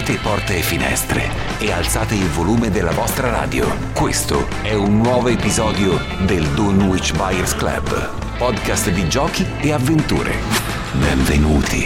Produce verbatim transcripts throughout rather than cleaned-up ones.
Chiudete porte e finestre e alzate il volume della vostra radio. Questo è un nuovo episodio del Dunwich Buyers Club, podcast di giochi e avventure. Benvenuti.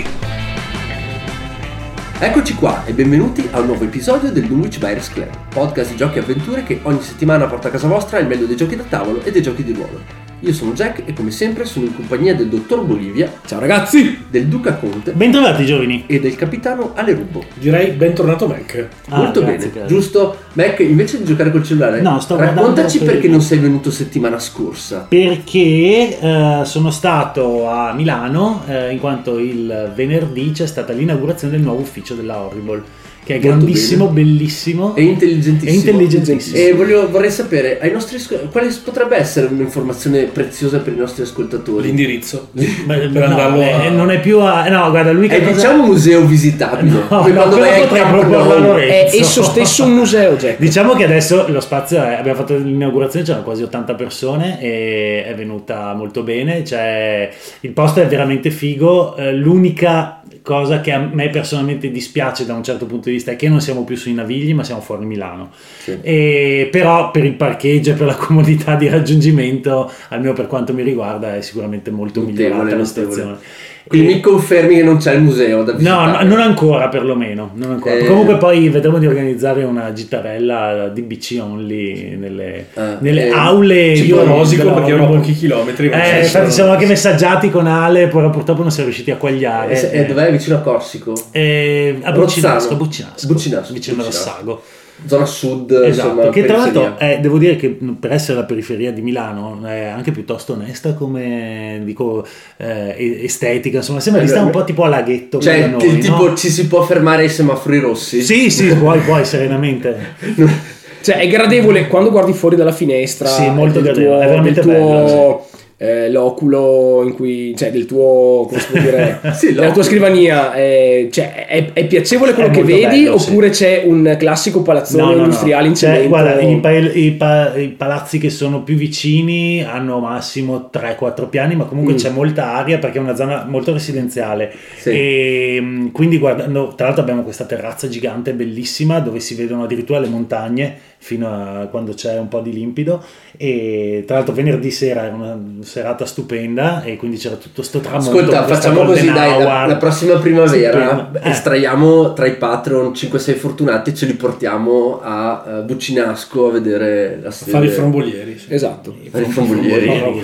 Eccoci qua e benvenuti a un nuovo episodio del Dunwich Buyers Club, podcast di giochi e avventure che ogni settimana porta a casa vostra il meglio dei giochi da tavolo e dei giochi di ruolo. Io sono Jack e come sempre sono in compagnia del dottor Bolivia. Ciao ragazzi! Del Duca Conte. Bentrovati giovani. E del capitano Ale Rubbo. Direi bentornato Mac. Ah, Molto grazie, bene, grazie. Giusto? Mac, invece di giocare col cellulare, no, sto raccontaci per... perché non sei venuto settimana scorsa. Perché eh, sono stato a Milano eh, in quanto il venerdì c'è stata l'inaugurazione del nuovo ufficio della Horrible, che è molto grandissimo, bene. Bellissimo e intelligentissimo. E intelligentissimo. E voglio, vorrei sapere ai nostri quale potrebbe essere un'informazione preziosa per i nostri ascoltatori? L'indirizzo Beh, per no, andarlo beh, a... non è più a... no guarda l'unica è cosa... diciamo museo visitabile, no, come no, quando vai potrei proporlo a Lorenzo. È esso stesso un museo, Jack. Diciamo che adesso lo spazio è, abbiamo fatto l'inaugurazione, c'erano quasi ottanta persone e è venuta molto bene, cioè il posto è veramente figo. L'unica cosa che a me personalmente dispiace da un certo punto di vista è che non siamo più sui Navigli ma siamo fuori Milano, sì. E però per il parcheggio e per la comodità di raggiungimento, almeno per quanto mi riguarda, è sicuramente molto notevole, migliorata la notevole. situazione. Quindi mi confermi che non c'è il museo da visitare? No, no, non ancora perlomeno, non ancora. Eh... Comunque poi vedremo di organizzare una gitarella D B C only nelle, ah, nelle eh, aule. Ci rosico perché ero a pochi chilometri. Eh, infatti siamo anche messaggiati con Ale, però purtroppo non siamo riusciti a quagliare. E eh, dov'è? Vicino a Corsico? Eh, a Buccinasco, Buccinasco, Buccinasco, vicino Buccinasco. al Sago. Zona sud, esatto, insomma, che tra periferia. l'altro eh, devo dire che per essere la periferia di Milano è anche piuttosto onesta come dico eh, estetica, insomma sembra di stare un po' tipo a laghetto, cioè noi, che, tipo no? Ci si può fermare ai semafori rossi? Sì sì, puoi, puoi serenamente. Cioè è gradevole quando guardi fuori dalla finestra. Sì, molto del gradevole, tuo, è veramente del tuo, bello, sì. Eh, l'oculo in cui, cioè del tuo, come si può dire, sì, della tua scrivania, eh, cioè è, è piacevole quello è che vedi, bello, oppure sì. C'è un classico palazzone no, no, industriale no. in Cioè, cemento? guarda, i, pa- i, pa- i palazzi che sono più vicini hanno massimo tre quattro piani, ma comunque mm. c'è molta aria perché è una zona molto residenziale, sì. E quindi guardando, tra l'altro abbiamo questa terrazza gigante bellissima dove si vedono addirittura le montagne fino a quando c'è un po' di limpido, e tra l'altro venerdì sera era una serata stupenda e quindi c'era tutto sto tramonto. Ascolta, facciamo così, dai, la, la prossima primavera eh. estraiamo tra i Patreon cinque sei fortunati e ce li portiamo a uh, Buccinasco a vedere la serie. Fare i frombolieri, sì. Esatto, fare i frombolieri.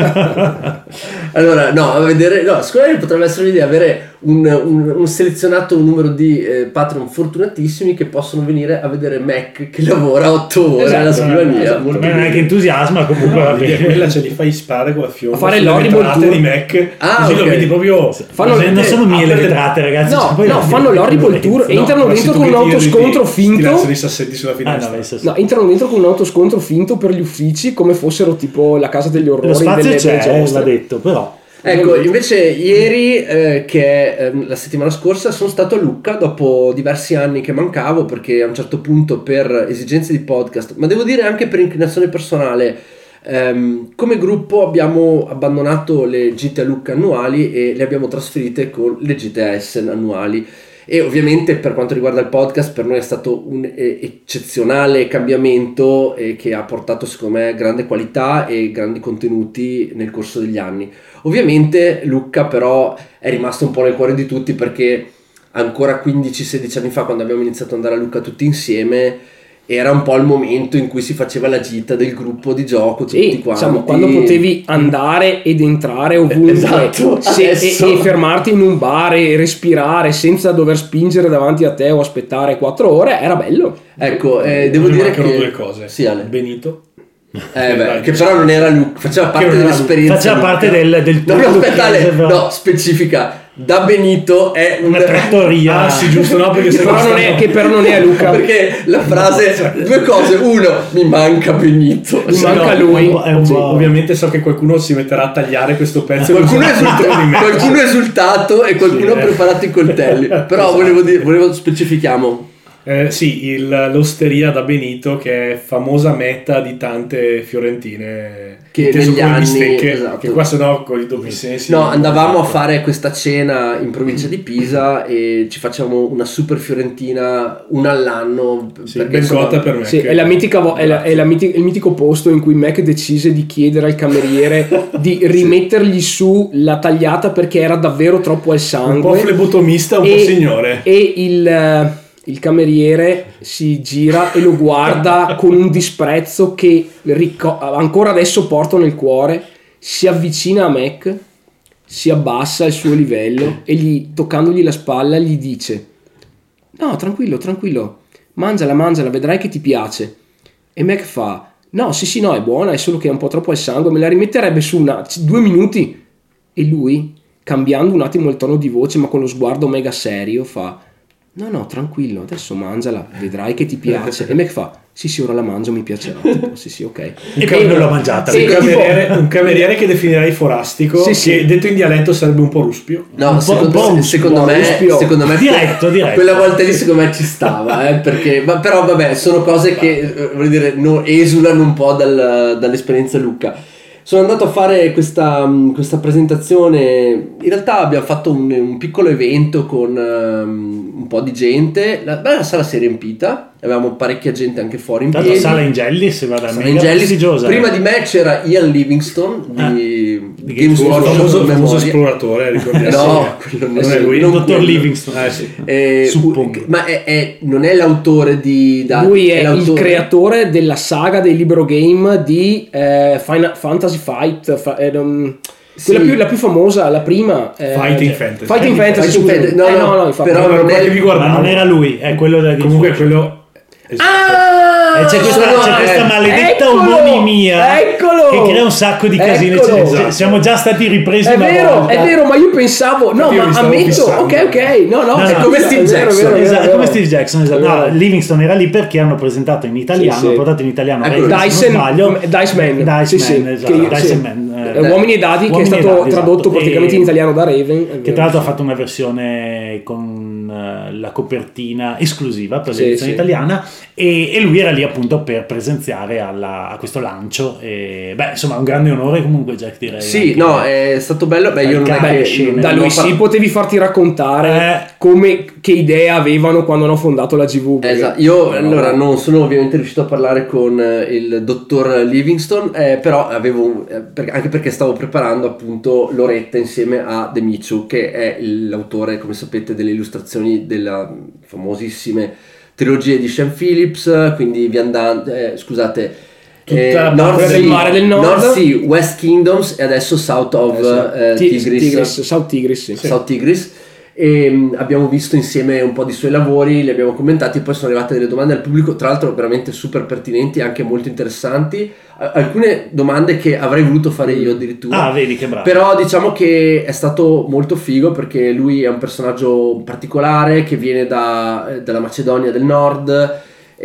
Allora no, a vedere, no, secondo me potrebbe essere l'idea avere un, un, un selezionato numero di eh, Patreon fortunatissimi che possono venire a vedere Mac che lavora otto ore alla esatto, scrivania. Esatto, molto non è che entusiasma comunque, no, l'idea quella ce li fai sparare con la fiora a fare l'Horrible Tour di Mac, ah, così okay. Lo vedi proprio. Fanno non, non sono mille le vetrate, ragazzi, no, cioè, no fanno l'Horrible Tour e no, entrano dentro con un autoscontro finto. Dei sassetti sulla finestra. Ah, no, sì. No, entrano dentro con un autoscontro finto per gli uffici come fossero tipo la casa degli orrori. Lo spazio delle, c'è, delle va detto, però ecco, invece ieri, eh, che è eh, la settimana scorsa, sono stato a Lucca dopo diversi anni che mancavo perché a un certo punto per esigenze di podcast, ma devo dire anche per inclinazione personale, ehm, come gruppo abbiamo abbandonato le gite a Lucca annuali e le abbiamo trasferite con le gite a Essen annuali. E ovviamente per quanto riguarda il podcast per noi è stato un eccezionale cambiamento e che ha portato secondo me grande qualità e grandi contenuti nel corso degli anni. Ovviamente Lucca però è rimasto un po' nel cuore di tutti perché ancora quindici sedici anni fa, quando abbiamo iniziato ad andare a Lucca tutti insieme, era un po' il momento in cui si faceva la gita del gruppo di gioco tutti sì, quanti. Diciamo, quando potevi andare ed entrare ovunque, esatto, se, e, e fermarti in un bar e respirare senza dover spingere davanti a te o aspettare quattro ore, era bello. Ecco, eh, devo Mi dire che due cose. Sì, Ale. Benito. Eh beh, che però non era Luca, faceva parte dell'esperienza. Faceva parte del, del no, no, aspetta, Ale, no, specifica. Da Benito è un... una trattoria. Ah, sì, giusto, no, perché se però non è, che però non è a Luca. Perché la frase, due cose, uno, mi manca Benito, mi manca no, lui. È un sì, po'... Ovviamente so che qualcuno si metterà a tagliare questo pezzo. Qualcuno è esultato, qualcuno è esultato e qualcuno sì, ha preparato i coltelli. Però esatto. volevo dire, volevo specifichiamo. Eh, sì, il, l'osteria da Benito, che è famosa meta di tante fiorentine che negli anni, bistecche, esatto. che qua sennò con i doppi sensi. No, andavamo a fare questa cena in provincia di Pisa e ci facciamo una super fiorentina una all'anno. Sì, ben cotta per me. Sì, è, la mitica vo- è, la, è la miti- il mitico posto in cui Mac decise di chiedere al cameriere di rimettergli su la tagliata perché era davvero troppo al sangue. Un po' flebotomista, un e, po' signore. E il... il cameriere si gira e lo guarda con un disprezzo che rico- ancora adesso porto nel cuore, si avvicina a Mac, si abbassa al suo livello e gli, toccandogli la spalla gli dice: no, tranquillo, tranquillo, mangiala, mangiala, vedrai che ti piace. E Mac fa: no, sì sì, no, è buona, è solo che è un po' troppo al sangue, me la rimetterebbe su una, due minuti. E lui, cambiando un attimo il tono di voce ma con lo sguardo mega serio, fa: no no, tranquillo, adesso mangiala, vedrai che ti piace. E Mac fa: sì sì, ora la mangio, mi piacerà. Tipo, sì sì, ok. E poi non l'ho mangiata. Un cameriere, un cameriere che definirei forastico, sì, che sì. detto in dialetto sarebbe un po' ruspio. No, un secondo, po', un po' secondo, me, ruspio. secondo me Diretto, diretto. quella volta lì secondo me ci stava, eh, perché, ma, però vabbè, sono cose che eh, voglio dire, no, esulano un po' dal, dall'esperienza Lucca. Sono andato a fare questa, questa presentazione, in realtà abbiamo fatto un, un piccolo evento con um, un po' di gente, la, beh, la sala si è riempita, avevamo parecchia gente anche fuori in Tanto piedi. sala Ingelli si va da Sala mega Ingelli. prestigiosa. Prima di me c'era Ian Livingstone di, Ah, di di Games Games Workshop, famoso, famoso Memoria. esploratore, ricordiamo. No, quello non è nessuno, lui. il non dottor quello. Livingstone. Eh, sì. Eh, Suppongo. ma è, è- non è l'autore di da- Lui è, il l'autore- creatore della saga dei libro game di eh, Final Fantasy Fight, fa- eh, non- Sì. quella più, la più famosa, la prima eh, Fighting cioè, Fantasy. Fighting Fantasy, Fighting scusami. Fantasy, no, Eh, no, no, infatti. però No, non perché è- vi Ma guardavo. non era lui, è quello del Comunque quello. Ah, E c'è questa, no, c'è questa eh, maledetta eccolo, omonimia eccolo, che crea un sacco di casini. eccolo. Cioè, cioè, siamo già stati ripresi È una vero, volta. è vero, ma io pensavo, no, Io mi ma stavo ammetto, fissando. ok, ok, no, no, No, è no, come è Steve vero, Jackson, vero, Esatto, vero, come vero. Steve Jackson, esatto. È No, vero. Livingstone era lì perché hanno presentato in italiano, Sì, sì. hanno portato in italiano Ecco, Raven, se non Dyson, sbaglio, Dice Man, Dice sì, sì, Man, esatto, che- Dice sì. Man, eh, Eh, Uomini e Dadi, che è Uomini e stato Dadi, tradotto esatto. praticamente E- in italiano da Raven. che tra l'altro ha fatto una versione con eh, la copertina esclusiva per Sì, l'edizione sì. italiana e, e lui era lì appunto per presenziare alla- a questo lancio e beh insomma un grande onore comunque Jack, direi. Sì, anche- no, è stato bello. Beh, io non è Beh, che scena. non- Da non lui ho par- sì, potevi farti raccontare Eh. come, che idea avevano quando hanno fondato la G V. perché- Esatto. Io no, allora no. non sono ovviamente riuscito a parlare con eh, il dottor Livingstone, eh, però avevo eh, per- anche perché stavo preparando appunto l'oretta insieme a De Michu, che è il- l'autore, come sapete, delle illustrazioni della famosissime trilogie di Sean Phillips, quindi Viandante, eh, scusate, Tutta eh, la North parte del Sea- mare del nord. North Sea, West Kingdoms e adesso South of Eh, sì. eh, Ti- Tigris. Tigris, South Tigris, sì. South Tigris. E mh, abbiamo visto insieme un po' di suoi lavori, li abbiamo commentati e poi sono arrivate delle domande al pubblico, tra l'altro veramente super pertinenti e anche molto interessanti. A- alcune domande che avrei voluto fare io addirittura. Ah, vedi che bravo. Però diciamo che è stato molto figo perché lui è un personaggio particolare che viene da, eh, dalla Macedonia del Nord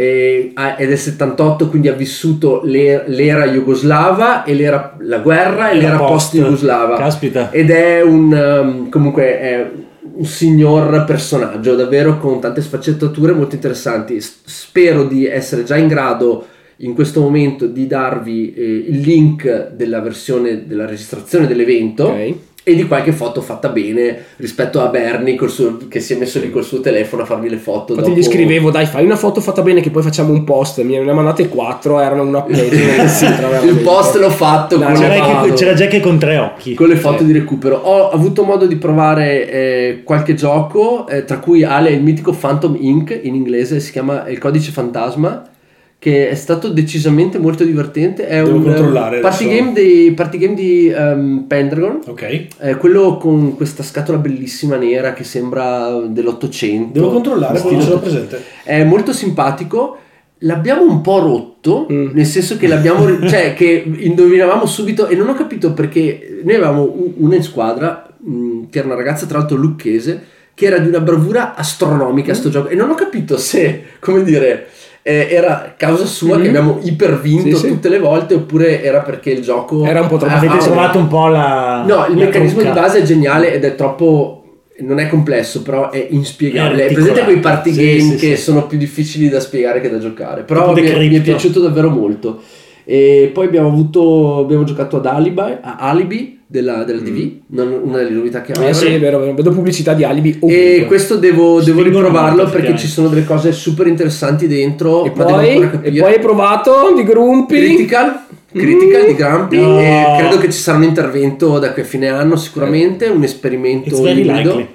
e ha- è del settantotto, quindi ha vissuto l'e- l'era jugoslava e l'era, la guerra e E la l'era post. post-jugoslava. Caspita. Ed è un um, comunque è un signor personaggio davvero con tante sfaccettature molto interessanti. S- spero di essere già in grado in questo momento di darvi eh, il link della versione della registrazione dell'evento Ok. e di qualche foto fatta bene rispetto a Bernie col suo- che si è messo lì col suo telefono a farmi le foto. Infatti dopo- gli scrivevo, dai, fai una foto fatta bene che poi facciamo un post. Mi ne ha mandate quattro, erano una pagina. Sì, il post l'ho fatto No, con, C'era, le vado. anche, c'era Jack con tre occhi. con le foto Sì. di recupero. Ho avuto modo di provare eh, qualche gioco, eh, tra cui Ale il mitico Phantom Incorporated in inglese, si chiama Il Codice Fantasma, che è stato decisamente molto divertente. È Devo un controllare eh, party adesso. game di, party game di ehm, Pendragon. Ok. Eh, quello con questa scatola bellissima nera che sembra dell'Ottocento. Devo controllare, poi non ce l'ho Stile- presente. È molto simpatico. L'abbiamo un po' rotto, Mm. nel senso che l'abbiamo, cioè che indovinavamo subito e non ho capito perché noi avevamo u- una in squadra mh, che era una ragazza tra l'altro lucchese che era di una bravura astronomica a sto gioco e non ho capito se, come dire, eh, era causa sua Mm. che abbiamo ipervinto Sì, sì. tutte le volte oppure era perché il gioco Era un po' troppo Ah, Avete ah, trovato un po' la no, il la meccanismo trucca. di base è geniale ed è troppo non è complesso, però è inspiegabile. È È presente quei articolato. party Sì, game sì, che sì. sono più difficili da spiegare che da giocare, però Tipo mi The è, mi è Crypto. piaciuto davvero molto. E poi abbiamo avuto abbiamo giocato ad Alibi, a Alibi della, della D V, non- una delle novità che Eh aveva. sì, è vero, vero. Vedo pubblicità di Alibi E ovunque. questo devo, devo Spingono riprovarlo molto, perché ci sono delle cose super interessanti dentro, E ma devo poi, ancora e capire. poi hai provato di Grumpy? Critical, Critical di Grumpy, No. e credo che ci sarà un intervento da qui a fine anno sicuramente, un esperimento It's very ibrido. likely.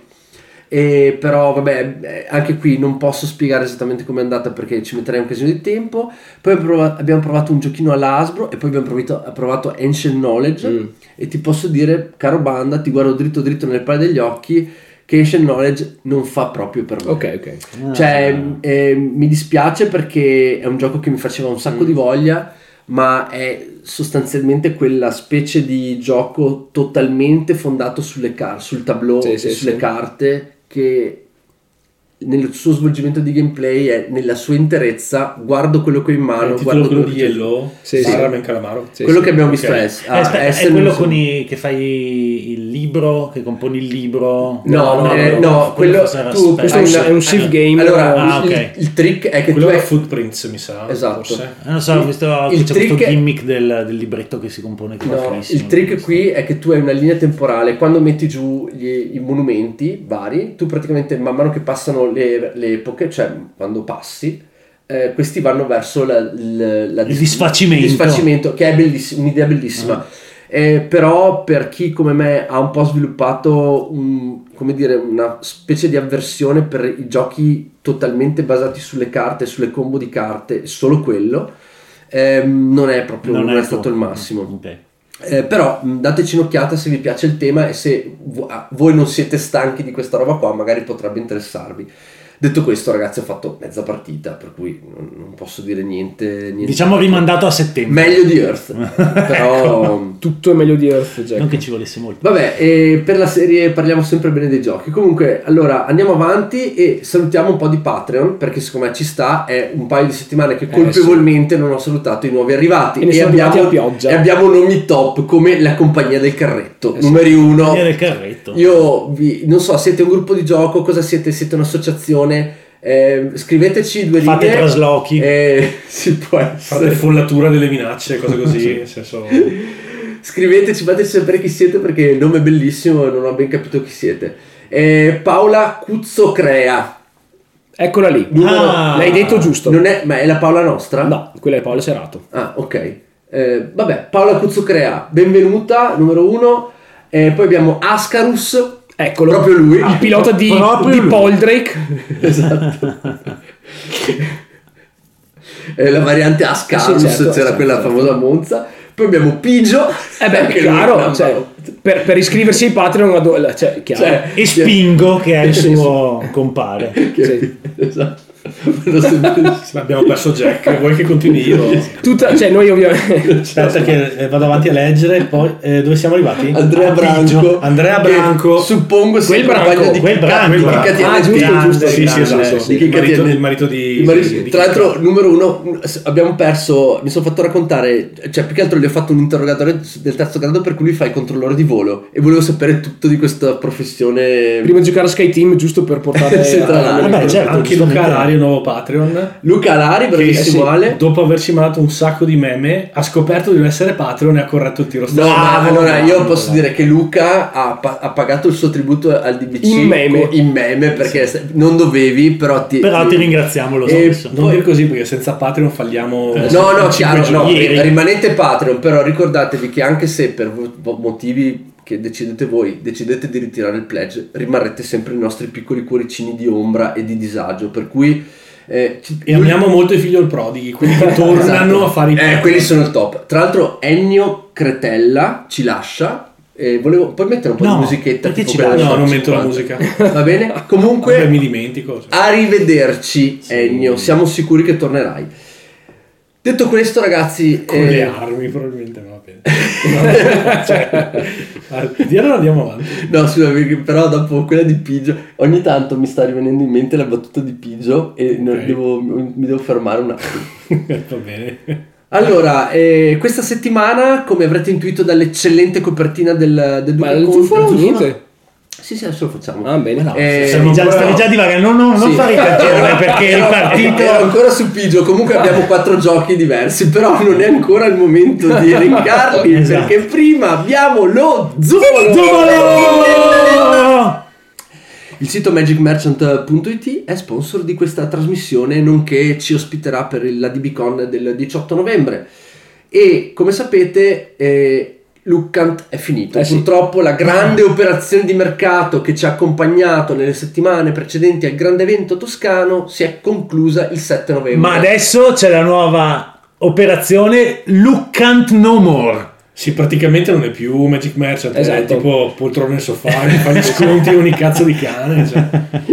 E però vabbè, eh, anche qui non posso spiegare esattamente com'è andata perché ci metterei un casino di tempo. Poi abbiamo provato, abbiamo provato un giochino alla Hasbro e poi abbiamo provato, provato Ancient Knowledge, Mm. e ti posso dire, caro Banda, ti guardo dritto dritto nelle palle degli occhi, che Ancient Knowledge non fa proprio per me. Ok, ok. Ah. Cioè, eh, mi dispiace perché è un gioco che mi faceva un sacco Mm. di voglia, ma è sostanzialmente quella specie di gioco totalmente fondato sulle carte, sul tableau Sì, e sì, sulle sì. carte, che nel suo svolgimento di gameplay è nella sua interezza. Guardo quello che ho in mano, il titolo guardo quello quello di che- Yellow, Sì, sì. Saramen Calamaro. Sì, quello sì. che abbiamo visto Ok. è, Eh, aspetta, è Essen- quello con i, che fai il libro, che componi il libro? No, No, eh, no, no, no, quello forse era tu, Spec. Questo è un, hai- è un save game. allora Ah, il, ok. il trick è che Quello tu era hai, Footprints, mi sa. Esatto. Forse. Eh, non so, ho visto che il c'è trick questo è- gimmick del, del libretto che si compone che va no, finissimo. il trick qui è che tu hai una linea temporale. Quando metti giù gli- i monumenti vari, tu praticamente man mano che passano le, le epoche, cioè quando passi, eh, questi vanno verso la, il, la- Il disfacimento. il disfacimento, che è bellissimo, un'idea bellissima. Ah. Eh, però per chi come me ha un po' sviluppato un- come dire, una specie di avversione per i giochi totalmente basati sulle carte, sulle combo di carte, solo quello, ehm, non è proprio non è stato il massimo. Ok. Eh, però mh, dateci un'occhiata se vi piace il tema e se vo- ah, voi non siete stanchi di questa roba qua, magari potrebbe interessarvi. Detto questo, ragazzi, ho fatto mezza partita, per cui non, non posso dire niente, niente. Diciamo rimandato a settembre. Meglio di Earth, però Tutto è meglio di Earth, Jack. Non che ci volesse molto. vabbè, e per la serie parliamo sempre bene dei giochi. Comunque, allora andiamo avanti e salutiamo un po' di Patreon, perché secondo me ci sta, è un paio di settimane che colpevolmente non ho salutato i nuovi arrivati E ne sono arrivati a pioggia. e abbiamo nomi top come la compagnia del carretto, Eh sì. numeri uno. Compagnia del carretto. Io vi, non so, siete un gruppo di gioco, cosa siete? Siete un'associazione? Eh, scriveteci due Fate righe. traslochi. Eh, si può Fate essere. follatura delle minacce, cose così. Nel senso, Scriveteci, fateci sapere chi siete perché il nome è bellissimo e non ho ben capito chi siete. Eh, Paola Cuzzocrea. Eccola lì. Numero- Ah. L'hai detto giusto. Non è, ma è la Paola nostra? No, quella è Paolo Serato. Ah, ok. Eh, vabbè, Paola Cuzzocrea, benvenuta, numero uno. Eh, poi abbiamo Ascarus. Eccolo. Proprio lui. Il pilota di, Proprio di lui. Poldrake. Esatto. Eh, la variante Ascarus, Sì, certo, c'era certo, quella certo. famosa Monza. Poi abbiamo Pigio. Eh beh, Anche lui chiaro, è cioè, per, per iscriversi ai Patreon, ad- cioè, chiaro. Cioè, E Spingo, che è il Sì, suo compare. che- Sì. esatto. Lo sento- abbiamo perso Jack. Vuoi che continui io? Tutta, cioè noi ovviamente Aspetta che eh, vado avanti a leggere. Poi eh, dove siamo arrivati? Andrea A Branco. Pigio. Andrea che Branco. Suppongo sia Quel il compagno Branco, di quel Chicca- Branco. di Quel Chicca Branco. T N T. Ah, giusto, Grande, giusto, Sì, sì, grande, esatto. sì. Il marito, il marito di, Il marito- di- di tra l'altro, Chicca. numero uno, abbiamo perso. Mi sono fatto raccontare, cioè, più che altro gli ho fatto un interrogatorio del terzo grado per cui lui fa il controllore di volo e volevo sapere tutto di questa professione. prima di giocare a Sky Team giusto per portare Sì, tra l'altro. Vabbè, certo, Anche giustamente. Luca Alario, nuovo Patreon. Luca Alari, bravissimo Che, Ale. dopo averci mandato un sacco di meme, ha scoperto di non essere Patreon e ha corretto il tiro No, stesso. ma allora io bravo, posso bravo. dire che Luca ha, pa- ha pagato il suo tributo al D B C In meme. in meme perché se- non dovevi, però ti, Però ti ringraziamo lo E stesso. Non dire così perché senza Patreon falliamo. Eh, No, no, cinque chiaro, no, ieri. rimanete Patreon, però ricordatevi che anche se per vo- motivi che decidete voi, decidete di ritirare il pledge, rimarrete sempre i nostri piccoli cuoricini di ombra e di disagio, per cui eh, ci- E amiamo molto i figlio prodighi, quelli che tornano Esatto. a fare i Eh, quelli sono il top. Tra l'altro Ennio Cretella ci lascia. E volevo puoi mettere un po' No, di musichetta perché tipo ci quella lascia? del No, non top metto la cinquanta. musica. Va bene? Vabbè, Comunque mi dimentico. arrivederci Ennio, siamo sicuri che tornerai. Detto questo, ragazzi, Con eh, le armi probabilmente non va bene. No, cioè, eh, di allora andiamo avanti. no, scusa, perché però dopo quella di Pigio, ogni tanto mi sta rivenendo in mente la battuta di Pigio e non- Ok. devo- mi devo fermare un attimo. Va bene. Allora, eh, questa settimana, come avrete intuito dall'eccellente copertina del, del Ma Duca il Conte, zufolo niente. Sì, sì, adesso lo facciamo. Ah, bene. No, Eh, stavi, già, stavi già divagando, non, non, non Sì. fare i canzoni perché il partito... Ero ancora su Pigio, comunque abbiamo quattro giochi diversi, però non è ancora il momento di elencarli, Esatto. perché prima abbiamo lo Zuvolo! Zuvolo! Il sito magic merchant punto it è sponsor di questa trasmissione, nonché ci ospiterà per la D B Con del diciotto novembre. E come sapete, eh, Luccant è finito. Eh sì. Purtroppo la grande operazione di mercato che ci ha accompagnato nelle settimane precedenti al grande evento toscano si è conclusa il sette novembre. Ma adesso c'è la nuova operazione Luccant No More. Sì, praticamente non è più Magic Merchant, è Esatto. tipo poltrone nel sofà, che fa gli sconti ogni cazzo di cane. Cioè.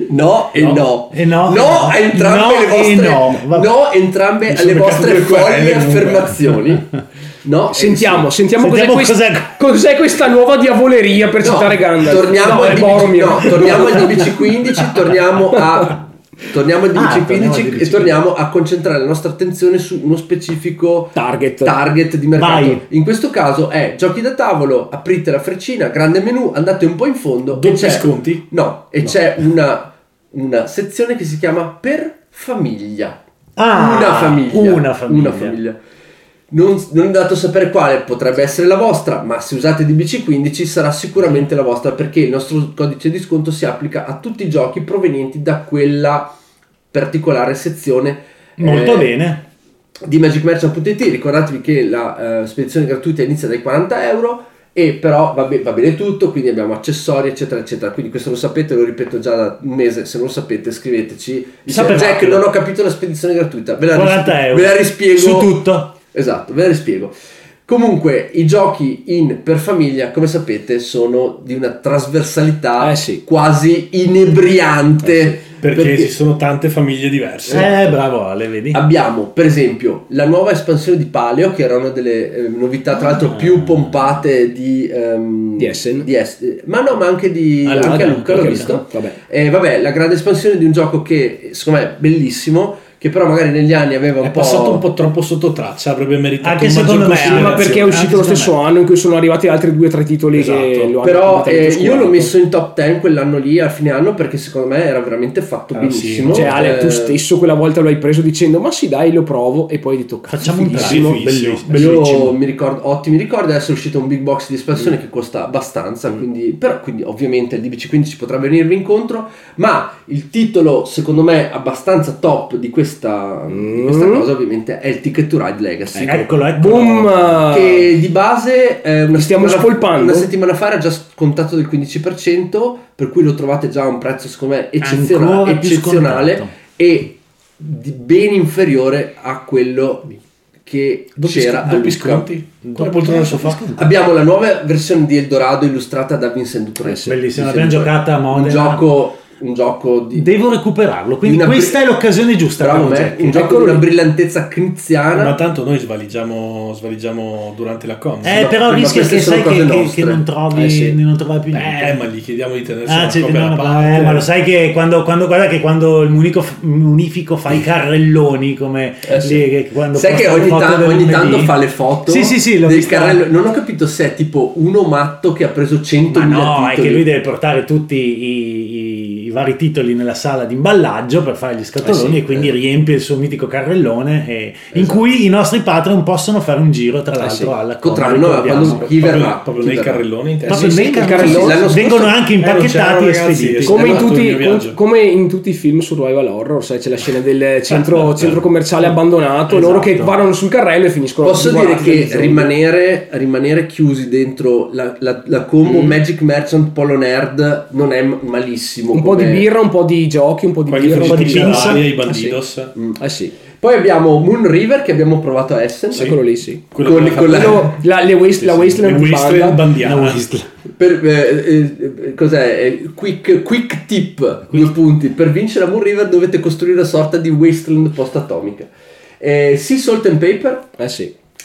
No e No. no. E no. No a entrambe No le vostre, e no. Vabbè. no entrambe Mi sono alle vostre beccato due folli querele, comunque. affermazioni. No, Sentiamo, eh, sentiamo, Sentiamo cos'è, cos'è- quest- cos'è questa nuova diavoleria per No, citare Gandalf. torniamo, no, al è D B C, Boromir. no, torniamo al D B C quindici, torniamo a torniamo al Ah, D B C torniamo al quindici D B C. e torniamo a concentrare la nostra attenzione su uno specifico Target. target di mercato. Vai. In questo caso è giochi da tavolo, aprite la freccina, grande menu, andate un po' in fondo e Doppi c'è sconti? No, e c'è una una sezione che si chiama per famiglia. Ah, una famiglia. una famiglia. Una famiglia. Non, non è dato sapere quale potrebbe essere la vostra, ma se usate D B C quindici sarà sicuramente la vostra, perché il nostro codice di sconto si applica a tutti i giochi provenienti da quella particolare sezione. Molto eh, bene. Di magic merchant punto it. Ricordatevi che la eh, spedizione gratuita inizia dai quaranta euro, e però va, be- va bene tutto, quindi abbiamo accessori eccetera eccetera, quindi questo lo sapete, lo ripeto già da un mese. Se non lo sapete scriveteci, dice, Jack, Sapevatelo. non ho capito la spedizione gratuita, ve la, quaranta ris- euro. ve la rispiego Su tutto. esatto, ve la rispiego. Comunque i giochi in per famiglia, come sapete, sono di una trasversalità Eh sì. quasi inebriante, Perché, ci sono tante famiglie diverse. Eh, bravo Ale, vedi? abbiamo per esempio la nuova espansione di Paleo, che era una delle eh, novità tra l'altro Ah. più pompate di, ehm, Di Essen. di Es- ma no, ma anche di Ah, anche a vabbè, Lucca l'ho anche visto. Lucca, vabbè. E vabbè, la grande espansione di un gioco che secondo me è bellissimo, che però magari negli anni aveva un È po' passato un po' troppo sotto traccia, avrebbe meritato Anche un maggior secondo me, considerazione. Ma perché è uscito Anche lo secondo stesso me. anno in cui sono arrivati altri due o tre titoli che Esatto. lo hanno Però completamente eh, io oscurato. l'ho messo in top dieci quell'anno lì a fine anno, perché secondo me era veramente fatto Ah, benissimo. sì. Cioè Ale, tu Eh, stesso quella volta lo hai preso dicendo ma sì dai lo provo, e poi hai detto cazzo, Facciamo un fighissimo. try. Bellissimo. Bellissimo. Io mi ricordo, ottimi ricordi. Adesso è uscito un big box di espansione che costa abbastanza, quindi, però quindi ovviamente il D B C quindici potrà venirvi incontro, ma il titolo secondo me abbastanza top di questa, di questa cosa ovviamente è il Ticket to Ride Legacy. Eccolo, eccolo. Boom! Che di base eh, una, Li stiamo settimana, spolpando? una settimana fa era già scontato del quindici per cento, per cui lo trovate già a un prezzo secondo me eccezionale, Ancora più eccezionale scontato. e di- ben inferiore a quello che Doppi, c'era sc- a doppi Lucca. sconti? Ancora poltrone nel sofà? Abbiamo la nuova versione di Eldorado illustrata da Vincent Dupré. Bellissima, Vincent l'abbiamo Dupré. giocata a Modena. Un gioco, un gioco di Devo recuperarlo, quindi Di una questa bri- è l'occasione giusta. bravo caro me, Jack. un gioco Eccolo di una lì. brillantezza Ma kniziana. tanto noi svaligiamo, svaligiamo durante la con. Eh, No, però ma rischia queste che sono sai che, cose che- nostre. che non trovi, Eh, sì. non trovi più niente. Eh, ma gli chiediamo di tenersi Ah, una c'è- copia no, da no, parte. eh, ma lo sai che quando, quando guarda che quando il munico, munifico fa i carrelloni come Eh, sì. lì, che quando Sai che posta le ogni, foto ta- del ogni lunedì- tanto fa le foto Sì, sì, sì, l'ho del vista. carrello. Non ho capito se è tipo uno matto che ha preso centomila Ma no, è titoli. che lui deve portare tutti i, i- i vari titoli nella sala di imballaggio per fare gli scatoloni, Eh sì, e quindi eh. riempie il suo mitico carrellone, e- in Esatto. cui i nostri patron possono fare un giro tra l'altro sì. alla Con, Potranno, ricordiamo. quando- chi Proprio- verrà? Proprio Chi nei verrà? carrelloni in Proprio testa. sì, nei sì, carrelloni. carrelloni. L'anno scorso- vengono anche Eh, non c'erano impacchettati e ragazzi, spediti. sì. Come in, L'hanno fatto tutti, il mio viaggio. come in tutti i film survival horror, sai, c'è la scena del centro, centro commerciale abbandonato, Esatto. loro che vanno sul carrello e finiscono Posso dire divorati dagli che zombie. rimanere, rimanere chiusi dentro la, la- la combo Mm. Magic Merchant Polo Nerd non è m- malissimo. un po' come- di birra, un po' di giochi, un po' di Qualche birra, un po' di felicità pizza. ai Ah, sì. bandidos. Eh sì, Poi abbiamo Moon River che abbiamo provato a Essen. eccolo lì, sì. Quello Con- che con la- Quello- la, le waste, la Wasteland, Le Wasteland Banda. bandiana. Per, eh, eh, cos'è? Eh, Quick, quick tip, due punti. Per vincere a Moon River dovete costruire una sorta di wasteland post-atomica. Eh, Sea Salt and Paper, Eh sì.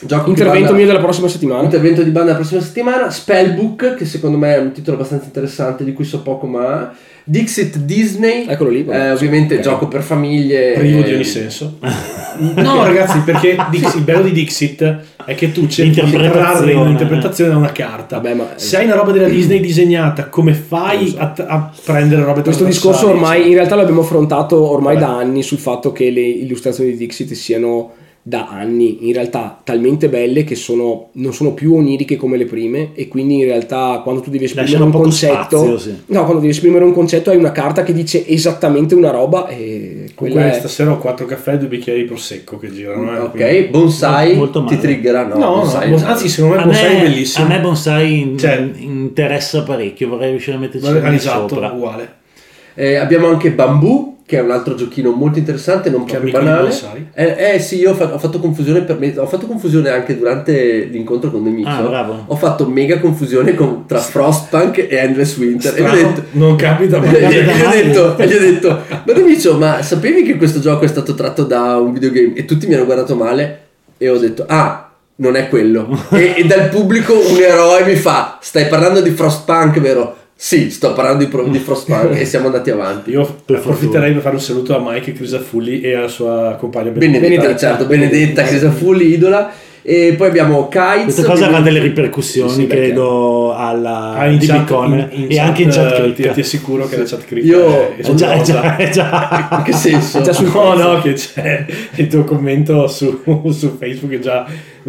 Gioco Intervento banda, mio della prossima settimana. Intervento di banda la prossima settimana. Spellbook, che secondo me è un titolo abbastanza interessante di cui so poco, ma Dixit Disney. Eccolo lì. Eh, ovviamente okay. Gioco per famiglie. Privo eh, di ogni senso. No, ragazzi, perché Dixit, il bello di Dixit è che tu cerchi di trarre un'interpretazione da una carta. Vabbè, ma se hai una roba della Disney disegnata, come fai so. a, a prendere robe? Questo discorso ormai in realtà l'abbiamo affrontato ormai Vabbè. da anni sul fatto che le illustrazioni di Dixit siano da anni in realtà talmente belle che sono non sono più oniriche come le prime, e quindi in realtà quando tu devi esprimere Lasciano un concetto spazio, sì. no quando devi esprimere un concetto hai una carta che dice esattamente una roba, e quella è... stasera ho quattro caffè e due bicchieri di prosecco che girano, eh, ok quindi... bonsai molto ti triggera? No, no, bonsai, no, anzi secondo me a bonsai me, è bellissimo. A me bonsai cioè, interessa parecchio, vorrei riuscire a metterci esatto, sopra. Uguale. Eh, abbiamo anche Bamboo, che è un altro giochino molto interessante, non che proprio banale. Eh, eh sì, io ho fatto, ho fatto confusione per me, ho fatto confusione anche durante l'incontro con Nemizio. Ah, bravo. Ho fatto mega confusione con, tra Frostpunk e Endless Winter. Strano, e gli ho detto, non capita mai. E gli ho detto, e gli ho detto, ma Nemizio, ma sapevi che questo gioco è stato tratto da un videogame? E tutti mi hanno guardato male e ho detto, ah, non è quello. e, e dal pubblico un eroe mi fa, stai parlando di Frostpunk, vero? Sì, sto parlando di, di Frostpunk e siamo andati avanti. Io approfitterei per fare un saluto a Mike Crisafulli e alla sua compagna Benedetta. Benedetta, certo, Benedetta Crisafulli, idola. E poi abbiamo Kites. Questa cosa avrà delle ripercussioni, sì, credo, alla ah, in D B Con in, in e chat, anche in chat critica. Ti, ti assicuro che la chat critica Io è, è già, è già, è già. In che senso? Già sul no, no, che c'è il tuo commento su, su Facebook, è già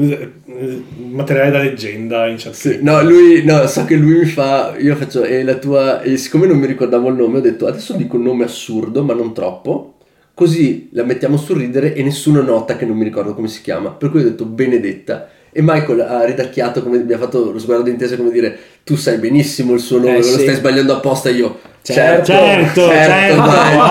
materiale da leggenda in chat. Sì, no, lui, no, so che lui mi fa, io faccio, e la tua, e siccome non mi ricordavo il nome ho detto adesso dico un nome assurdo ma non troppo, così la mettiamo sul ridere e nessuno nota che non mi ricordo come si chiama, per cui ho detto Benedetta, e Michael ha ridacchiato, come mi ha fatto lo sguardo d'intesa, come dire tu sai benissimo il suo nome, eh, sì. Lo stai sbagliando apposta. Io certo, certo, certo,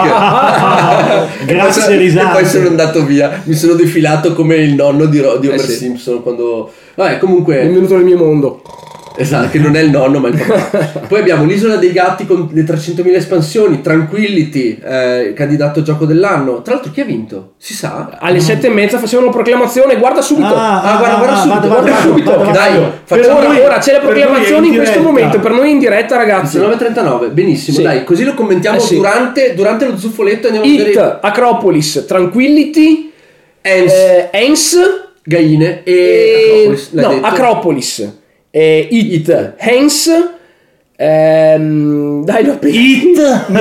certo. Grazie, risate. E poi sono andato via, mi sono defilato come il nonno di, Ro- di Homer eh, sì. Simpson quando vabbè, comunque è venuto nel mio mondo. Esatto, che non è il nonno ma il papà. Poi abbiamo l'Isola dei Gatti con le trecentomila espansioni, Tranquillity, eh, candidato gioco dell'anno. Tra l'altro chi ha vinto? Si sa? Alle no. sette e mezza facevano una proclamazione, guarda subito. Ah, ah, ah guarda, guarda ah, subito, vado, guarda vado, subito. Vado, vado, Dai, vado. Facciamo ora, ora c'è la proclamazione in questo momento, per noi in diretta, ragazzi. nove e trentanove, benissimo, sì. Dai, così lo commentiamo eh, sì. durante, durante lo zuffoletto. Andiamo It, a vedere Acropolis, Tranquillity, Ens, eh, Ens Gaine e, e... Acropolis. No, detto. Acropolis. Eh, It, It. Hens ehm, dai lo It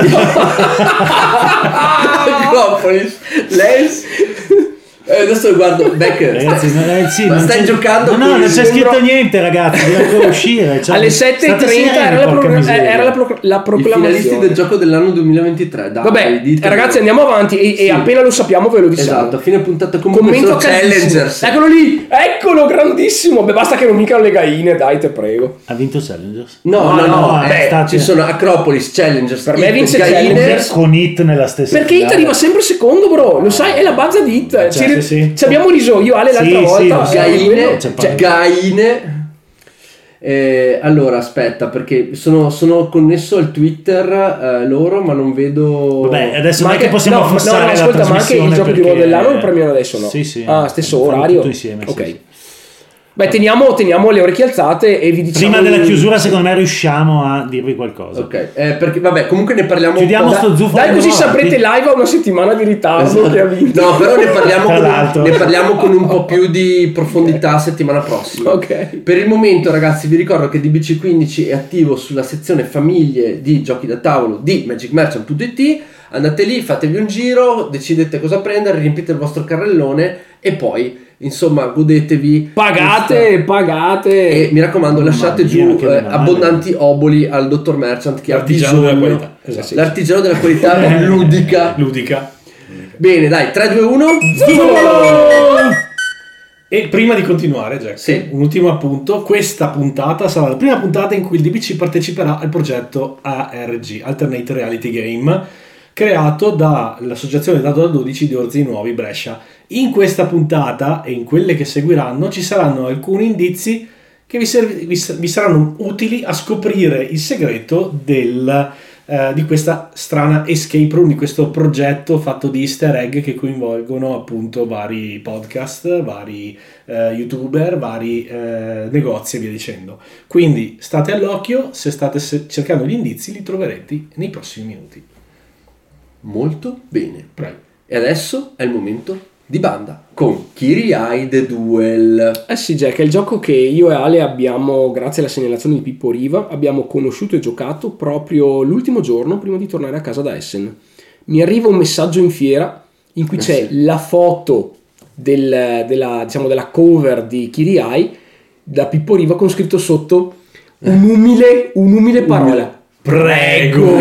Acropolis Lens. Eh, adesso guardo back, ragazzi, stai, eh, sì, ma stai c'è, giocando no, no non c'è scritto niente, ragazzi, deve ancora uscire, cioè, alle sette e trenta era, la, pro- era la, pro- la proclamazione. I finalisti del gioco dell'anno duemilaventitré. Dai, vabbè ragazzi, andiamo avanti e, sì. e appena lo sappiamo ve lo diciamo. Esatto, a fine puntata comunque commento Challengers. Eccolo lì, eccolo, grandissimo. Beh, basta che non mica le gaine, dai, te prego. Ha vinto Challengers? No, no, no, no beh, stato... ci sono Acropolis, Challengers. Per me vince Challengers con It nella stessa. Perché It arriva sempre secondo, bro. Lo sai, è la bazza di It. Cioè, ci, sì, sì. ci abbiamo riso io Ale l'altra sì, volta. Sì, Gaine, cioè, Gaine. Eh, allora aspetta, perché sono, sono connesso al Twitter eh, loro, ma non vedo. Vabbè, adesso ma non è che possiamo no, affossare no, no, ascolta, la ma anche il gioco perché... di ruolo dell'anno lo premiano adesso, no? Sì, sì. Ah, stesso orario. Tutto insieme. Ok. Sì, sì. Beh, teniamo, teniamo le orecchie alzate e vi diciamo. Prima della chiusura, secondo me, riusciamo a dirvi qualcosa. Ok, eh, perché vabbè, comunque ne parliamo. Chiudiamo un sto po'. zufo. Dai, così saprete live a una settimana di ritardo, esatto. Che ha vinto. No, però ne parliamo, con, ne parliamo con un po' più di profondità okay. settimana prossima. Ok. Per il momento, ragazzi, vi ricordo che D B C quindici è attivo sulla sezione famiglie di giochi da tavolo di magic merchant punto it. Andate lì, fatevi un giro, decidete cosa prendere, riempite il vostro carrellone e poi insomma godetevi, pagate questa... pagate e mi raccomando lasciate giù eh, abbondanti oboli al dottor Merchant, che l'artigiano ha bisogno, della qualità, esatto. L'artigiano della qualità ludica ludica bene, dai, tre, due, uno e prima di continuare, Jack, sì. un ultimo appunto. Questa puntata sarà la prima puntata in cui il D B C parteciperà al progetto A R G, Alternate Reality Game, creato dall'associazione Dato da dodici di Orzi Nuovi Brescia. In questa puntata e in quelle che seguiranno ci saranno alcuni indizi che vi, serv- vi, vi saranno utili a scoprire il segreto del, eh, di questa strana escape room, di questo progetto fatto di easter egg che coinvolgono appunto vari podcast, vari eh, youtuber, vari eh, negozi e via dicendo. Quindi state all'occhio, se state se- cercando gli indizi li troverete nei prossimi minuti. Molto bene. Prego. E adesso è il momento di banda con Kirai The Duel. Eh sì, Jack, è il gioco che io e Ale abbiamo, grazie alla segnalazione di Pippo Riva, abbiamo conosciuto e giocato proprio l'ultimo giorno prima di tornare a casa da Essen. Mi arriva un messaggio in fiera in cui c'è la foto del, della, diciamo, della cover di Kirai da Pippo Riva con scritto sotto un'umile, un'umile parola. Prego.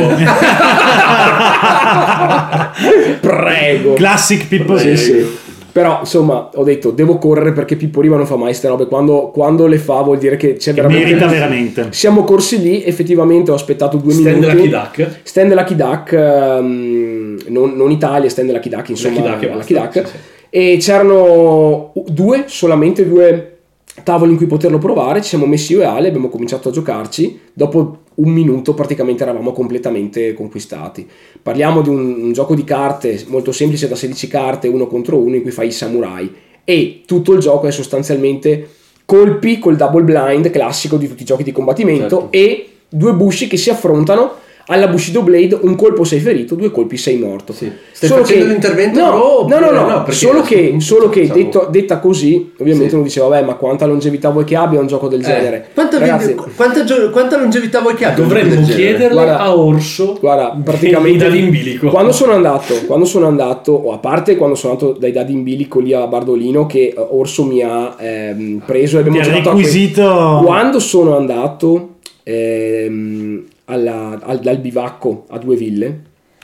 Prego. Classic Pippo Sì, sì. Però insomma ho detto devo correre perché Pippo Riva non fa mai ste robe, quando, quando le fa vuol dire che c'è veramente, merita veramente. Siamo corsi lì, effettivamente ho aspettato due Stand minuti. Lucky Duck. Stand Lucky Duck, um, non, non Italia, Stand Lucky Duck, insomma Lucky Duck, Lucky Duck. sì, sì. E c'erano due, solamente due tavoli in cui poterlo provare. Ci siamo messi io e Ale, abbiamo cominciato a giocarci. Dopo un minuto praticamente eravamo completamente conquistati. Parliamo di un, un gioco di carte molto semplice da sedici carte, uno contro uno, in cui fai i samurai, e tutto il gioco è sostanzialmente colpi col double blind classico di tutti i giochi di combattimento, certo. E due bushi che si affrontano. Alla Bushido Blade un colpo sei ferito, due colpi sei morto. Sì. Stai Solo facendo che, l'intervento? no, Però, no, no, no, no, perché solo che, solo che diciamo... detto, detta così, ovviamente Sì. uno diceva vabbè, ma quanta longevità vuoi che abbia un gioco del genere? Eh, quanta, Ragazzi, video, quanta, gio- quanta longevità vuoi che abbia? Dovremmo chiederle Guarda- a Orso. Guarda, praticamente dadi in bilico. quando sono andato, quando sono andato, o a parte quando sono andato dai dadi in bilico lì a Bardolino, che Orso mi ha ehm, preso e abbiamo Ti ha giocato a requisito. que- Quando sono andato ehm, alla, al, dal bivacco a Due Ville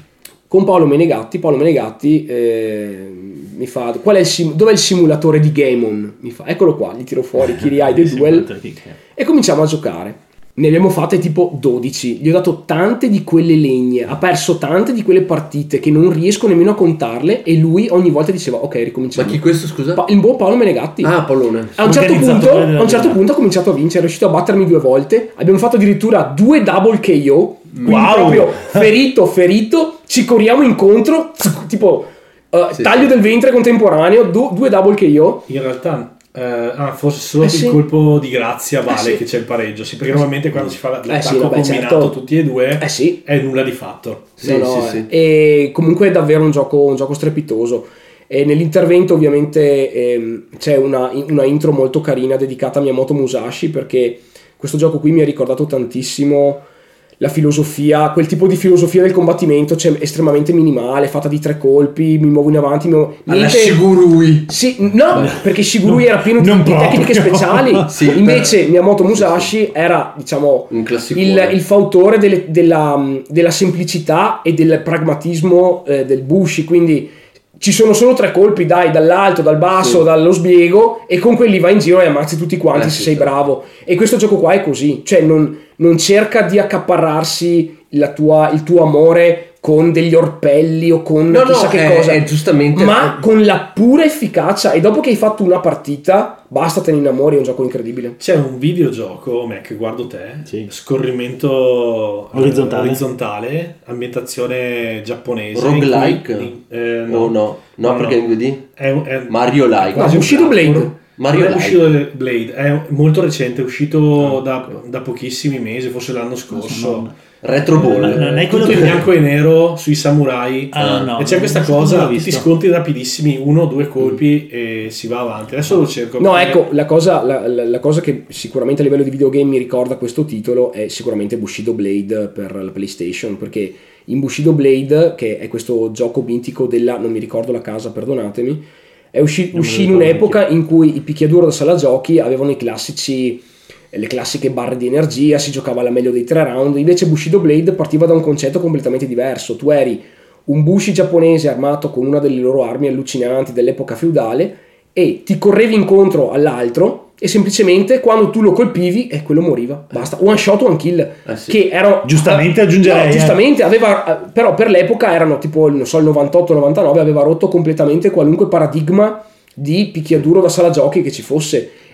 con Paolo Menegatti, Paolo Menegatti eh, mi fa qual è il sim- dov'è il simulatore di Gaemon? Mi fa eccolo qua, gli tiro fuori Kirai The Duel e cominciamo a giocare. Ne abbiamo fatte tipo dodici, gli ho dato tante di quelle legne, ha perso tante di quelle partite che non riesco nemmeno a contarle, e lui ogni volta diceva ok, ricominciamo. Ma chi questo, scusa? Pa- il buon Paolo Menegatti. Ah, Paolone. A un, certo punto, Organizzatore della a un certo gara. punto ha cominciato a vincere, è riuscito a battermi due volte, abbiamo fatto addirittura due double K O, quindi Wow. proprio ferito, ferito, ci corriamo incontro, tipo uh, Sì, taglio sì. del ventre contemporaneo, du- due double K O. In realtà, eh, ah, forse solo Eh il sì. colpo di grazia vale Eh sì. che c'è il pareggio. Sì, perché normalmente quando si fa l'attacco Eh sì, vabbè, combinato certo. tutti e due Eh sì. è nulla di fatto. Sì, No, no, sì, sì. E comunque è davvero un gioco, un gioco strepitoso. E nell'intervento ovviamente ehm, c'è una, una intro molto carina dedicata a Miyamoto Musashi, perché questo gioco qui mi ha ricordato tantissimo la filosofia, quel tipo di filosofia del combattimento, cioè estremamente minimale, fatta di tre colpi, mi muovo in avanti, mi muovo... Alla Shigurui. Sì, no, perché Shigurui era pieno di, non di tecniche proprio. speciali. Sì, Invece per- Miyamoto Musashi era, diciamo, Un classicone. il, il fautore delle- della, della semplicità e del pragmatismo eh, del Bushi, quindi ci sono solo tre colpi, dai, dall'alto, dal basso, Sì. dallo sbiego, e con quelli vai in giro e ammazzi tutti quanti Eh, se sì, sei certo. bravo. E questo gioco qua è così, cioè non, non cerca di accaparrarsi la tua, il tuo amore con degli orpelli o con No, chissà no, che è- cosa, è giustamente- ma con la pura efficacia, e dopo che hai fatto una partita basta, te ne innamori, è un gioco incredibile. C'è un videogioco, Mac, guardo te, Sì. scorrimento eh, Orizzontale. orizzontale, ambientazione giapponese. Roguelike? in cui- eh, no. Oh no, no, No, perché no. in due D? È, un- è Mario Like. quasi No, un Bushido platform. Blade. Mario Non è Like. Bushido Blade, è molto recente, è uscito Ah, da, ok. da pochissimi mesi, forse l'anno scorso. Retro Ball. Non- non è quello Tutto in che- bianco e nero sui samurai. Ah, no, e c'è questa non so cosa, come l'ho tutti visto. scontri rapidissimi, uno o due colpi e si va avanti. Adesso lo cerco. No, perché- ecco, la cosa, la, la- la cosa che sicuramente a livello di videogame mi ricorda questo titolo è sicuramente Bushido Blade per la PlayStation, perché in Bushido Blade, che è questo gioco mitico della, non mi ricordo la casa, perdonatemi, è usci- me lo uscì in ricordo un'epoca in cui i picchiaduro da sala giochi avevano i classici, le classiche barre di energia, si giocava alla meglio dei tre round. Invece Bushido Blade partiva da un concetto completamente diverso. Tu eri un bushi giapponese armato con una delle loro armi allucinanti dell'epoca feudale e ti correvi incontro all'altro e semplicemente quando tu lo colpivi e quello moriva, basta, one shot one kill. Eh sì. Che erano Giustamente aggiungerei, no, eh. giustamente aveva, però per l'epoca erano tipo, non so, il novantotto novantanove, aveva rotto completamente qualunque paradigma di picchiaduro da sala giochi che ci fosse,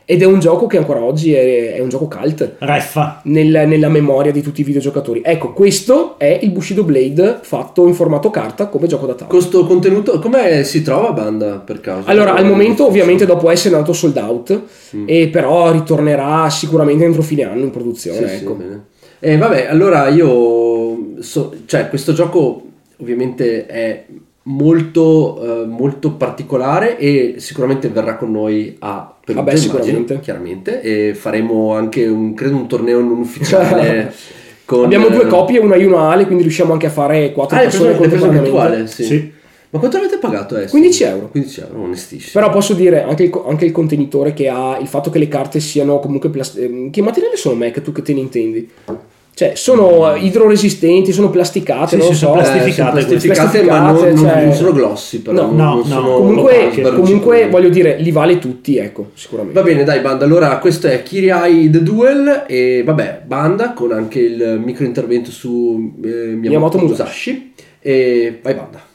ed è un gioco che ancora oggi è, è un gioco cult, Reffa. nel, nella memoria di tutti i videogiocatori. Ecco, questo è il Bushido Blade fatto in formato carta come gioco da tavolo. Questo contenuto come si trova, Banda, per caso? Allora, al momento ovviamente dopo essere andato sold out, mm. e però ritornerà sicuramente entro fine anno in produzione, sì, ecco. Sì, bene. E vabbè, allora io so, cioè questo gioco ovviamente è molto eh, molto particolare e sicuramente verrà con noi a Perugia, Vabbè, sicuramente, chiaramente, e faremo anche un credo un torneo non ufficiale. Con, abbiamo due copie, una iunale, quindi riusciamo anche a fare quattro ah, persone contemporaneamente. Sì. Sì. Ma quanto avete pagato adesso? quindici euro. quindici euro, onestissimo. Però posso dire anche il, anche il contenitore che ha, il fatto che le carte siano comunque plas- che materiali sono, Mac, tu che te ne intendi? Cioè sono idroresistenti, sono plasticate, Sì, non sì, so, sono plastificate, eh, plastificate, ma non, non, cioè... non sono glossy, però no, non, no, non no. sono comunque, opache, comunque voglio dire, li vale tutti, ecco, sicuramente. Va bene, dai, Banda, allora questo è Kirai The Duel e vabbè, Banda con anche il micro intervento su eh, Miyamoto, Miyamoto Musashi. E vai, Banda.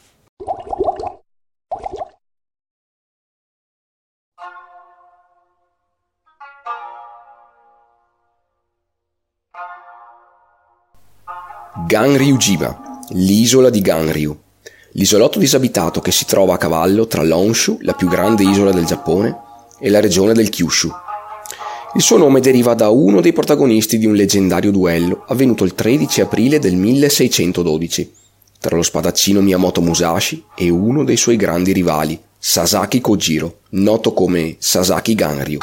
Ganryujima, l'isola di Ganryu, l'isolotto disabitato che si trova a cavallo tra l'Honshu, la più grande isola del Giappone, e la regione del Kyushu. Il suo nome deriva da uno dei protagonisti di un leggendario duello avvenuto il tredici aprile del milleseicentododici tra lo spadaccino Miyamoto Musashi e uno dei suoi grandi rivali, Sasaki Kojiro, noto come Sasaki Ganryu.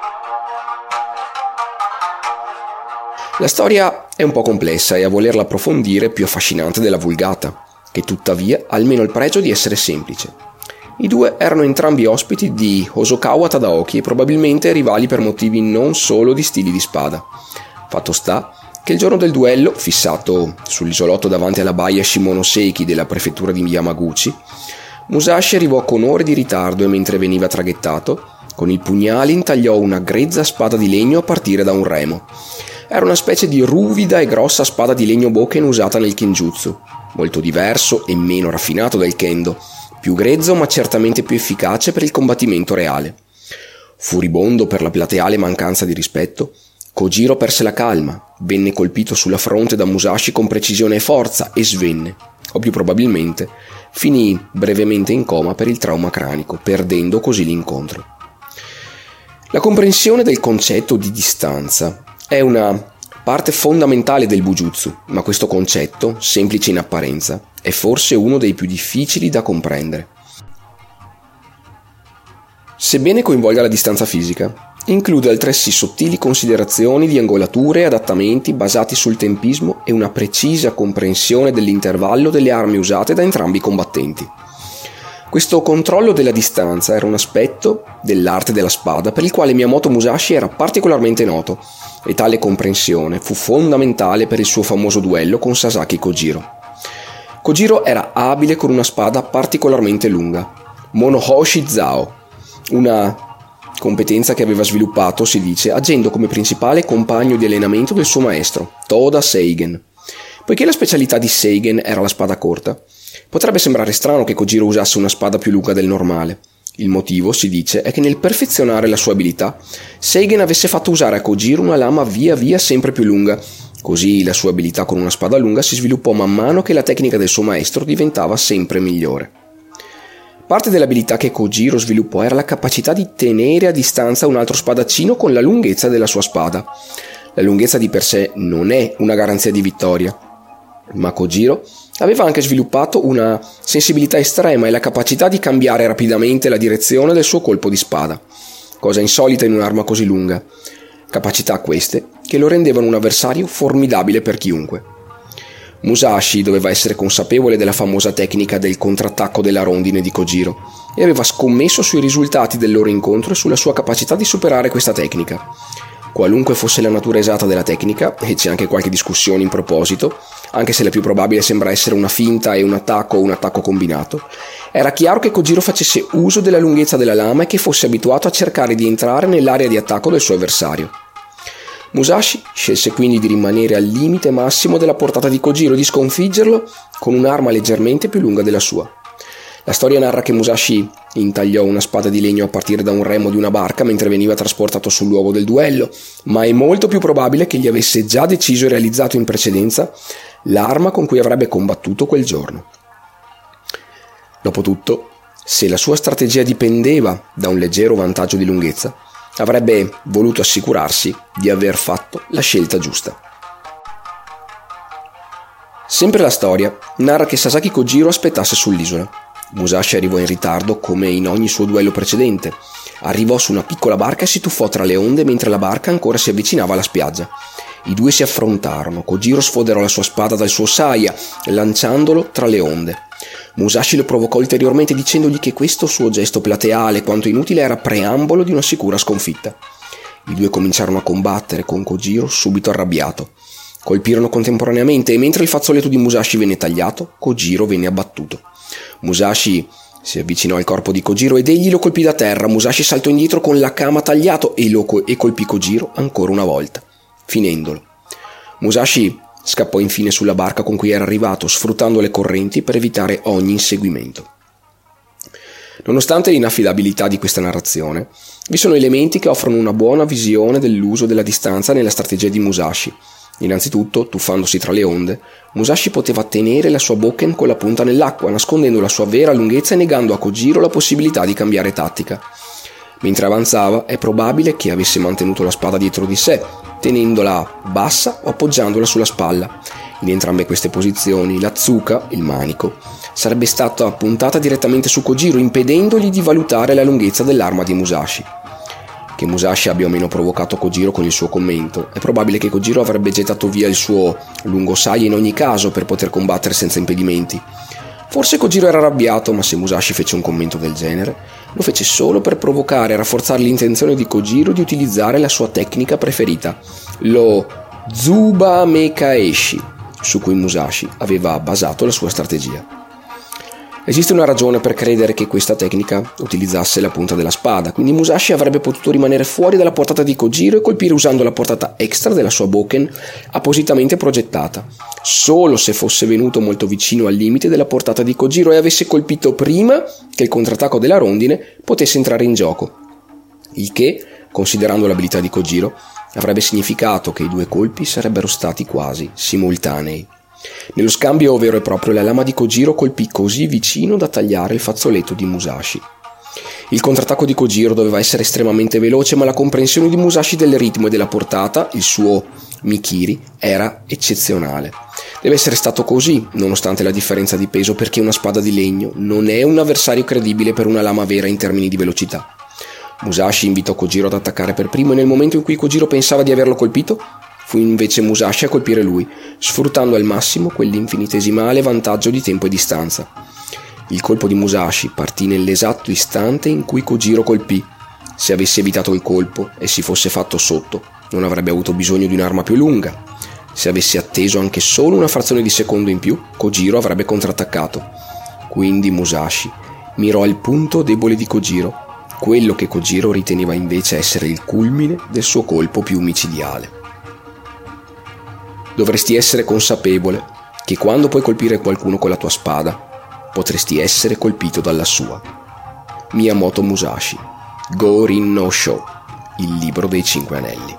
La storia è un po' complessa e a volerla approfondire più affascinante della vulgata, che tuttavia ha almeno il pregio di essere semplice. I due erano entrambi ospiti di Hosokawa Tadaoki e probabilmente rivali per motivi non solo di stili di spada. Fatto sta che il giorno del duello, fissato sull'isolotto davanti alla baia Shimonoseki della prefettura di Yamaguchi, Musashi arrivò con ore di ritardo e mentre veniva traghettato, con il pugnale intagliò una grezza spada di legno a partire da un remo. Era una specie di ruvida e grossa spada di legno boken usata nel kenjutsu, molto diverso e meno raffinato del kendo, più grezzo ma certamente più efficace per il combattimento reale. Furibondo per la plateale mancanza di rispetto, Kojiro perse la calma, venne colpito sulla fronte da Musashi con precisione e forza e svenne, o più probabilmente finì brevemente in coma per il trauma cranico, perdendo così l'incontro. La comprensione del concetto di distanza è una parte fondamentale del Bujutsu, ma questo concetto, semplice in apparenza, è forse uno dei più difficili da comprendere. Sebbene coinvolga la distanza fisica, include altresì sottili considerazioni di angolature e adattamenti basati sul tempismo e una precisa comprensione dell'intervallo delle armi usate da entrambi i combattenti. Questo controllo della distanza era un aspetto dell'arte della spada per il quale Miyamoto Musashi era particolarmente noto, e tale comprensione fu fondamentale per il suo famoso duello con Sasaki Kojiro. Kojiro era abile con una spada particolarmente lunga, Monohoshi Zao, una competenza che aveva sviluppato, si dice, agendo come principale compagno di allenamento del suo maestro, Toda Seigen. Poiché la specialità di Seigen era la spada corta, potrebbe sembrare strano che Kojiro usasse una spada più lunga del normale. Il motivo, si dice, è che nel perfezionare la sua abilità, Seigen avesse fatto usare a Kojiro una lama via via sempre più lunga. Così la sua abilità con una spada lunga si sviluppò man mano che la tecnica del suo maestro diventava sempre migliore. Parte dell'abilità che Kojiro sviluppò era la capacità di tenere a distanza un altro spadaccino con la lunghezza della sua spada. La lunghezza di per sé non è una garanzia di vittoria, ma Kojiro aveva anche sviluppato una sensibilità estrema e la capacità di cambiare rapidamente la direzione del suo colpo di spada, cosa insolita in un'arma così lunga. Capacità queste che lo rendevano un avversario formidabile per chiunque. Musashi doveva essere consapevole della famosa tecnica del contrattacco della rondine di Kojiro e aveva scommesso sui risultati del loro incontro e sulla sua capacità di superare questa tecnica. Qualunque fosse la natura esatta della tecnica, e c'è anche qualche discussione in proposito, anche se la più probabile sembra essere una finta e un attacco o un attacco combinato, era chiaro che Kojiro facesse uso della lunghezza della lama e che fosse abituato a cercare di entrare nell'area di attacco del suo avversario. Musashi scelse quindi di rimanere al limite massimo della portata di Kojiro e di sconfiggerlo con un'arma leggermente più lunga della sua. La storia narra che Musashi intagliò una spada di legno a partire da un remo di una barca mentre veniva trasportato sul luogo del duello, ma è molto più probabile che gli avesse già deciso e realizzato in precedenza l'arma con cui avrebbe combattuto quel giorno. Dopotutto, se la sua strategia dipendeva da un leggero vantaggio di lunghezza, avrebbe voluto assicurarsi di aver fatto la scelta giusta. Sempre la storia narra che Sasaki Kojiro aspettasse sull'isola. Musashi arrivò in ritardo come in ogni suo duello precedente. Arrivò su una piccola barca e si tuffò tra le onde mentre la barca ancora si avvicinava alla spiaggia. I due si affrontarono. Kojiro sfoderò la sua spada dal suo saya, lanciandolo tra le onde. Musashi lo provocò ulteriormente dicendogli che questo suo gesto plateale quanto inutile era preambolo di una sicura sconfitta. I due cominciarono a combattere con Kojiro subito arrabbiato. Colpirono contemporaneamente e mentre il fazzoletto di Musashi venne tagliato, Kojiro venne abbattuto. Musashi si avvicinò al corpo di Kojiro ed egli lo colpì da terra. Musashi saltò indietro con l'Akama tagliato e, lo co- e colpì Kojiro ancora una volta, finendolo. Musashi scappò infine sulla barca con cui era arrivato, sfruttando le correnti per evitare ogni inseguimento. Nonostante l'inaffidabilità di questa narrazione, vi sono elementi che offrono una buona visione dell'uso della distanza nella strategia di Musashi. Innanzitutto, tuffandosi tra le onde, Musashi poteva tenere la sua bokken con la punta nell'acqua, nascondendo la sua vera lunghezza e negando a Kojiro la possibilità di cambiare tattica. Mentre avanzava, è probabile che avesse mantenuto la spada dietro di sé, tenendola bassa o appoggiandola sulla spalla. In entrambe queste posizioni, la tsuka, il manico, sarebbe stata puntata direttamente su Kojiro, impedendogli di valutare la lunghezza dell'arma di Musashi. Che Musashi abbia o meno provocato Kojiro con il suo commento, è probabile che Kojiro avrebbe gettato via il suo lungo saya in ogni caso per poter combattere senza impedimenti. Forse Kojiro era arrabbiato, ma se Musashi fece un commento del genere, lo fece solo per provocare e rafforzare l'intenzione di Kojiro di utilizzare la sua tecnica preferita, lo Tsuba Mekaeshi, su cui Musashi aveva basato la sua strategia. Esiste una ragione per credere che questa tecnica utilizzasse la punta della spada, quindi Musashi avrebbe potuto rimanere fuori dalla portata di Kojiro e colpire usando la portata extra della sua bokken appositamente progettata, solo se fosse venuto molto vicino al limite della portata di Kojiro e avesse colpito prima che il contrattacco della rondine potesse entrare in gioco, il che, considerando l'abilità di Kojiro, avrebbe significato che i due colpi sarebbero stati quasi simultanei. Nello scambio vero e proprio, la lama di Kojiro colpì così vicino da tagliare il fazzoletto di Musashi. Il contrattacco di Kojiro doveva essere estremamente veloce, ma la comprensione di Musashi del ritmo e della portata, il suo Mikiri, era eccezionale. Deve essere stato così, nonostante la differenza di peso, perché una spada di legno non è un avversario credibile per una lama vera in termini di velocità. Musashi invitò Kojiro ad attaccare per primo e nel momento in cui Kojiro pensava di averlo colpito, fu invece Musashi a colpire lui, sfruttando al massimo quell'infinitesimale vantaggio di tempo e distanza. Il colpo di Musashi partì nell'esatto istante in cui Kojiro colpì. Se avesse evitato il colpo e si fosse fatto sotto, non avrebbe avuto bisogno di un'arma più lunga. Se avesse atteso anche solo una frazione di secondo in più, Kojiro avrebbe contrattaccato. Quindi Musashi mirò al punto debole di Kojiro, quello che Kojiro riteneva invece essere il culmine del suo colpo più micidiale. Dovresti essere consapevole che quando puoi colpire qualcuno con la tua spada, potresti essere colpito dalla sua. Miyamoto Musashi, Go-Rin no Sho, il libro dei cinque anelli.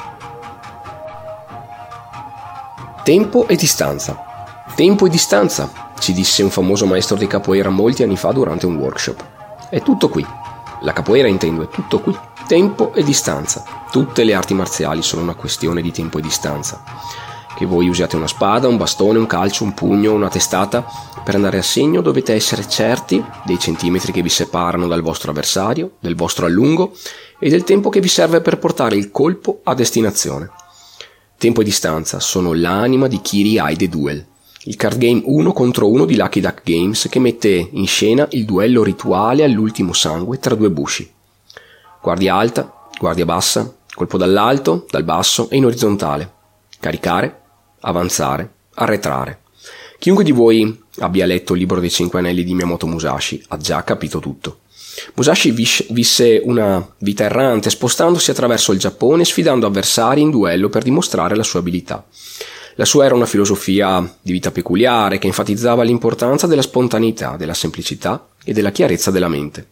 Tempo e distanza. Tempo e distanza, ci disse un famoso maestro di capoeira molti anni fa durante un workshop. È tutto qui. La capoeira, intendo, è tutto qui. Tempo e distanza. Tutte le arti marziali sono una questione di tempo e distanza. Che voi usiate una spada, un bastone, un calcio, un pugno, una testata, per andare a segno dovete essere certi dei centimetri che vi separano dal vostro avversario, del vostro allungo e del tempo che vi serve per portare il colpo a destinazione. Tempo e distanza sono l'anima di Kiri Aide Duel, il card game uno contro uno di Lucky Duck Games che mette in scena il duello rituale all'ultimo sangue tra due bushi. Guardia alta, guardia bassa, colpo dall'alto, dal basso e in orizzontale. Caricare, avanzare, arretrare. Chiunque di voi abbia letto il libro dei cinque anelli di Miyamoto Musashi ha già capito tutto. Musashi vis- visse una vita errante, spostandosi attraverso il Giappone, sfidando avversari in duello per dimostrare la sua abilità. La sua era una filosofia di vita peculiare che enfatizzava l'importanza della spontaneità, della semplicità e della chiarezza della mente.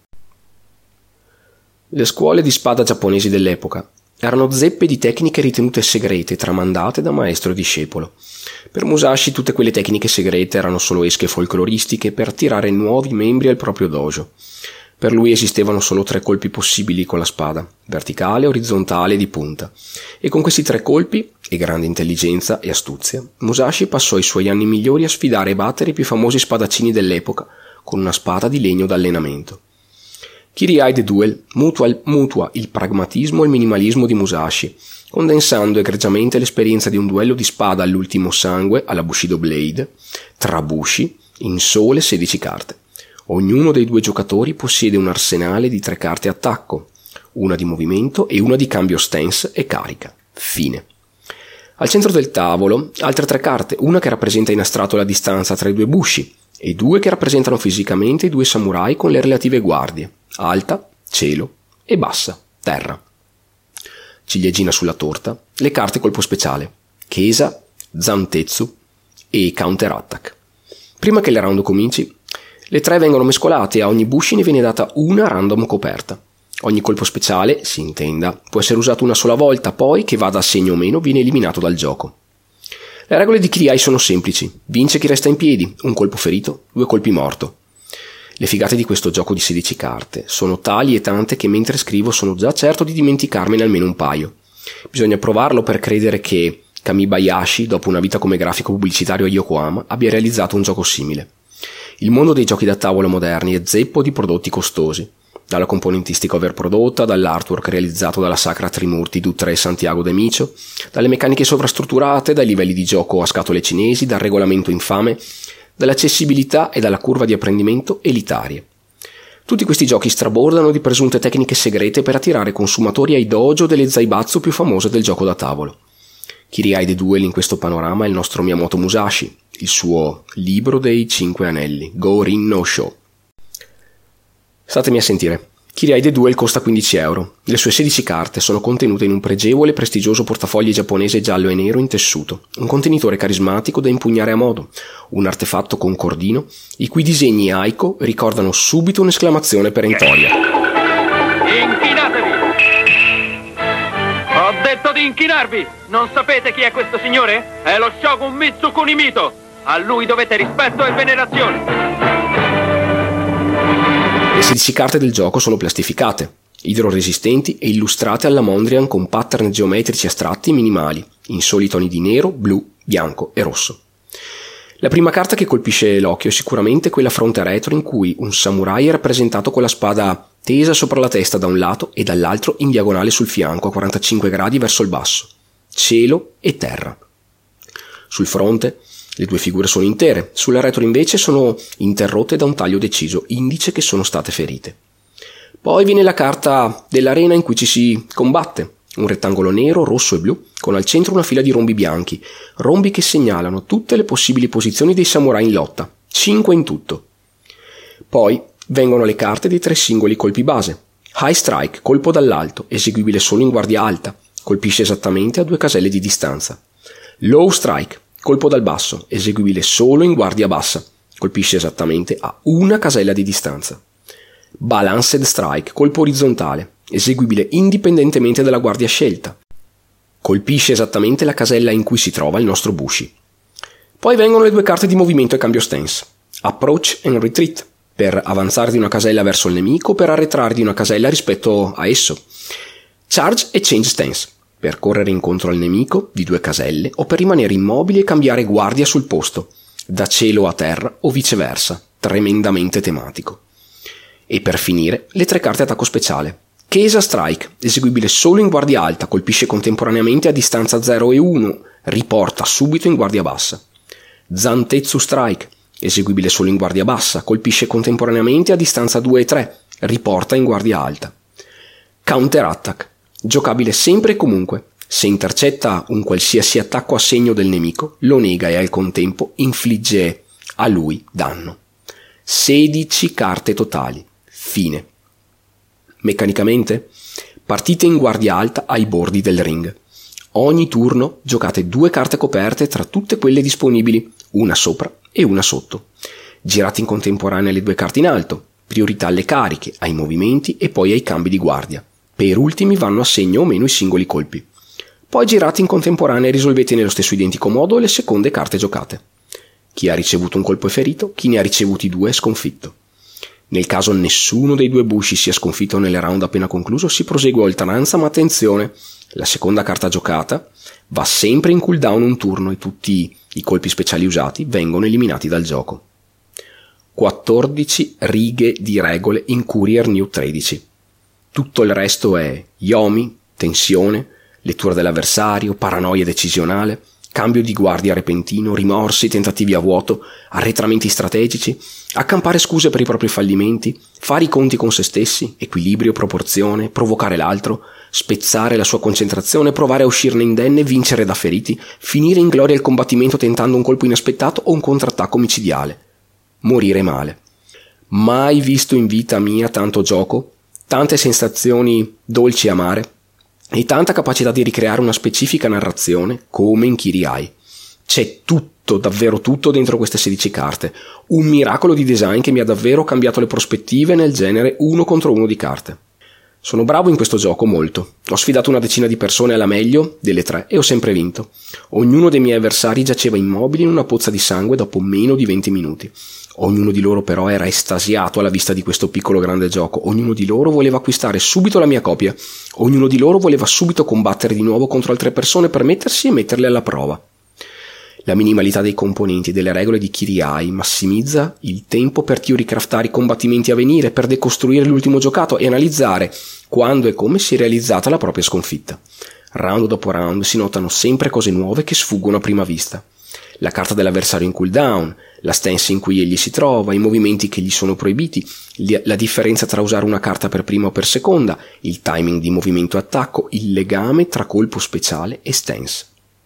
Le scuole di spada giapponesi dell'epoca erano zeppe di tecniche ritenute segrete tramandate da maestro e discepolo. Per Musashi tutte quelle tecniche segrete erano solo esche folcloristiche per attirare nuovi membri al proprio dojo. Per lui esistevano solo tre colpi possibili con la spada, verticale, orizzontale e di punta. E con questi tre colpi, e grande intelligenza e astuzia, Musashi passò i suoi anni migliori a sfidare e battere i più famosi spadaccini dell'epoca con una spada di legno d'allenamento. Kirie The Duel mutua, mutua il pragmatismo e il minimalismo di Musashi, condensando egregiamente l'esperienza di un duello di spada all'ultimo sangue, alla Bushido Blade, tra bushi, in sole sedici carte. Ognuno dei due giocatori possiede un arsenale di tre carte attacco, una di movimento e una di cambio stance e carica. Fine. Al centro del tavolo altre tre carte, una che rappresenta in astratto la distanza tra i due bushi e due che rappresentano fisicamente i due samurai con le relative guardie, alta, cielo e bassa, terra. Ciliegina sulla torta, le carte colpo speciale, Kesa, Zantetsu e Counter Attack. Prima che il round cominci, le tre vengono mescolate e a ogni bushi ne viene data una random coperta. Ogni colpo speciale, si intenda, può essere usato una sola volta, poi, che vada a segno o meno, viene eliminato dal gioco. Le regole di Kirie sono semplici. Vince chi resta in piedi, un colpo ferito, due colpi morto. Le figate di questo gioco di sedici carte sono tali e tante che mentre scrivo sono già certo di dimenticarmene almeno un paio. Bisogna provarlo per credere che Kamibayashi, dopo una vita come grafico pubblicitario a Yokohama, abbia realizzato un gioco simile. Il mondo dei giochi da tavolo moderni è zeppo di prodotti costosi, dalla componentistica overprodotta, dall'artwork realizzato dalla sacra Trimurti Dutra e Santiago De Micio, dalle meccaniche sovrastrutturate, dai livelli di gioco a scatole cinesi, dal regolamento infame, dall'accessibilità e dalla curva di apprendimento elitarie. Tutti questi giochi strabordano di presunte tecniche segrete per attirare consumatori ai dojo delle zaibatsu più famose del gioco da tavolo. Kirie The Duel in questo panorama è il nostro Miyamoto Musashi, il suo Libro dei Cinque Anelli, Go-Rin no Sho. Statemi a sentire. Kirie The Duel costa quindici euro. Le sue sedici carte sono contenute in un pregevole e prestigioso portafogli giapponese giallo e nero in tessuto, un contenitore carismatico da impugnare a modo, un artefatto con cordino, i cui disegni Aiko ricordano subito un'esclamazione perentoria. Inchinatevi! Ho detto di inchinarvi! Non sapete chi è questo signore? È lo Shogun Mitsukuni Mito! A lui dovete rispetto e venerazione! Le sedici carte del gioco sono plastificate, idroresistenti e illustrate alla Mondrian con pattern geometrici astratti minimali, in soli toni di nero, blu, bianco e rosso. La prima carta che colpisce l'occhio è sicuramente quella fronte retro in cui un samurai è rappresentato con la spada tesa sopra la testa da un lato e dall'altro in diagonale sul fianco a quarantacinque gradi verso il basso, cielo e terra. Sul fronte le due figure sono intere, sulla retro invece sono interrotte da un taglio deciso, indice che sono state ferite. Poi viene la carta dell'arena in cui ci si combatte, un rettangolo nero, rosso e blu, con al centro una fila di rombi bianchi, rombi che segnalano tutte le possibili posizioni dei samurai in lotta, cinque in tutto. Poi vengono le carte dei tre singoli colpi base. High Strike, colpo dall'alto, eseguibile solo in guardia alta, colpisce esattamente a due caselle di distanza. Low Strike, colpo dal basso, eseguibile solo in guardia bassa, colpisce esattamente a una casella di distanza. Balanced Strike, colpo orizzontale, eseguibile indipendentemente dalla guardia scelta, colpisce esattamente la casella in cui si trova il nostro Bushi. Poi vengono le due carte di movimento e cambio stance. Approach and Retreat, per avanzare di una casella verso il nemico o per arretrare di una casella rispetto a esso. Charge e Change Stance, per correre incontro al nemico di due caselle o per rimanere immobili e cambiare guardia sul posto, da cielo a terra o viceversa, tremendamente tematico. E per finire, le tre carte attacco speciale. Kesa Strike, eseguibile solo in guardia alta, colpisce contemporaneamente a distanza zero e uno, riporta subito in guardia bassa. Zantetsu Strike, eseguibile solo in guardia bassa, colpisce contemporaneamente a distanza due e tre, riporta in guardia alta. Counter Attack, giocabile sempre e comunque. Se intercetta un qualsiasi attacco a segno del nemico, lo nega e al contempo infligge a lui danno. sedici carte totali. Fine. Meccanicamente, partite in guardia alta ai bordi del ring. Ogni turno giocate due carte coperte tra tutte quelle disponibili, una sopra e una sotto. Girate in contemporanea le due carte in alto, priorità alle cariche, ai movimenti e poi ai cambi di guardia. Per ultimi vanno a segno o meno i singoli colpi. Poi girate in contemporanea e risolvete nello stesso identico modo le seconde carte giocate. Chi ha ricevuto un colpo è ferito, chi ne ha ricevuti due è sconfitto. Nel caso nessuno dei due bushi sia sconfitto nel round appena concluso, si prosegue a oltranza, ma attenzione, la seconda carta giocata va sempre in cooldown un turno e tutti i colpi speciali usati vengono eliminati dal gioco. quattordici righe di regole in Courier New tredici. Tutto il resto è yomi, tensione, lettura dell'avversario, paranoia decisionale, cambio di guardia repentino, rimorsi, tentativi a vuoto, arretramenti strategici, accampare scuse per i propri fallimenti, fare i conti con se stessi, equilibrio, proporzione, provocare l'altro, spezzare la sua concentrazione, provare a uscirne indenne, vincere da feriti, finire in gloria il combattimento tentando un colpo inaspettato o un contrattacco micidiale, morire male. Mai visto in vita mia tanto gioco, tante sensazioni dolci e amare, e tanta capacità di ricreare una specifica narrazione come in Kirai. C'è tutto, davvero tutto dentro queste sedici carte, un miracolo di design che mi ha davvero cambiato le prospettive nel genere uno contro uno di carte. Sono bravo in questo gioco molto, ho sfidato una decina di persone alla meglio delle tre e ho sempre vinto. Ognuno dei miei avversari giaceva immobile in una pozza di sangue dopo meno di venti minuti. Ognuno di loro però era estasiato alla vista di questo piccolo grande gioco, ognuno di loro voleva acquistare subito la mia copia, ognuno di loro voleva subito combattere di nuovo contro altre persone per mettersi e metterle alla prova. La minimalità dei componenti e delle regole di Kirai massimizza il tempo per theorycraftare i combattimenti a venire, per decostruire l'ultimo giocato e analizzare quando e come si è realizzata la propria sconfitta. Round dopo round si notano sempre cose nuove che sfuggono a prima vista. La carta dell'avversario in cooldown, la stance in cui egli si trova, i movimenti che gli sono proibiti, la differenza tra usare una carta per prima o per seconda, il timing di movimento e attacco, il legame tra colpo speciale e stance.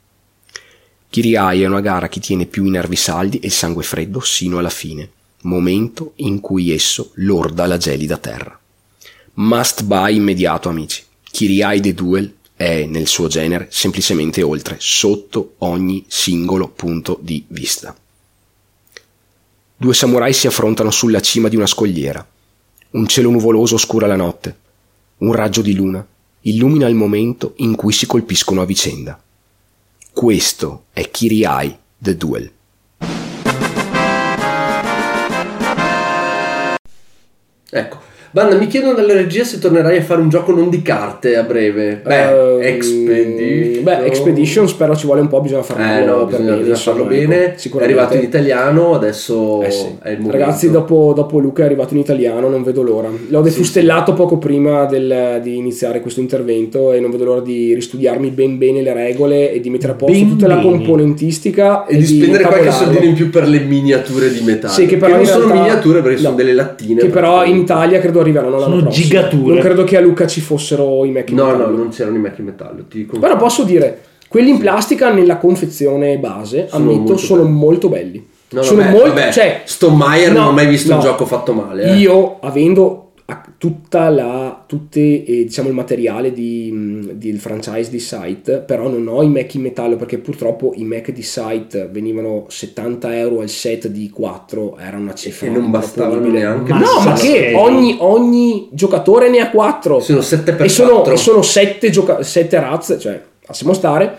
Kirai è una gara che tiene più i nervi saldi e il sangue freddo sino alla fine, momento in cui esso lorda la gelida terra. Must buy immediato, amici. Kirai The Duel è, nel suo genere, semplicemente oltre, sotto ogni singolo punto di vista. Due samurai si affrontano sulla cima di una scogliera. Un cielo nuvoloso oscura la notte. Un raggio di luna illumina il momento in cui si colpiscono a vicenda. Questo è Kirai The Duel. Ecco. Banda, mi chiedono dalla regia se tornerai a fare un gioco non di carte a breve. Beh, uh, Expedition. Beh, Expedition spero ci vuole un po', bisogna farlo, eh, no, per bisogna, bene, bisogna farlo bene. È arrivato in italiano, adesso eh sì. è il momento. Ragazzi, dopo, dopo Luca è arrivato in italiano, non vedo l'ora. L'ho defustellato sì, sì. poco prima del, di iniziare questo intervento e non vedo l'ora di ristudiarmi ben bene le regole e di mettere a posto ben tutta bene. la componentistica e, e di spendere qualche soldino in più per le miniature di metallo. Sì, che, però che non realtà, sono miniature perché no, sono delle lattine. Che però in Italia credo arriveranno l'anno prossimo. Gigature. Non credo che a Luca ci fossero i Mac in no, metallo. No, no, non c'erano i Mac in metallo. Ti Però posso dire, quelli in plastica nella confezione base, sono ammetto, molto sono belli. molto belli. No, sono vabbè, molto, vabbè. Cioè, Stonemeyer no, non ho mai visto no. un gioco fatto male. Eh. Io, avendo tutta la tutte eh, diciamo il materiale di, di il franchise di Sight, però non ho i Mac in metallo perché purtroppo i Mac di Sight venivano settanta euro al set di quattro, era una cifra e non bastavano neanche. Ma no, ma che ogni, ogni giocatore ne ha quattro, sono sette per e sono, e sono sette, gioca- sette razze, cioè lasciamo stare.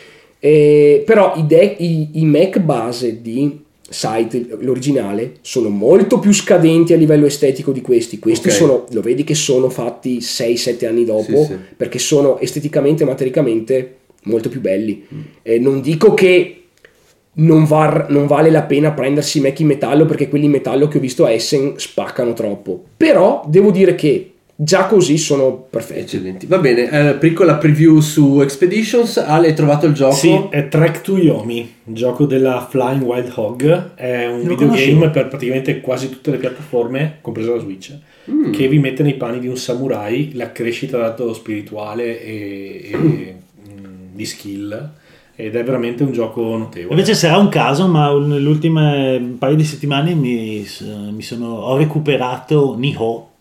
Eh, però i, de- i, i Mac base di Sight, l'originale, sono molto più scadenti a livello estetico di questi. Questi okay. sono, lo vedi che sono fatti sei sette anni dopo, sì, sì. perché sono esteticamente e matericamente molto più belli. Mm. Eh, non dico che non, va, non vale la pena prendersi i Mac in metallo, perché quelli in metallo che ho visto a Essen spaccano troppo, però devo dire che già così sono perfetti. Eccellenti. Va bene, eh, piccola preview su Expeditions. Ale, hai trovato il gioco? Sì, è Trek to Yomi, gioco della Flying Wild Hog. È un Lo videogame conosco. per praticamente quasi tutte le piattaforme, compresa la Switch, mm. che vi mette nei panni di un samurai, la crescita dato spirituale e, e mm. di skill, ed è veramente un gioco notevole. Invece sarà un caso, ma nell'ultime paio di settimane mi, mi sono, ho recuperato Nioh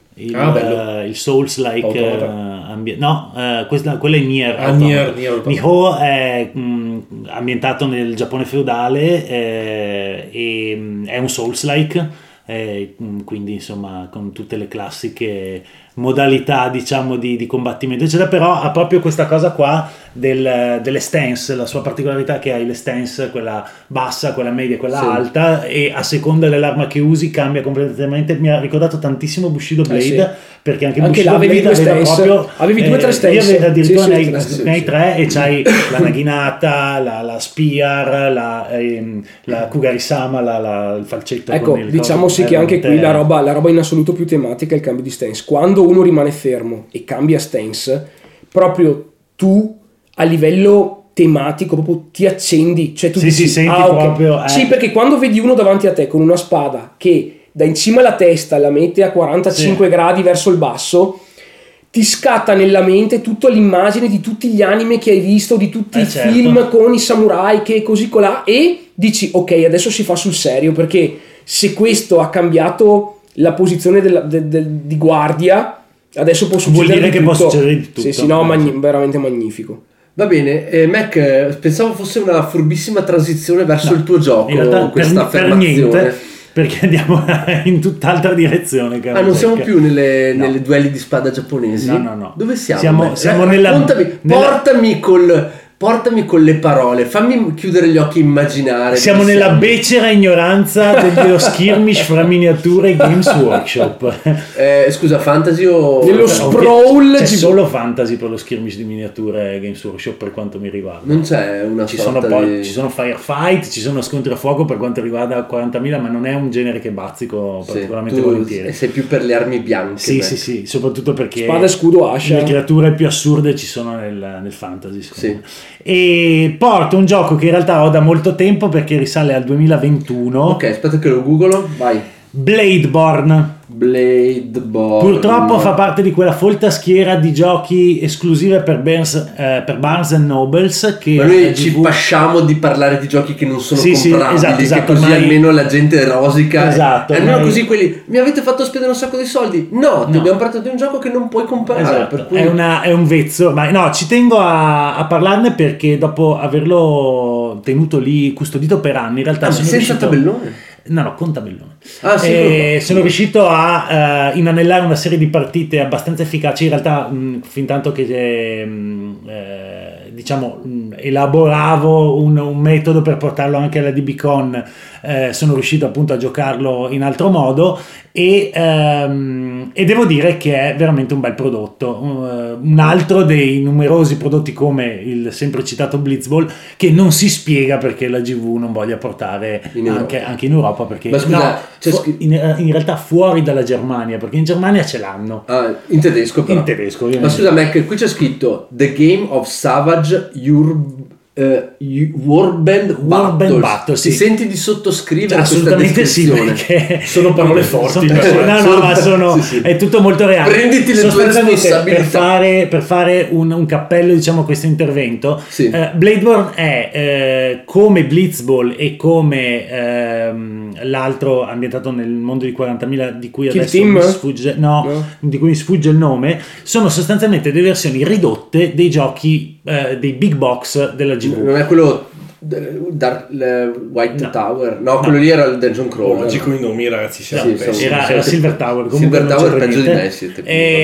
il, ah, uh, il Souls-like uh, ambi- no, uh, questa, quella è Nier ah, Nier, Nier Nihon è mh, ambientato nel Giappone feudale eh, e mh, è un Souls-like eh, mh, quindi insomma con tutte le classiche modalità diciamo di, di combattimento eccetera, però ha proprio questa cosa qua del, delle stance, la sua particolarità che hai le stance, quella bassa, quella media, quella sì. alta, e a seconda dell'arma che usi cambia completamente. Mi ha ricordato tantissimo Bushido Blade, eh sì. perché anche, anche Bushido là avevi Blade due aveva stance, proprio avevi due o eh, tre stance, io avevo addirittura sì, ne, sì, hai, sì, ne hai sì. tre e c'hai la naginata, la, la spear, la, ehm, la Kugarisama, la, la, il falcetto ecco, con il diciamo coso, sì che anche qui te... la roba, la roba in assoluto più tematica è il cambio di stance. Quando uno rimane fermo e cambia stance, proprio tu a livello tematico proprio ti accendi, cioè tu sì, dici, sì, senti ah, okay. proprio eh. Sì, perché quando vedi uno davanti a te con una spada che da in cima alla testa la mette a quarantacinque sì. gradi verso il basso, ti scatta nella mente tutta l'immagine di tutti gli anime che hai visto, di tutti eh, i certo. film con i samurai che così colà, e dici ok, adesso si fa sul serio, perché se questo ha cambiato la posizione della, de, de, di guardia, adesso può succedere vuol dire di che tutto. può succedere di tutto. Sì, sì, no, magni- veramente magnifico. Va bene, eh, Mac, pensavo fosse una furbissima transizione verso no, il tuo gioco, in realtà questa per, affermazione. Per niente, perché andiamo in tutt'altra direzione. Ah, non siamo più nelle, no. nelle duelli di spada giapponesi? No, no, no. Dove siamo? Siamo, siamo nella, Raccontami, nella... portami col... Portami con le parole, fammi chiudere gli occhi e immaginare. Siamo nella siamo. becera ignoranza dello skirmish fra miniature e Games Workshop. Eh, scusa, fantasy o... Nello sprawl c'è ci... solo fantasy per lo skirmish di miniature e Games Workshop per quanto mi riguarda. Non c'è una ci sorta sono poi, di... ci sono firefight, ci sono scontri a fuoco per quanto riguarda quarantamila, ma non è un genere che bazzico sì, particolarmente volentieri. E sei più per le armi bianche. Sì, beh. sì, sì, soprattutto perché spada, scudo, ascia. Le creature più assurde ci sono nel, nel fantasy. Sì. E porto un gioco che in realtà ho da molto tempo perché risale al duemilaventuno. Ok, aspetta che lo googolo, vai. Bladeborn. Bladeborn. Purtroppo fa parte di quella folta schiera di giochi esclusive per Barnes, eh, per Barnes and Nobles che ma noi ci pasciamo di parlare di giochi che non sono sì, comprabili, sì, esatto, esatto, che così ormai... almeno la gente rosica. Esatto, almeno ormai... così quelli mi avete fatto spendere un sacco di soldi. No, ti no. abbiamo parlato di un gioco che non puoi comprare. Esatto. Per cui... è, una, è un vezzo, ma no, ci tengo a, a parlarne perché dopo averlo tenuto lì custodito per anni in realtà ah, sono senza riuscito... tabellone. No, no, con tabellone. Ah, sì, e sono riuscito a uh, inanellare una serie di partite abbastanza efficaci. In realtà, mh, fin tanto che eh, eh, diciamo mh, elaboravo un, un metodo per portarlo anche alla D B Con, eh, sono riuscito appunto a giocarlo in altro modo. E, um, e devo dire che è veramente un bel prodotto, uh, un altro dei numerosi prodotti come il sempre citato Blitzball che non si spiega perché la G V non voglia portare in anche, anche in Europa perché ma scusa, no, c'è fu- in, in realtà fuori dalla Germania, perché in Germania ce l'hanno ah, in tedesco però. in tedesco ovviamente. Ma scusa Mac, qui c'è scritto The Game of Savage Ur- Uh, Warband Battle, Battle sì. Ti senti di sottoscrivere cioè, assolutamente sì, perché sono parole forti sono, sono, no no ma sono sì, sì. È tutto molto reale. Prenditi le tue responsabilità per fare, per fare un, un cappello diciamo a questo intervento sì. uh, Bladeborn è uh, come Blitzball e come uh, l'altro ambientato nel mondo di quarantamila di cui Kill adesso Team? mi sfugge no, no di cui mi sfugge il nome, sono sostanzialmente delle versioni ridotte dei giochi uh, dei big box della G V. Non è quello Dark, White no. Tower? No, no, quello lì era il Dungeon Crawler. Oggi con i nomi ragazzi siamo sì, pessimi. era, era Silver Tower. Silver Tower peggio di me siete.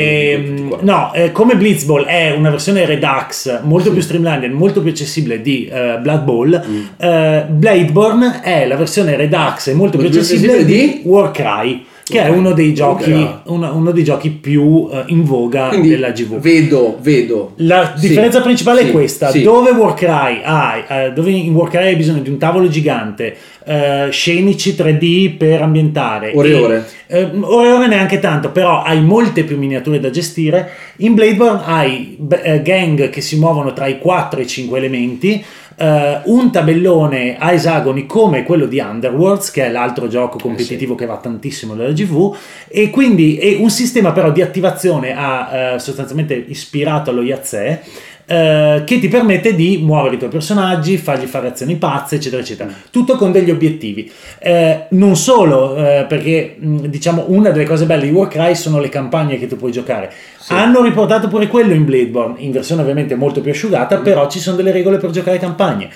E, no, eh, come Blitzball è una versione Redux molto sì. più streamlined, molto più accessibile di uh, Blood Bowl. Mm. Uh, Bladeborn è la versione Redux e molto più accessibile di Warcry, che okay. è uno dei giochi okay. uno, uno dei giochi più uh, in voga quindi della G V. Vedo, vedo. La sì, differenza principale sì, è questa: sì. dove Warcry hai, uh, dove in Warcry hai bisogno di un tavolo gigante, uh, scenici tre D per ambientare. Ore e ore. Uh, ore e ore neanche tanto, però hai molte più miniature da gestire. In Bladeborn hai uh, gang che si muovono tra i quattro e i cinque elementi. Uh, un tabellone a esagoni come quello di Underworlds, che è l'altro gioco competitivo eh sì. che va tantissimo dalla G V, e quindi è un sistema però di attivazione a, uh, sostanzialmente ispirato allo Yahtzee, eh, che ti permette di muovere i tuoi personaggi, fargli fare azioni pazze, eccetera eccetera, tutto con degli obiettivi. Eh, non solo, eh, perché mh, diciamo una delle cose belle di Warcry sono le campagne che tu puoi giocare. Sì. Hanno riportato pure quello in Bladeborn, in versione ovviamente molto più asciugata, mm. però ci sono delle regole per giocare campagne.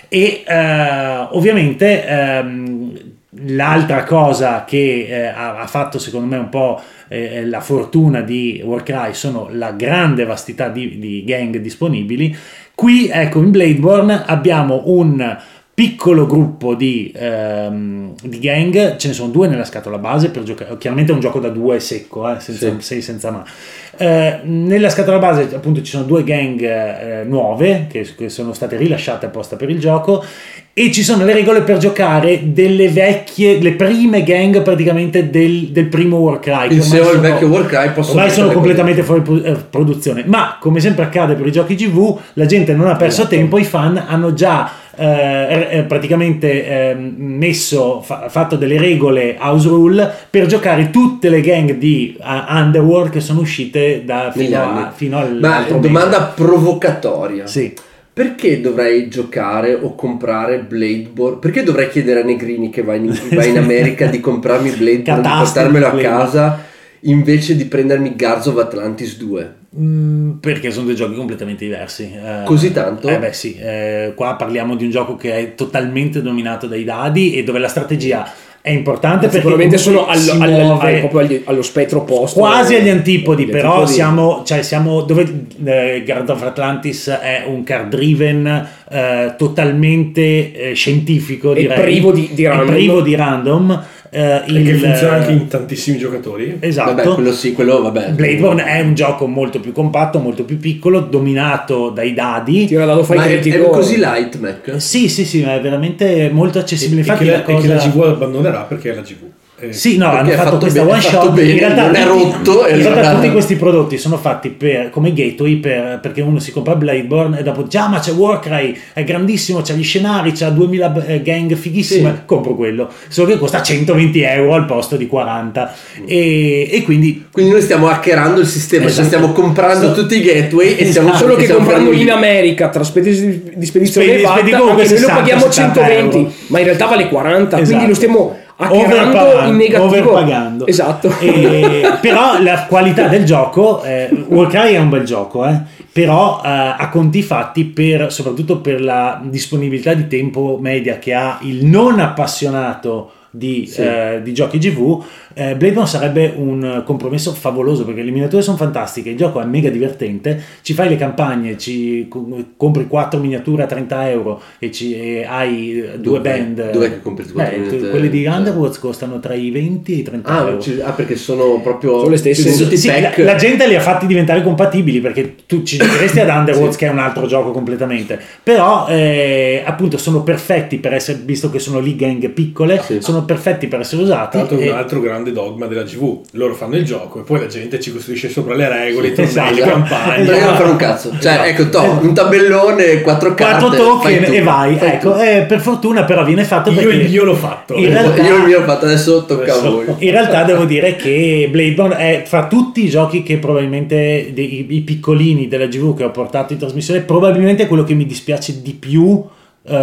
E eh, ovviamente ehm, l'altra cosa che eh, ha, ha fatto secondo me un po' eh, la fortuna di Warcry sono la grande vastità di, di gang disponibili. Qui ecco in Bladeborn abbiamo un piccolo gruppo di, ehm, di gang, ce ne sono due nella scatola base per giocare, chiaramente è un gioco da due secco, eh, senza, sì. sei senza ma. Eh, nella scatola base appunto ci sono due gang eh, nuove che, che sono state rilasciate apposta per il gioco, e ci sono le regole per giocare delle vecchie, le prime gang praticamente del, del primo Warcry. Insieme al vecchio Warcry possono ormai sono completamente fuori eh, produzione, ma come sempre accade per i giochi G V, la gente non ha perso esatto. tempo, i fan hanno già Eh, eh, praticamente eh, messo fa, fatto delle regole house rule per giocare tutte le gang di uh, Underworld che sono uscite da fino, a, fino al ma domanda mese. Provocatoria, sì. Perché dovrei giocare o comprare Bladeborn? Perché dovrei chiedere a Negrini che va in, va in America di comprarmi Bladeborn, di portarmelo a casa invece di prendermi Guards of Atlantis due? Mm, perché sono due giochi completamente diversi. Eh, Così tanto? Eh beh sì, eh, qua parliamo di un gioco che è totalmente dominato dai dadi e dove la strategia è importante, perché sicuramente sono allo, allo, allo, proprio agli, allo spettro opposto, quasi agli antipodi, agli però antipodi. siamo, cioè siamo dove eh, Guard of Atlantis è un card driven eh, totalmente eh, scientifico, direi, e privo di, di random, privo di random. Uh, il, che funziona anche in tantissimi giocatori. Esatto. Vabbè, quello sì, quello vabbè. Bladeborn è un gioco molto più compatto, molto più piccolo, dominato dai dadi. Tira dado, fai ma è, critico. È così light, Mac? Sì, sì, sì, è veramente molto accessibile. E, Infatti e, che, la la, cosa... e che la G V abbandonerà perché è la G V. Eh, sì, no, hanno fatto, fatto questa bene, one shot. bene, in realtà, non è rotto. In realtà allora... tutti questi prodotti sono fatti per, come gateway per, perché uno si compra Bladeborn e dopo dice ah ma c'è Warcry, è grandissimo, c'ha gli scenari, c'ha duemila gang fighissime, sì. compro quello, solo che costa centoventi euro al posto di quaranta e, e quindi quindi noi stiamo hackerando il sistema, esatto. Cioè stiamo comprando so, tutti i gateway e stiamo solo che comprando in gli... America tra spedizione di spedizione Spedi, elevata anche noi lo paghiamo centoventi euro. Ma in realtà vale quaranta, esatto. Quindi lo stiamo hackerando in negativo, overpagando. Esatto. E, però la qualità del gioco, eh, Warcry è un bel gioco, eh, però eh, a conti fatti, per, soprattutto per la disponibilità di tempo media che ha il non appassionato di, sì. eh, di giochi G V, eh, Bladeborn sarebbe un compromesso favoloso perché le miniature sono fantastiche, il gioco è mega divertente, ci fai le campagne, ci compri quattro miniature a trenta euro e, ci, e hai due, due band. Dov'è che compri quattro miniature? Quelle di Underworld costano tra i venti e i trenta ah, euro. Ci, ah, perché sono proprio sono le stesse. tutti sì, pack. La, la gente li ha fatti diventare compatibili perché tu ci giocheresti ad Underworld, sì. che è un altro gioco completamente, però eh, appunto sono perfetti per essere, visto che sono lì gang piccole, sì. sono perfetti per essere usati. Tanto è e... un altro grande dogma della G V, loro fanno il gioco e poi la gente ci costruisce sopra le regole, i sì, tornei, esatto. le campagne. Però io non fare un cazzo, cioè esatto. ecco to, un tabellone, quattro carte, quattro token tu, e vai, ecco, eh, per fortuna però viene fatto io perché il mio l'ho fatto in realtà, io il mio l'ho fatto, adesso tocca adesso. a voi. In realtà devo dire che Bladeborn è fra tutti i giochi che probabilmente dei, i piccolini della G V che ho portato in trasmissione, probabilmente quello che mi dispiace di più, Uh,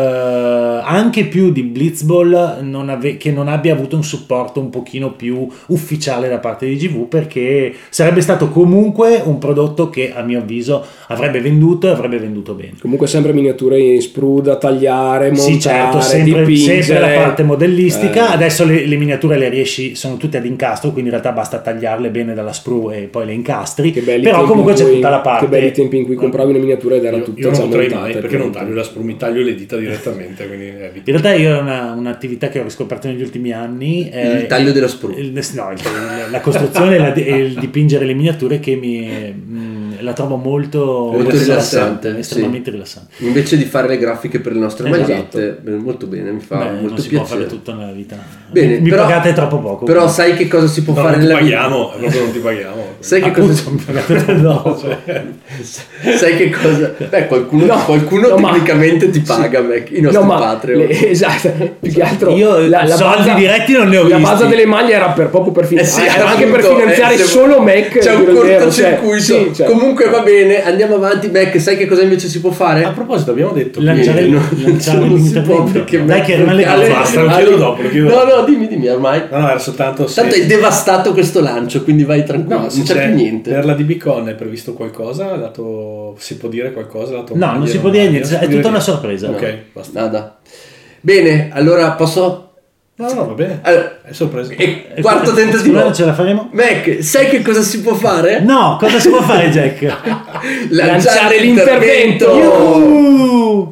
anche più di Blitzball, non ave- che non abbia avuto un supporto un pochino più ufficiale da parte di G V, perché sarebbe stato comunque un prodotto che a mio avviso avrebbe venduto e avrebbe venduto bene. Comunque sempre miniature in sprue da tagliare, montare, sì, certo, sempre, dipingere, sempre la parte modellistica. eh. Adesso le, le miniature le riesci, sono tutte ad incastro, quindi in realtà basta tagliarle bene dalla sprue e poi le incastri. Però comunque c'è cui, tutta la parte. Che belli tempi in cui compravi una miniatura ed era io, tutta io già non potrei montata, mai perché non taglio la sprue, mi taglio le dita direttamente, quindi evito. In realtà io è una, un'attività che ho riscoperto negli ultimi anni, eh, il taglio della sprue, il, no, il, la costruzione e, la, e il dipingere le miniature, che mi mh, la trovo molto, molto rilassante, estremamente sì. rilassante, invece di fare le grafiche per le nostre esatto. magliette. Molto bene, mi fa Beh, molto non si piacere. può fare tutto nella vita, bene, mi però, pagate troppo poco, però quindi. Sai che cosa si può no, fare non nella vita paghiamo, proprio non ti paghiamo sai che appunto, cosa mi pagate troppo no, cioè. sai che cosa beh qualcuno, no, qualcuno no, tecnicamente ma, ti paga, sì. I nostri no, Patreon, le, esatto, più che altro io la, la soldi base, diretti non ne ho la visti. base delle maglie era per proprio per finanziare, eh sì, era anche appunto, per finanziare eh, solo Mac, c'è un cortocircuito, cioè, sì, cioè. Comunque Comunque va bene, andiamo avanti. Mac, sai che cosa invece si può fare? A proposito, abbiamo detto lanciare, no, lanciare non si può l'intervento. perché Dai che rimane Ale- basta, lo Ale- chiedo dopo, lo chiedo No, dopo. no, dimmi, dimmi ormai. No, no, era soltanto se... Tanto hai devastato questo lancio, quindi vai tranquillo, No, se non c'è c'è più niente. per la D B Con è previsto qualcosa? Dato... Si può dire qualcosa? Dato No, non si può dire niente, è tutta una sorpresa. Ok, basta. Nada. Bene, allora posso... No, no, va bene. Allora, È sorpresa. e quarto tentativo. Allora ce la faremo? Mac, sai che cosa si può fare? No, cosa si può fare, Jack? Lanciare l'intervento. Uh!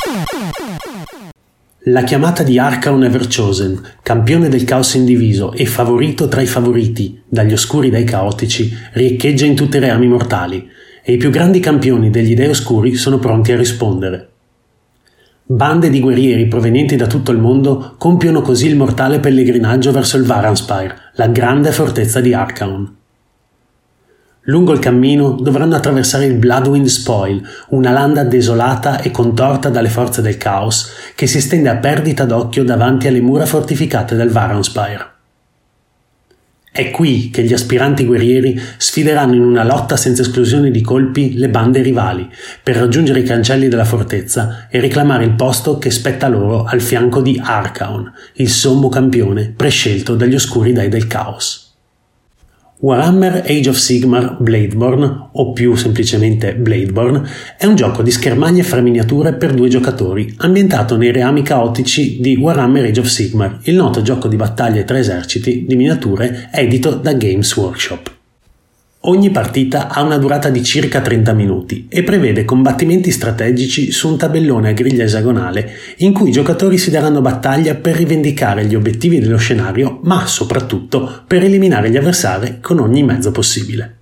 La chiamata di Archaon Everchosen, campione del caos indiviso e favorito tra i favoriti, dagli oscuri dai caotici, riecheggia in tutte le reami mortali, e i più grandi campioni degli dei oscuri sono pronti a rispondere. Bande di guerrieri provenienti da tutto il mondo compiono così il mortale pellegrinaggio verso il Varanspire, la grande fortezza di Archaon. Lungo il cammino dovranno attraversare il Bloodwind Spoil, una landa desolata e contorta dalle forze del caos che si estende a perdita d'occhio davanti alle mura fortificate del Varanspire. È qui che gli aspiranti guerrieri sfideranno in una lotta senza esclusione di colpi le bande rivali per raggiungere i cancelli della fortezza e reclamare il posto che spetta loro al fianco di Archaon, il sommo campione prescelto dagli oscuri dei del caos. Warhammer Age of Sigmar Bladeborn, o più semplicemente Bladeborn, è un gioco di schermaglie fra miniature per due giocatori, ambientato nei reami caotici di Warhammer Age of Sigmar, il noto gioco di battaglie tra eserciti di miniature edito da Games Workshop. Ogni partita ha una durata di circa trenta minuti e prevede combattimenti strategici su un tabellone a griglia esagonale in cui i giocatori si daranno battaglia per rivendicare gli obiettivi dello scenario, ma soprattutto per eliminare gli avversari con ogni mezzo possibile.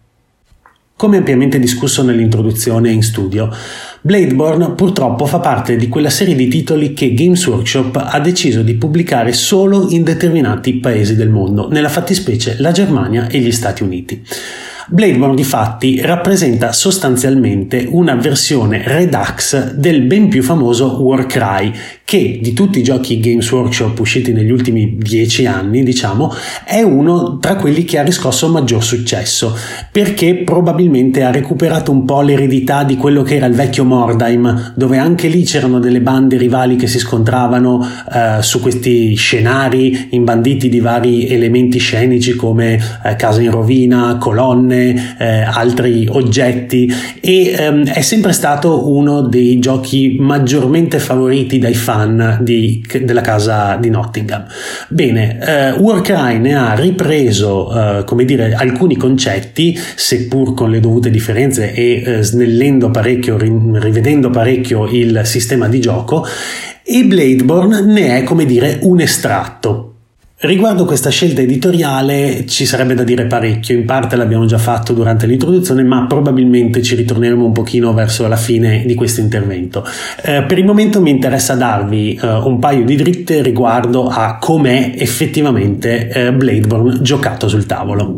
Come ampiamente discusso nell'introduzione in studio, Bladeborn purtroppo fa parte di quella serie di titoli che Games Workshop ha deciso di pubblicare solo in determinati paesi del mondo, nella fattispecie la Germania e gli Stati Uniti. Bladeborn difatti rappresenta sostanzialmente una versione redux del ben più famoso Warcry, che di tutti i giochi Games Workshop usciti negli ultimi dieci anni, diciamo, è uno tra quelli che ha riscosso maggior successo, perché probabilmente ha recuperato un po' l'eredità di quello che era il vecchio Mordheim, dove anche lì c'erano delle bande rivali che si scontravano eh, su questi scenari imbanditi di vari elementi scenici come eh, case in rovina, colonne, Eh, altri oggetti, e ehm, è sempre stato uno dei giochi maggiormente favoriti dai fan di, della casa di Nottingham. Bene, eh, Warcry ne ha ripreso eh, come dire alcuni concetti, seppur con le dovute differenze e eh, snellendo parecchio, ri- rivedendo parecchio il sistema di gioco, e Bladeborn ne è come dire un estratto. Riguardo questa scelta editoriale ci sarebbe da dire parecchio, in parte l'abbiamo già fatto durante l'introduzione, ma probabilmente ci ritorneremo un pochino verso la fine di questo intervento. Eh, per il momento mi interessa darvi eh, un paio di dritte riguardo a com'è effettivamente eh, Bladeborn giocato sul tavolo.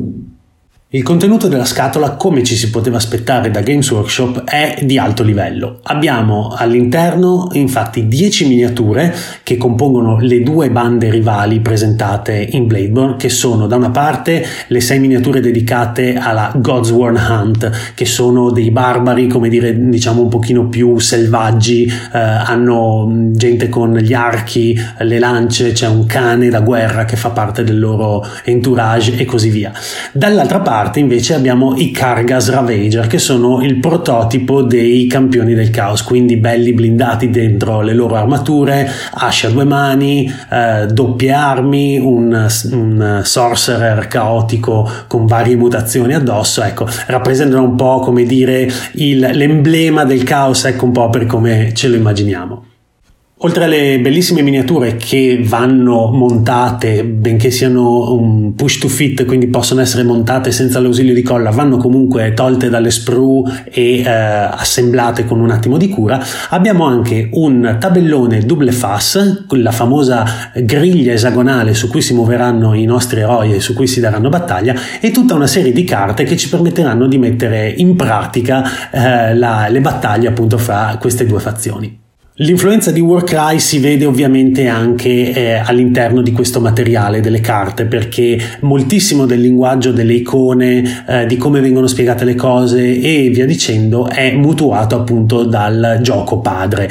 Il contenuto della scatola, come ci si poteva aspettare da Games Workshop, è di alto livello. Abbiamo all'interno infatti dieci miniature che compongono le due bande rivali presentate in Bladeborn, che sono da una parte le sei miniature dedicate alla Godsworn Hunt, che sono dei barbari, come dire, diciamo un pochino più selvaggi, eh, hanno gente con gli archi, le lance, c'è un cane da guerra che fa parte del loro entourage e così via. Dall'altra parte invece abbiamo i Kargas Ravager, che sono il prototipo dei campioni del caos, quindi belli blindati dentro le loro armature, asce a due mani, eh, doppie armi, un, un sorcerer caotico con varie mutazioni addosso. Ecco, rappresentano un po' come dire il, l'emblema del caos, ecco un po' per come ce lo immaginiamo. Oltre alle bellissime miniature che vanno montate, benché siano un push to fit, quindi possono essere montate senza l'ausilio di colla, vanno comunque tolte dalle sprue e eh, assemblate con un attimo di cura, abbiamo anche un tabellone double face, la famosa griglia esagonale su cui si muoveranno i nostri eroi e su cui si daranno battaglia, e tutta una serie di carte che ci permetteranno di mettere in pratica eh, la, le battaglie appunto fra queste due fazioni. L'influenza di Warcry si vede ovviamente anche eh, all'interno di questo materiale delle carte, perché moltissimo del linguaggio delle icone, eh, di come vengono spiegate le cose e via dicendo è mutuato appunto dal gioco padre,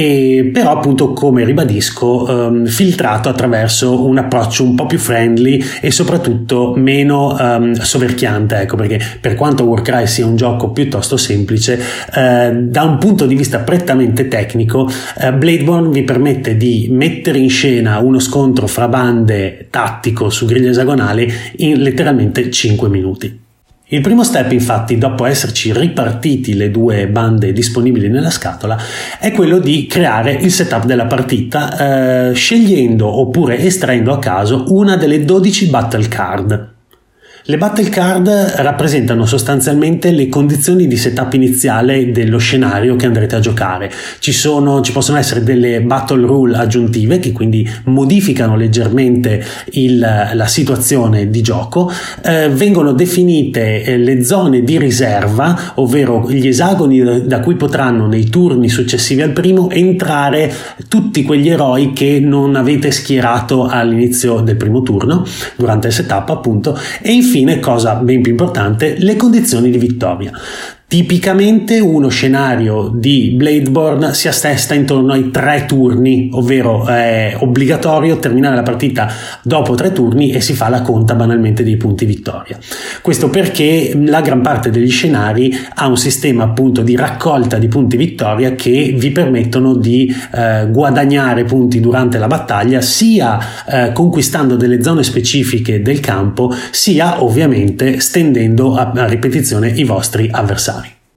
e però appunto, come ribadisco, ehm, filtrato attraverso un approccio un po' più friendly e soprattutto meno ehm, soverchiante, ecco, perché per quanto Warcry sia un gioco piuttosto semplice, eh, da un punto di vista prettamente tecnico, Bladeborn vi permette di mettere in scena uno scontro fra bande tattico su griglia esagonale in letteralmente cinque minuti. Il primo step, infatti, dopo esserci ripartiti le due bande disponibili nella scatola, è quello di creare il setup della partita, eh, scegliendo oppure estraendo a caso una delle dodici battle card. Le battle card rappresentano sostanzialmente le condizioni di setup iniziale dello scenario che andrete a giocare. Ci sono, ci possono essere delle battle rule aggiuntive che quindi modificano leggermente il, la situazione di gioco. Eh, vengono definite eh, le zone di riserva, ovvero gli esagoni da cui potranno nei turni successivi al primo entrare tutti quegli eroi che non avete schierato all'inizio del primo turno durante il setup, appunto, e infine Infine, cosa ben più importante, le condizioni di vittoria. Tipicamente uno scenario di Bladeborn si assesta intorno ai tre turni, ovvero è obbligatorio terminare la partita dopo tre turni e si fa la conta banalmente dei punti vittoria. Questo perché la gran parte degli scenari ha un sistema appunto di raccolta di punti vittoria che vi permettono di eh, guadagnare punti durante la battaglia, sia eh, conquistando delle zone specifiche del campo, sia ovviamente stendendo a, a ripetizione i vostri avversari.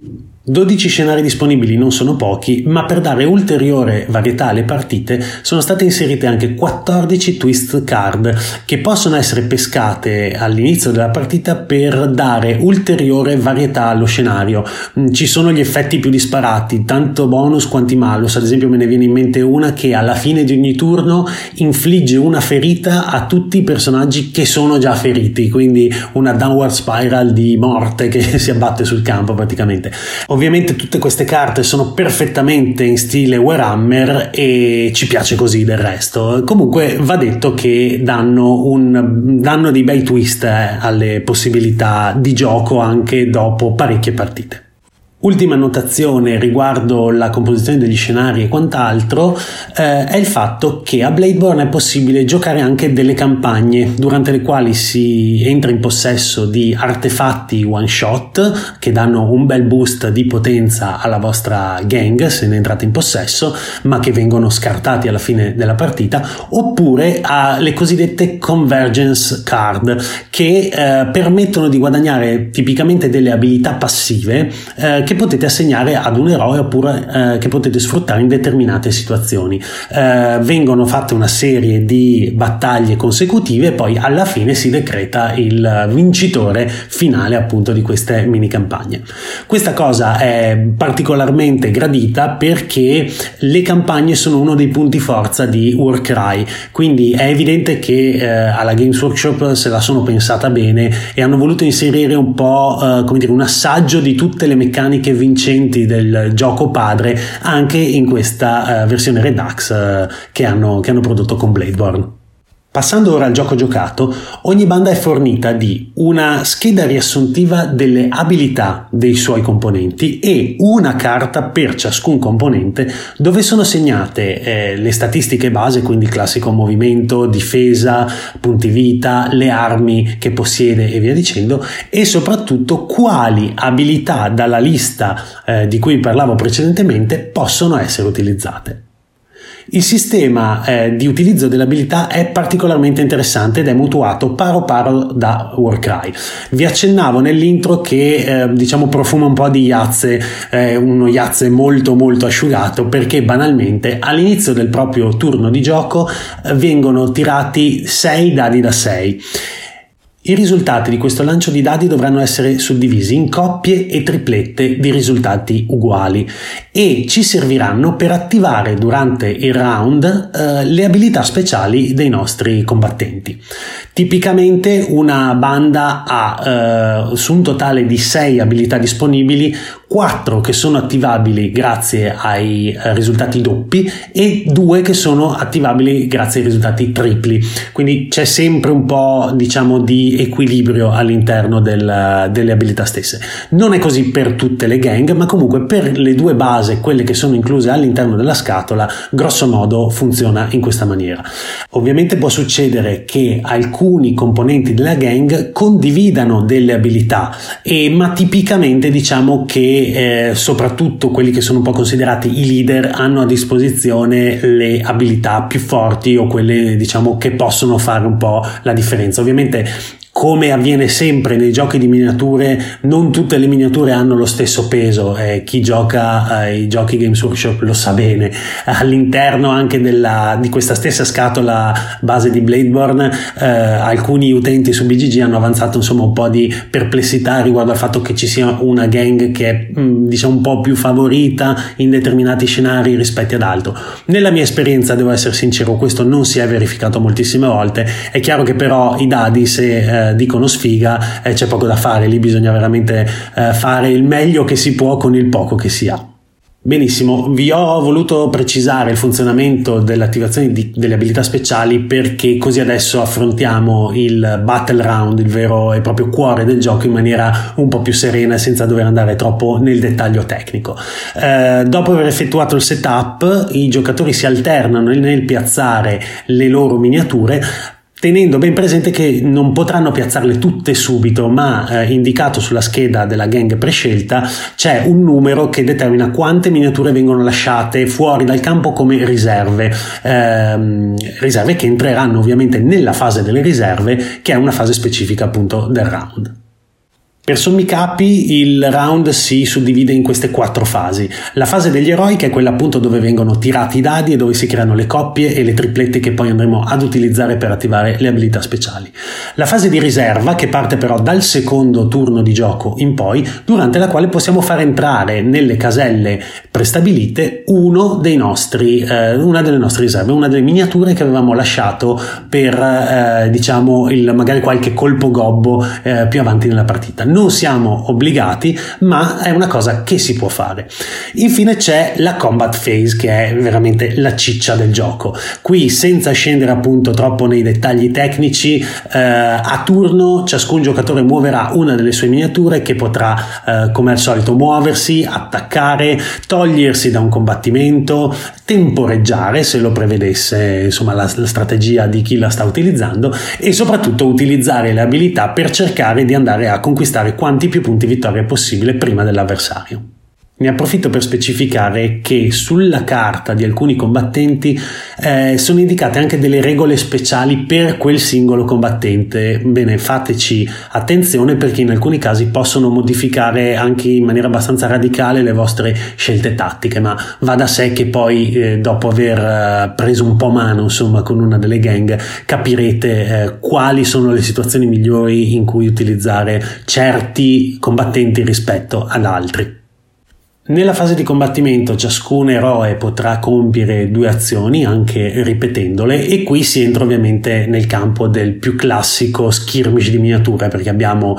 dodici scenari disponibili non sono pochi, ma per dare ulteriore varietà alle partite sono state inserite anche quattordici twist card che possono essere pescate all'inizio della partita per dare ulteriore varietà allo scenario. Ci sono gli effetti più disparati, tanto bonus quanti malus. Ad esempio me ne viene in mente una che alla fine di ogni turno infligge una ferita a tutti i personaggi che sono già feriti, quindi una downward spiral di morte che si abbatte sul campo praticamente. Ovviamente tutte queste carte sono perfettamente in stile Warhammer e ci piace così del resto. Comunque va detto che danno, un, danno dei bei twist eh, alle possibilità di gioco anche dopo parecchie partite. Ultima notazione riguardo la composizione degli scenari e quant'altro eh, è il fatto che a Bladeborn è possibile giocare anche delle campagne durante le quali si entra in possesso di artefatti one shot che danno un bel boost di potenza alla vostra gang se ne entrate in possesso, ma che vengono scartati alla fine della partita, oppure alle cosiddette convergence card che eh, permettono di guadagnare tipicamente delle abilità passive eh, che potete assegnare ad un eroe oppure eh, che potete sfruttare in determinate situazioni. Eh, vengono fatte una serie di battaglie consecutive e poi alla fine si decreta il vincitore finale appunto di queste mini campagne. Questa cosa è particolarmente gradita perché le campagne sono uno dei punti forza di Warcry, quindi è evidente che eh, alla Games Workshop se la sono pensata bene e hanno voluto inserire un po' eh, come dire un assaggio di tutte le meccaniche vincenti del gioco padre anche in questa uh, versione Redux uh, che, hanno, che hanno prodotto con Bladeborn. Passando ora al gioco giocato, ogni banda è fornita di una scheda riassuntiva delle abilità dei suoi componenti e una carta per ciascun componente dove sono segnate eh, le statistiche base, quindi il classico movimento, difesa, punti vita, le armi che possiede e via dicendo, e soprattutto quali abilità dalla lista eh, di cui parlavo precedentemente possono essere utilizzate. Il sistema eh, di utilizzo delle abilità è particolarmente interessante ed è mutuato paro paro da Warcry. Vi accennavo nell'intro che eh, diciamo profuma un po' di Yahtzee, eh, uno Yahtzee molto molto asciugato, perché banalmente all'inizio del proprio turno di gioco eh, vengono tirati sei dadi da sei. I risultati di questo lancio di dadi dovranno essere suddivisi in coppie e triplette di risultati uguali e ci serviranno per attivare durante il round eh, le abilità speciali dei nostri combattenti. Tipicamente una banda ha eh, su un totale di sei abilità disponibili quattro che sono attivabili grazie ai eh, risultati doppi e due che sono attivabili grazie ai risultati tripli, quindi c'è sempre un po', diciamo, di equilibrio all'interno del, delle abilità stesse. Non è così per tutte le gang, ma comunque per le due base, quelle che sono incluse all'interno della scatola, grosso modo funziona in questa maniera. Ovviamente può succedere che alcuni componenti della gang condividano delle abilità, e, ma tipicamente diciamo che Eh, soprattutto quelli che sono un po' considerati i leader hanno a disposizione le abilità più forti o quelle, diciamo, che possono fare un po' la differenza. Ovviamente, come avviene sempre nei giochi di miniature, non tutte le miniature hanno lo stesso peso. Eh, chi gioca ai eh, giochi Games Workshop lo sa bene. All'interno anche della, di questa stessa scatola base di Bladeborn, eh, alcuni utenti su B G G hanno avanzato insomma un po' di perplessità riguardo al fatto che ci sia una gang che è mh, diciamo un po' più favorita in determinati scenari rispetto ad altro. Nella mia esperienza, devo essere sincero, questo non si è verificato moltissime volte. È chiaro che però i dadi, se eh, dicono sfiga, eh, c'è poco da fare, lì bisogna veramente eh, fare il meglio che si può con il poco che si ha. Benissimo, vi ho voluto precisare il funzionamento dell'attivazione di, delle abilità speciali, perché così adesso affrontiamo il battle round, il vero e proprio cuore del gioco, in maniera un po' più serena, senza dover andare troppo nel dettaglio tecnico. Eh, dopo aver effettuato il setup, i giocatori si alternano nel, nel piazzare le loro miniature, tenendo ben presente che non potranno piazzarle tutte subito, ma eh, indicato sulla scheda della gang prescelta c'è un numero che determina quante miniature vengono lasciate fuori dal campo come riserve, ehm, riserve che entreranno ovviamente nella fase delle riserve, che è una fase specifica appunto del round. Per sommi capi il round si suddivide in queste quattro fasi. La fase degli eroi, che è quella appunto dove vengono tirati i dadi e dove si creano le coppie e le triplette che poi andremo ad utilizzare per attivare le abilità speciali. La fase di riserva, che parte però dal secondo turno di gioco in poi, durante la quale possiamo far entrare nelle caselle prestabilite uno dei nostri, eh, una delle nostre riserve, una delle miniature che avevamo lasciato per eh, diciamo il, magari qualche colpo gobbo eh, più avanti nella partita. Non siamo obbligati, ma è una cosa che si può fare. Infine c'è la combat phase, che è veramente la ciccia del gioco. Qui, senza scendere appunto troppo nei dettagli tecnici, eh, a turno ciascun giocatore muoverà una delle sue miniature, che potrà eh, come al solito muoversi, attaccare, togliersi da un combattimento, temporeggiare se lo prevedesse insomma la, la strategia di chi la sta utilizzando, e soprattutto utilizzare le abilità per cercare di andare a conquistare quanti più punti vittoria possibile prima dell'avversario. Ne approfitto per specificare che sulla carta di alcuni combattenti eh, sono indicate anche delle regole speciali per quel singolo combattente. Bene, fateci attenzione, perché in alcuni casi possono modificare anche in maniera abbastanza radicale le vostre scelte tattiche, ma va da sé che poi eh, dopo aver eh, preso un po' mano insomma con una delle gang capirete eh, quali sono le situazioni migliori in cui utilizzare certi combattenti rispetto ad altri. Nella fase di combattimento ciascun eroe potrà compiere due azioni, anche ripetendole, e qui si entra ovviamente nel campo del più classico skirmish di miniature, perché abbiamo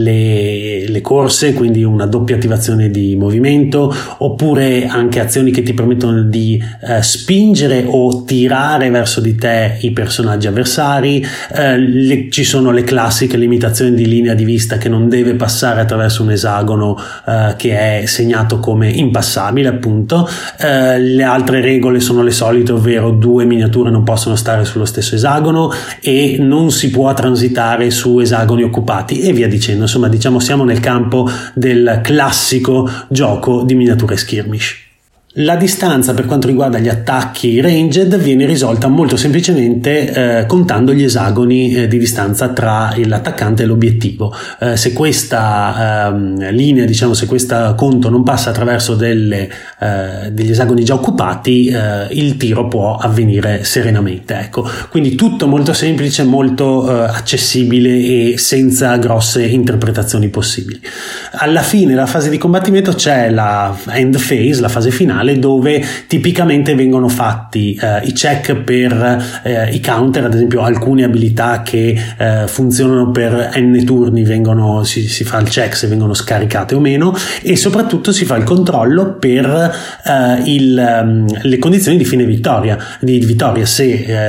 le, le corse, quindi una doppia attivazione di movimento, oppure anche azioni che ti permettono di eh, spingere o tirare verso di te i personaggi avversari. Eh, le, ci sono le classiche limitazioni di linea di vista, che non deve passare attraverso un esagono eh, che è segnato come come impassabile appunto. Eh, le altre regole sono le solite, ovvero due miniature non possono stare sullo stesso esagono e non si può transitare su esagoni occupati e via dicendo. Insomma, diciamo siamo nel campo del classico gioco di miniature skirmish. La distanza per quanto riguarda gli attacchi ranged viene risolta molto semplicemente eh, contando gli esagoni eh, di distanza tra l'attaccante e l'obiettivo. Eh, se questa eh, linea, diciamo, se questo conto non passa attraverso delle, eh, degli esagoni già occupati, eh, il tiro può avvenire serenamente. Ecco, quindi tutto molto semplice, molto eh, accessibile e senza grosse interpretazioni possibili. Alla fine, la fase di combattimento, c'è la end phase, la fase finale, promozionale dove tipicamente vengono fatti eh, i check per eh, i counter, ad esempio alcune abilità che eh, funzionano per n turni vengono, si, si fa il check se vengono scaricate o meno, e soprattutto si fa il controllo per eh, il, um, le condizioni di fine vittoria, di vittoria se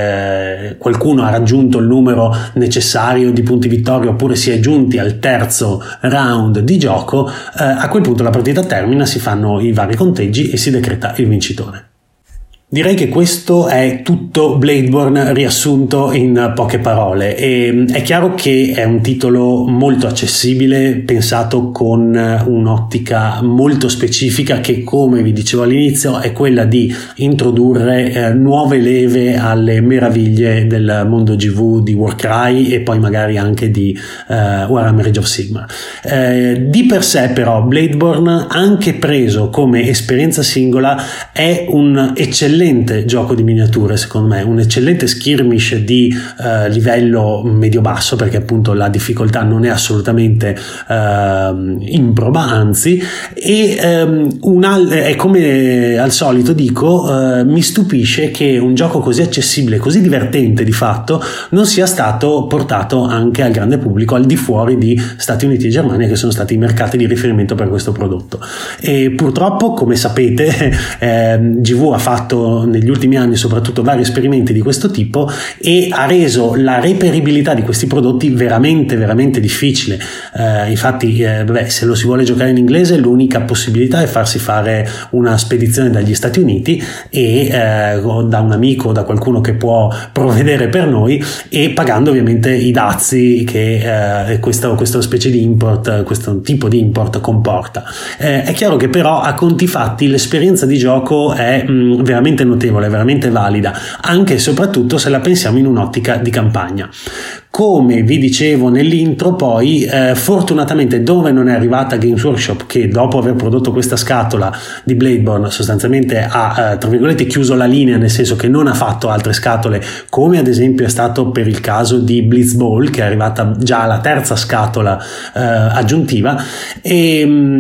eh, qualcuno ha raggiunto il numero necessario di punti vittoria oppure si è giunti al terzo round di gioco, eh, a quel punto la partita termina, si fanno i vari conteggi e si decreta il vincitore. Direi che questo è tutto Bladeborn riassunto in poche parole, e è chiaro che è un titolo molto accessibile, pensato con un'ottica molto specifica che, come vi dicevo all'inizio, è quella di introdurre eh, nuove leve alle meraviglie del mondo G V di Warcry e poi magari anche di eh, Warhammer Age of Sigmar. Eh, di per sé però Bladeborn, anche preso come esperienza singola, è un eccellente gioco di miniature, secondo me, un eccellente skirmish di eh, livello medio-basso, perché appunto la difficoltà non è assolutamente eh, improba, anzi, e ehm, un al- è come al solito dico, eh, mi stupisce che un gioco così accessibile, così divertente di fatto, non sia stato portato anche al grande pubblico al di fuori di Stati Uniti e Germania, che sono stati i mercati di riferimento per questo prodotto. E purtroppo, come sapete, eh, G V ha fatto negli ultimi anni soprattutto vari esperimenti di questo tipo e ha reso la reperibilità di questi prodotti veramente veramente difficile. Eh, infatti eh, beh, se lo si vuole giocare in inglese, l'unica possibilità è farsi fare una spedizione dagli Stati Uniti e eh, o da un amico o da qualcuno che può provvedere per noi, e pagando ovviamente i dazi che eh, questa, questa specie di import, questo tipo di import comporta. Eh, è chiaro che però a conti fatti l'esperienza di gioco è mh, veramente notevole, veramente valida, anche e soprattutto se la pensiamo in un'ottica di campagna. Come vi dicevo nell'intro, poi eh, fortunatamente dove non è arrivata Games Workshop, che dopo aver prodotto questa scatola di Bladeborn sostanzialmente ha eh, tra virgolette chiuso la linea, nel senso che non ha fatto altre scatole, come ad esempio è stato per il caso di Blitzball, che è arrivata già la terza scatola eh, aggiuntiva, e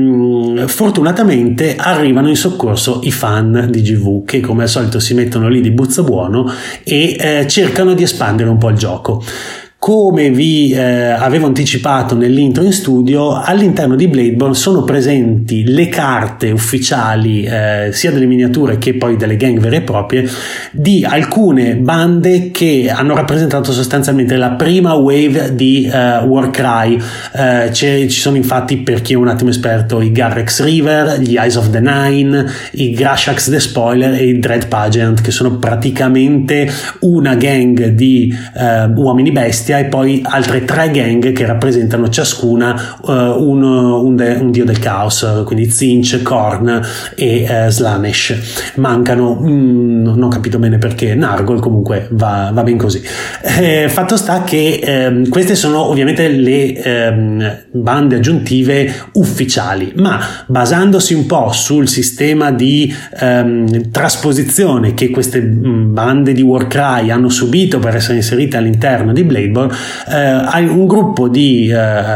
mh, fortunatamente arrivano in soccorso i fan di G V, che come al solito si mettono lì di buzzo buono e eh, cercano di espandere un po' il gioco. Come vi eh, avevo anticipato nell'intro in studio, all'interno di Bladeborn sono presenti le carte ufficiali eh, sia delle miniature che poi delle gang vere e proprie di alcune bande che hanno rappresentato sostanzialmente la prima wave di eh, Warcry. Eh, ci sono infatti, per chi è un attimo esperto, i Garrex River, gli Eyes of the Nine, i Grashax the Spoiler e i Dread Pageant, che sono praticamente una gang di eh, uomini bestia e poi altre tre gang che rappresentano ciascuna uh, un, un, de, un dio del caos, quindi Tzeentch, Khorne e uh, Slaanesh. Mancano, mm, non ho capito bene perché, Nurgle, comunque va, va ben così. Eh, fatto sta che eh, queste sono ovviamente le eh, bande aggiuntive ufficiali, ma basandosi un po' sul sistema di eh, trasposizione che queste bande di Warcry hanno subito per essere inserite all'interno di Bladeborn, eh, un gruppo di eh,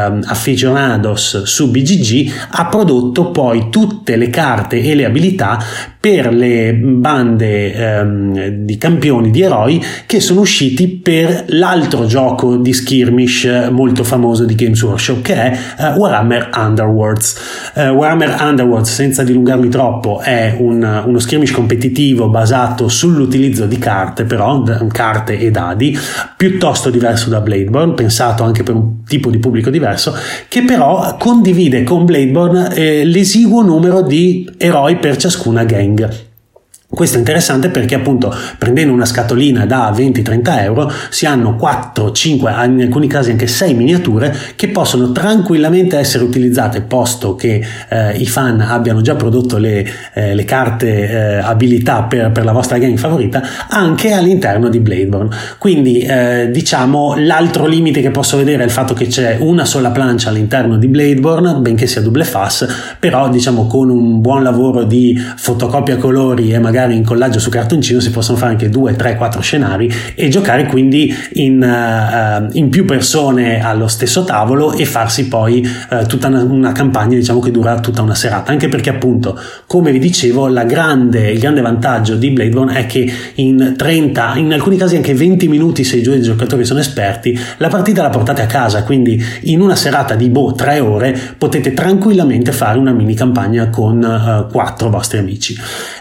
aficionados su B G G ha prodotto poi tutte le carte e le abilità per le bande ehm, di campioni di eroi che sono usciti per l'altro gioco di skirmish molto famoso di Games Workshop, che è uh, Warhammer Underworlds. Uh, Warhammer Underworlds, senza dilungarmi troppo, è un, uno skirmish competitivo basato sull'utilizzo di carte, però carte e dadi, piuttosto diverso da Bladeborn, pensato anche per un tipo di pubblico diverso, che però condivide con Bladeborn eh, l'esiguo numero di eroi per ciascuna gang. Questo è interessante perché appunto, prendendo una scatolina da venti trenta euro, si hanno quattro, cinque, in alcuni casi anche sei miniature che possono tranquillamente essere utilizzate, posto che eh, i fan abbiano già prodotto le, eh, le carte eh, abilità per, per la vostra gang favorita, anche all'interno di Bladeborn. Quindi eh, diciamo l'altro limite che posso vedere è il fatto che c'è una sola plancia all'interno di Bladeborn, benché sia double F A S, però diciamo con un buon lavoro di fotocopia colori e magari magari incollaggio su cartoncino si possono fare anche due, tre, quattro scenari e giocare quindi in, uh, in più persone allo stesso tavolo e farsi poi uh, tutta una, una campagna, diciamo, che dura tutta una serata, anche perché appunto, come vi dicevo, la grande, il grande vantaggio di Bladeborne è che in trenta, in alcuni casi anche venti minuti, se i due giocatori sono esperti, la partita la portate a casa, quindi in una serata di boh, tre ore potete tranquillamente fare una mini campagna con uh, quattro vostri amici.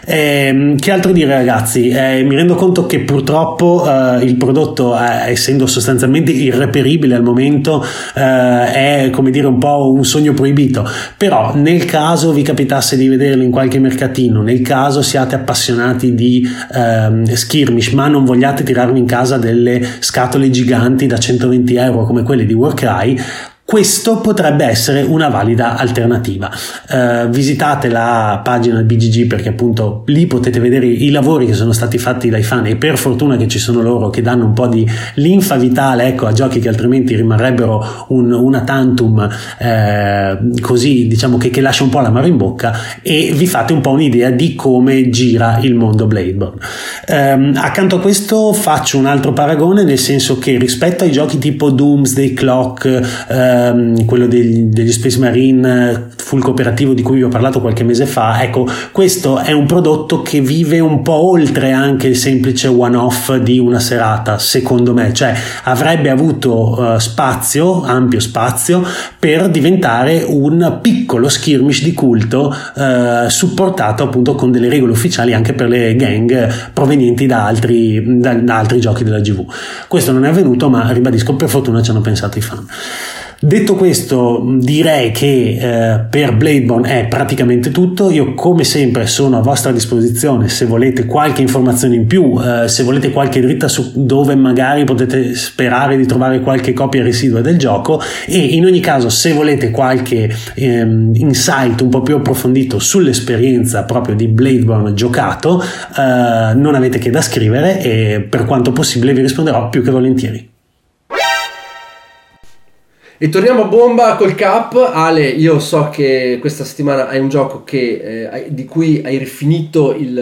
Eh, che altro dire, ragazzi? Eh, mi rendo conto che purtroppo uh, il prodotto, eh, essendo sostanzialmente irreperibile al momento, uh, è, come dire, un po' un sogno proibito, però nel caso vi capitasse di vederlo in qualche mercatino, nel caso siate appassionati di uh, skirmish ma non vogliate tirarvi in casa delle scatole giganti da centoventi euro come quelle di Warcry, questo potrebbe essere una valida alternativa. Uh, visitate la pagina B G G, perché appunto lì potete vedere i lavori che sono stati fatti dai fan, e per fortuna che ci sono loro che danno un po' di linfa vitale, ecco, a giochi che altrimenti rimarrebbero un, una tantum, eh, così, diciamo, che, che lascia un po' l'amaro in bocca, e vi fate un po' un'idea di come gira il mondo Bladeborne. Um, accanto a questo faccio un altro paragone, nel senso che rispetto ai giochi tipo Doomsday Clock, uh, quello degli, degli Space Marine full cooperativo di cui vi ho parlato qualche mese fa, ecco, questo è un prodotto che vive un po' oltre anche il semplice one off di una serata, secondo me, cioè avrebbe avuto uh, spazio, ampio spazio, per diventare un piccolo skirmish di culto, uh, supportato appunto con delle regole ufficiali anche per le gang provenienti da altri, da, da altri giochi della G V. Questo non è avvenuto, ma ribadisco, per fortuna ci hanno pensato i fan. Detto questo, direi che eh, per Bladeborne è praticamente tutto. Io, come sempre, sono a vostra disposizione se volete qualche informazione in più, eh, se volete qualche dritta su dove magari potete sperare di trovare qualche copia residua del gioco, e in ogni caso, se volete qualche ehm, insight un po' più approfondito sull'esperienza proprio di Bladeborne giocato, eh, non avete che da scrivere, e per quanto possibile vi risponderò più che volentieri. E torniamo a bomba col Cap. Ale, io so che questa settimana hai un gioco che, eh, di cui hai rifinito il,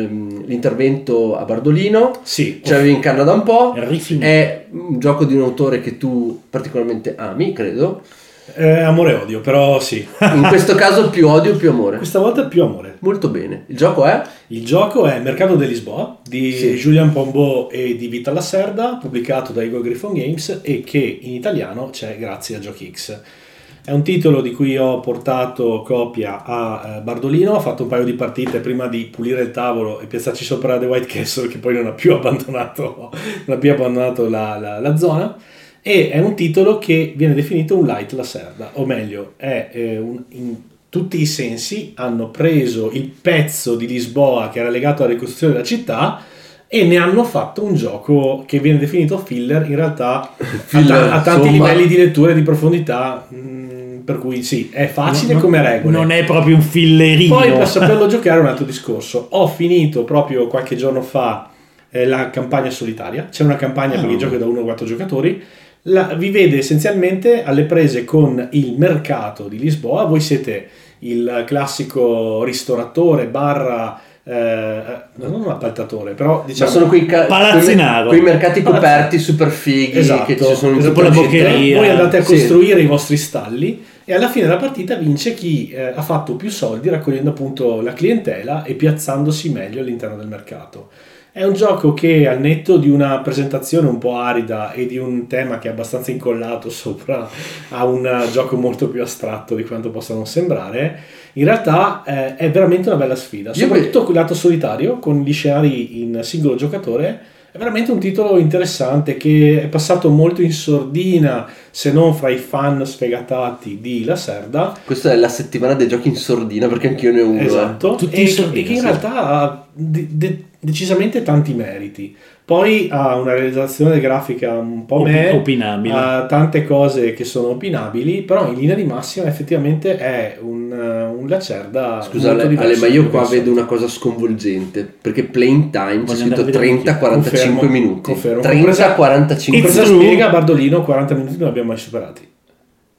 l'intervento a Bardolino. Sì. Ce l'avevi in canna da un po'. Rifinito. È un gioco di un autore che tu particolarmente ami, credo. Eh, amore e odio, però sì. In questo caso più odio o più amore? Questa volta più amore. Molto bene. Il gioco è? Il gioco è Mercato de Lisboa di Sì. Julian Pombo e di Vita Lacerda, pubblicato da Eagle Griffon Games, e che in italiano c'è grazie a GiochiX. È un titolo di cui ho portato copia a eh, Bardolino, ho fatto un paio di partite prima di pulire il tavolo e piazzarci sopra The White Castle, che poi non ha più abbandonato, non ha più abbandonato la, la, la zona. E è un titolo che viene definito un light Lacerda, o meglio, è eh, un, in tutti i sensi hanno preso il pezzo di Lisboa che era legato alla ricostruzione della città e ne hanno fatto un gioco che viene definito filler, in realtà Filler, ha, ha tanti insomma. livelli di lettura e di profondità, mh, per cui sì, è facile No, come regole. Non è proprio un fillerino. Poi per saperlo giocare è un altro discorso. Ho finito proprio qualche giorno fa eh, la campagna solitaria, c'è una campagna Oh. per i giochi da uno a quattro giocatori. La, vi vede essenzialmente alle prese con il mercato di Lisboa. Voi siete il classico ristoratore barra eh, non un appaltatore, però diciamo Ma sono quei, ca- Palazzinaro. quei, quei mercati Palazz- coperti super fighi, esatto, che ci sono in esatto, tutta la città. boccheria. voi andate a Sì. costruire i vostri stalli e alla fine della partita vince chi eh, ha fatto più soldi raccogliendo appunto la clientela e piazzandosi meglio all'interno del mercato. È un gioco che, al netto di una presentazione un po' arida e di un tema che è abbastanza incollato sopra a un gioco molto più astratto di quanto possa non sembrare, in realtà eh, è veramente una bella sfida, Io soprattutto quel lato solitario con gli scenari in singolo giocatore. È veramente un titolo interessante che è passato molto in sordina, se non fra i fan sfegatati di Lacerda. Questa è la settimana dei giochi in sordina, perché anch'io ne ho uno. Esatto, Tutti e, in sordina, e che in sì. realtà ha de- de- decisamente tanti meriti. Poi ha una realizzazione grafica un po' Opi- me, opinabile. ha tante cose che sono opinabili, però in linea di massima effettivamente è un, un Lacerda. Scusa molto Ale, Ale, diverso ma io da qua quello vedo una cosa sconvolgente, perché playing time c'è Voglio scritto andare a vedere trenta quarantacinque Confermo, minuti. confermo. trenta quarantacinque Cosa It's true. spiega Bardolino? quaranta minuti non li abbiamo mai superati.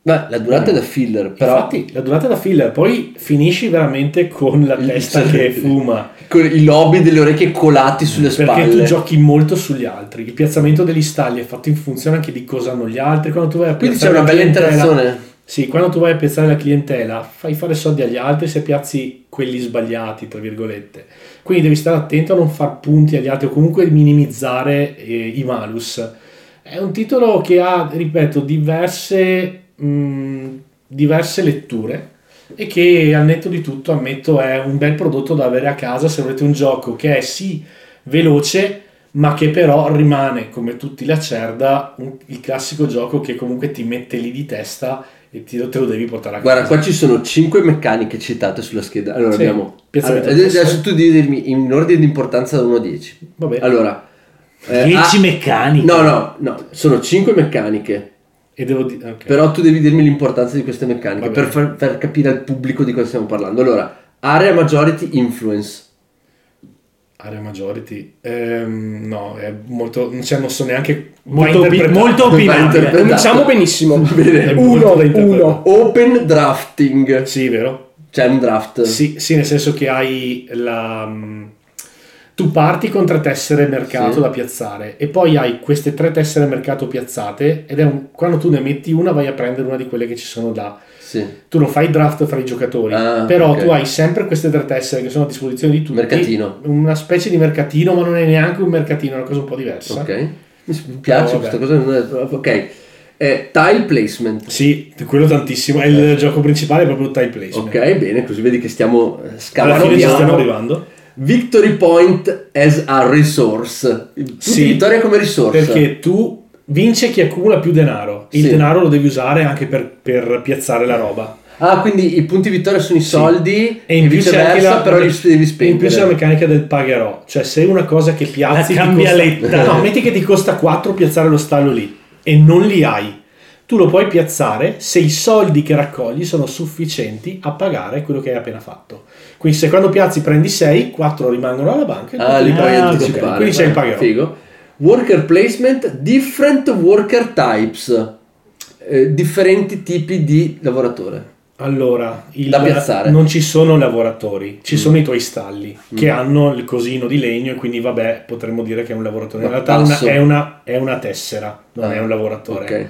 Beh, la durata è da filler, però Infatti, la durata è da filler, poi finisci veramente con la testa che fuma. con i lobi delle orecchie colati sulle Perché spalle. tu giochi molto sugli altri. Il piazzamento degli stalli è fatto in funzione anche di cosa hanno gli altri. Quando tu vai a Quindi c'è piazzare una la bella clientela- interazione. Sì, quando tu vai a piazzare la clientela, fai fare soldi agli altri se piazzi quelli sbagliati, tra virgolette. Quindi devi stare attento a non far punti agli altri o comunque minimizzare eh, i malus. È un titolo che ha, ripeto, diverse, mh, diverse letture e che al netto di tutto, ammetto, è un bel prodotto da avere a casa se volete un gioco che è sì veloce, ma che però rimane, come tutti la Cerda, un- il classico gioco che comunque ti mette lì di testa e ti, te lo devi portare a casa. Guarda, qua ci sono cinque meccaniche citate sulla scheda. Allora Sì, abbiamo. piazzamento Allora, tessere. adesso tu devi dirmi in ordine di importanza da uno a dieci. Va bene. Allora, eh, dieci ah, meccaniche. No, no, no, sono cinque meccaniche. E devo dire, ok. Però tu devi dirmi l'importanza di queste meccaniche Va per bene. far, per capire al pubblico di cosa stiamo parlando. Allora, area majority influence. Area majority, Ehm, no, è molto, cioè non so neanche Molto va opi- interpretato. molto Va opinabile. interpretato. Cominciamo benissimo. Bene. È molto Uno, da interpretare. uno. Open drafting. Sì, vero? C'è un draft. Sì, sì, nel senso che hai la mm, tu parti con tre tessere mercato Sì. da piazzare e poi hai queste tre tessere mercato piazzate ed è un, quando tu ne metti una vai a prendere una di quelle che ci sono da Sì. tu non fai draft fra i giocatori, Ah, però ok. tu hai sempre queste tre tessere che sono a disposizione di tutti. Mercatino. Una specie di mercatino, ma non è neanche un mercatino, è una cosa un po' diversa. Ok. Mi piace Oh, questa vabbè. cosa. non è- Ok. Eh, tile placement. Sì, quello tantissimo. È il gioco principale, è proprio tile placement. Ok, bene, così vedi che stiamo eh, Alla scavando fine ci piano. stiamo arrivando. Victory point as a resource. Punti Sì, vittoria come risorsa. Perché tu vince chi accumula più denaro. Il Sì. denaro lo devi usare anche per, per piazzare la roba. Ah, quindi i punti vittoria sono i soldi E in più c'è anche viceversa, la, però li devi in spendere. più c'è la meccanica del pagherò. Cioè, se una cosa che piazzi La ti cambialetta. costa, no, metti che ti costa quattro piazzare lo stallo lì e non li hai. Tu lo puoi piazzare se i soldi che raccogli sono sufficienti a pagare quello che hai appena fatto. Quindi se quando piazzi prendi sei, quattro rimangono alla banca e Ah, li puoi Ah, ok. anticipare. Quindi c'è il pagherò. Figo. Worker placement, different worker types. Eh, differenti tipi di lavoratore. Allora, il- Da piazzare. non ci sono lavoratori, ci Mm. sono i tuoi stalli che hanno il cosino di legno e quindi vabbè potremmo dire che è un lavoratore. In Ma realtà è una, passo. è, una, è una tessera, non Ah, è un lavoratore. Ok.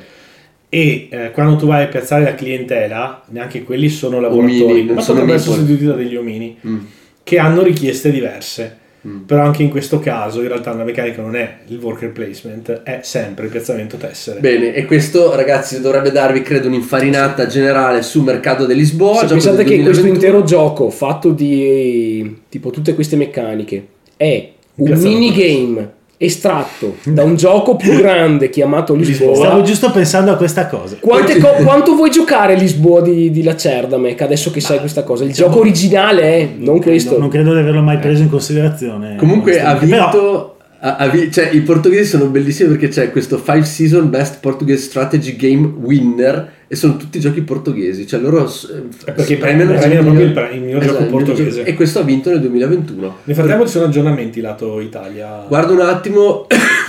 E eh, quando tu vai a piazzare la clientela, neanche quelli sono Omini, lavoratori, non ma sono potrebbero essere meeple. sostituiti da degli omini Mm. che hanno richieste diverse. Mm. Però anche in questo caso in realtà la meccanica non è il worker placement, è sempre il piazzamento tessere. Bene, e questo ragazzi dovrebbe darvi credo un'infarinata generale sul mercato di Lisboa. Se gioco pensate del che questo duemilaventuno. intero gioco fatto di tipo tutte queste meccaniche è un Piazzamento. minigame estratto da un gioco più grande chiamato Lisboa. Stavo giusto pensando a questa cosa. Quante co- quanto vuoi giocare Lisboa di, di Lacerda, Mec, adesso che sai questa cosa? Il gioco originale è, non questo. Non credo di averlo mai preso in considerazione. Comunque ha onestamente. Però- vinto. ha- ha vi- cioè, i portoghesi sono bellissimi perché c'è questo five season best Portuguese strategy game winner e sono tutti giochi portoghesi. Cioè loro eh, perché premiano premiano il proprio miglior- il pre- il miglior Esatto, gioco il miglior portoghese. gioco. E questo ha vinto nel duemilaventuno. Nel frattempo ci sono aggiornamenti lato Italia. Guarda un attimo.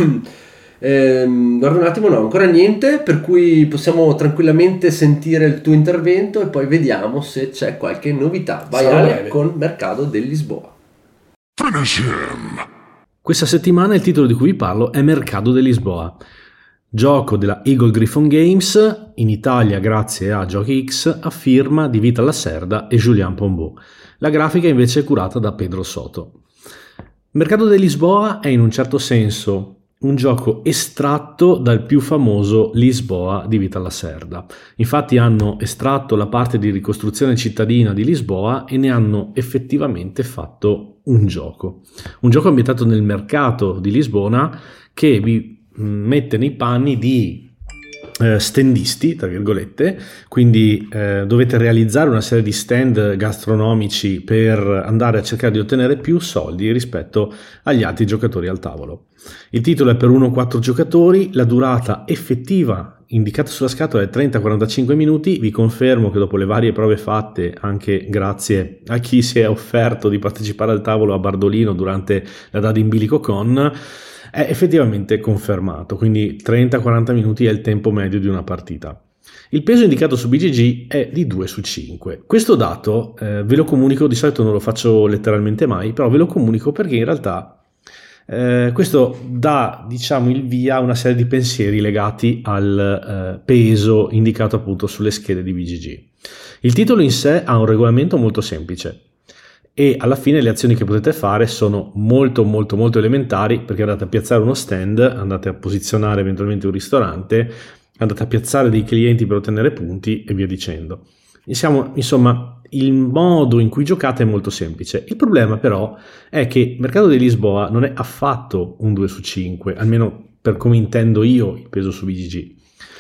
Ehm, guarda un attimo, no, ancora niente, per cui possiamo tranquillamente sentire il tuo intervento e poi vediamo se c'è qualche novità. Vai Sarà Ale breve. con Mercato del Lisboa. Questa settimana il titolo di cui vi parlo è Mercato di Lisboa, gioco della Eagle Griffon Games, in Italia grazie a Giochi X, a firma di Vita Lacerda e Julien Pombo. La grafica invece è curata da Pedro Soto. Mercato di Lisboa è in un certo senso un gioco estratto dal più famoso Lisboa di Vita Lacerda. Infatti hanno estratto la parte di ricostruzione cittadina di Lisboa e ne hanno effettivamente fatto un gioco. Un gioco ambientato nel mercato di Lisbona che vi mette nei panni di eh, standisti, tra virgolette, quindi eh, dovete realizzare una serie di stand gastronomici per andare a cercare di ottenere più soldi rispetto agli altri giocatori al tavolo. Il titolo è per uno a quattro giocatori, la durata effettiva indicata sulla scatola è trenta quarantacinque minuti, vi confermo che dopo le varie prove fatte, anche grazie a chi si è offerto di partecipare al tavolo a Bardolino durante la Dadi in Bilico Con, è effettivamente confermato, quindi trenta quaranta minuti è il tempo medio di una partita. Il peso indicato su B G G è di due su cinque. Questo dato eh, ve lo comunico, di solito non lo faccio letteralmente mai, però ve lo comunico perché in realtà eh, questo dà, diciamo, il via a una serie di pensieri legati al eh, peso indicato appunto sulle schede di B G G. Il titolo in sé ha un regolamento molto semplice e alla fine le azioni che potete fare sono molto molto molto elementari, perché andate a piazzare uno stand, andate a posizionare eventualmente un ristorante, andate a piazzare dei clienti per ottenere punti e via dicendo. Diciamo, insomma, il modo in cui giocate è molto semplice. Il problema però è che il mercato di Lisboa non è affatto un due su cinque, almeno per come intendo io il peso su B G G.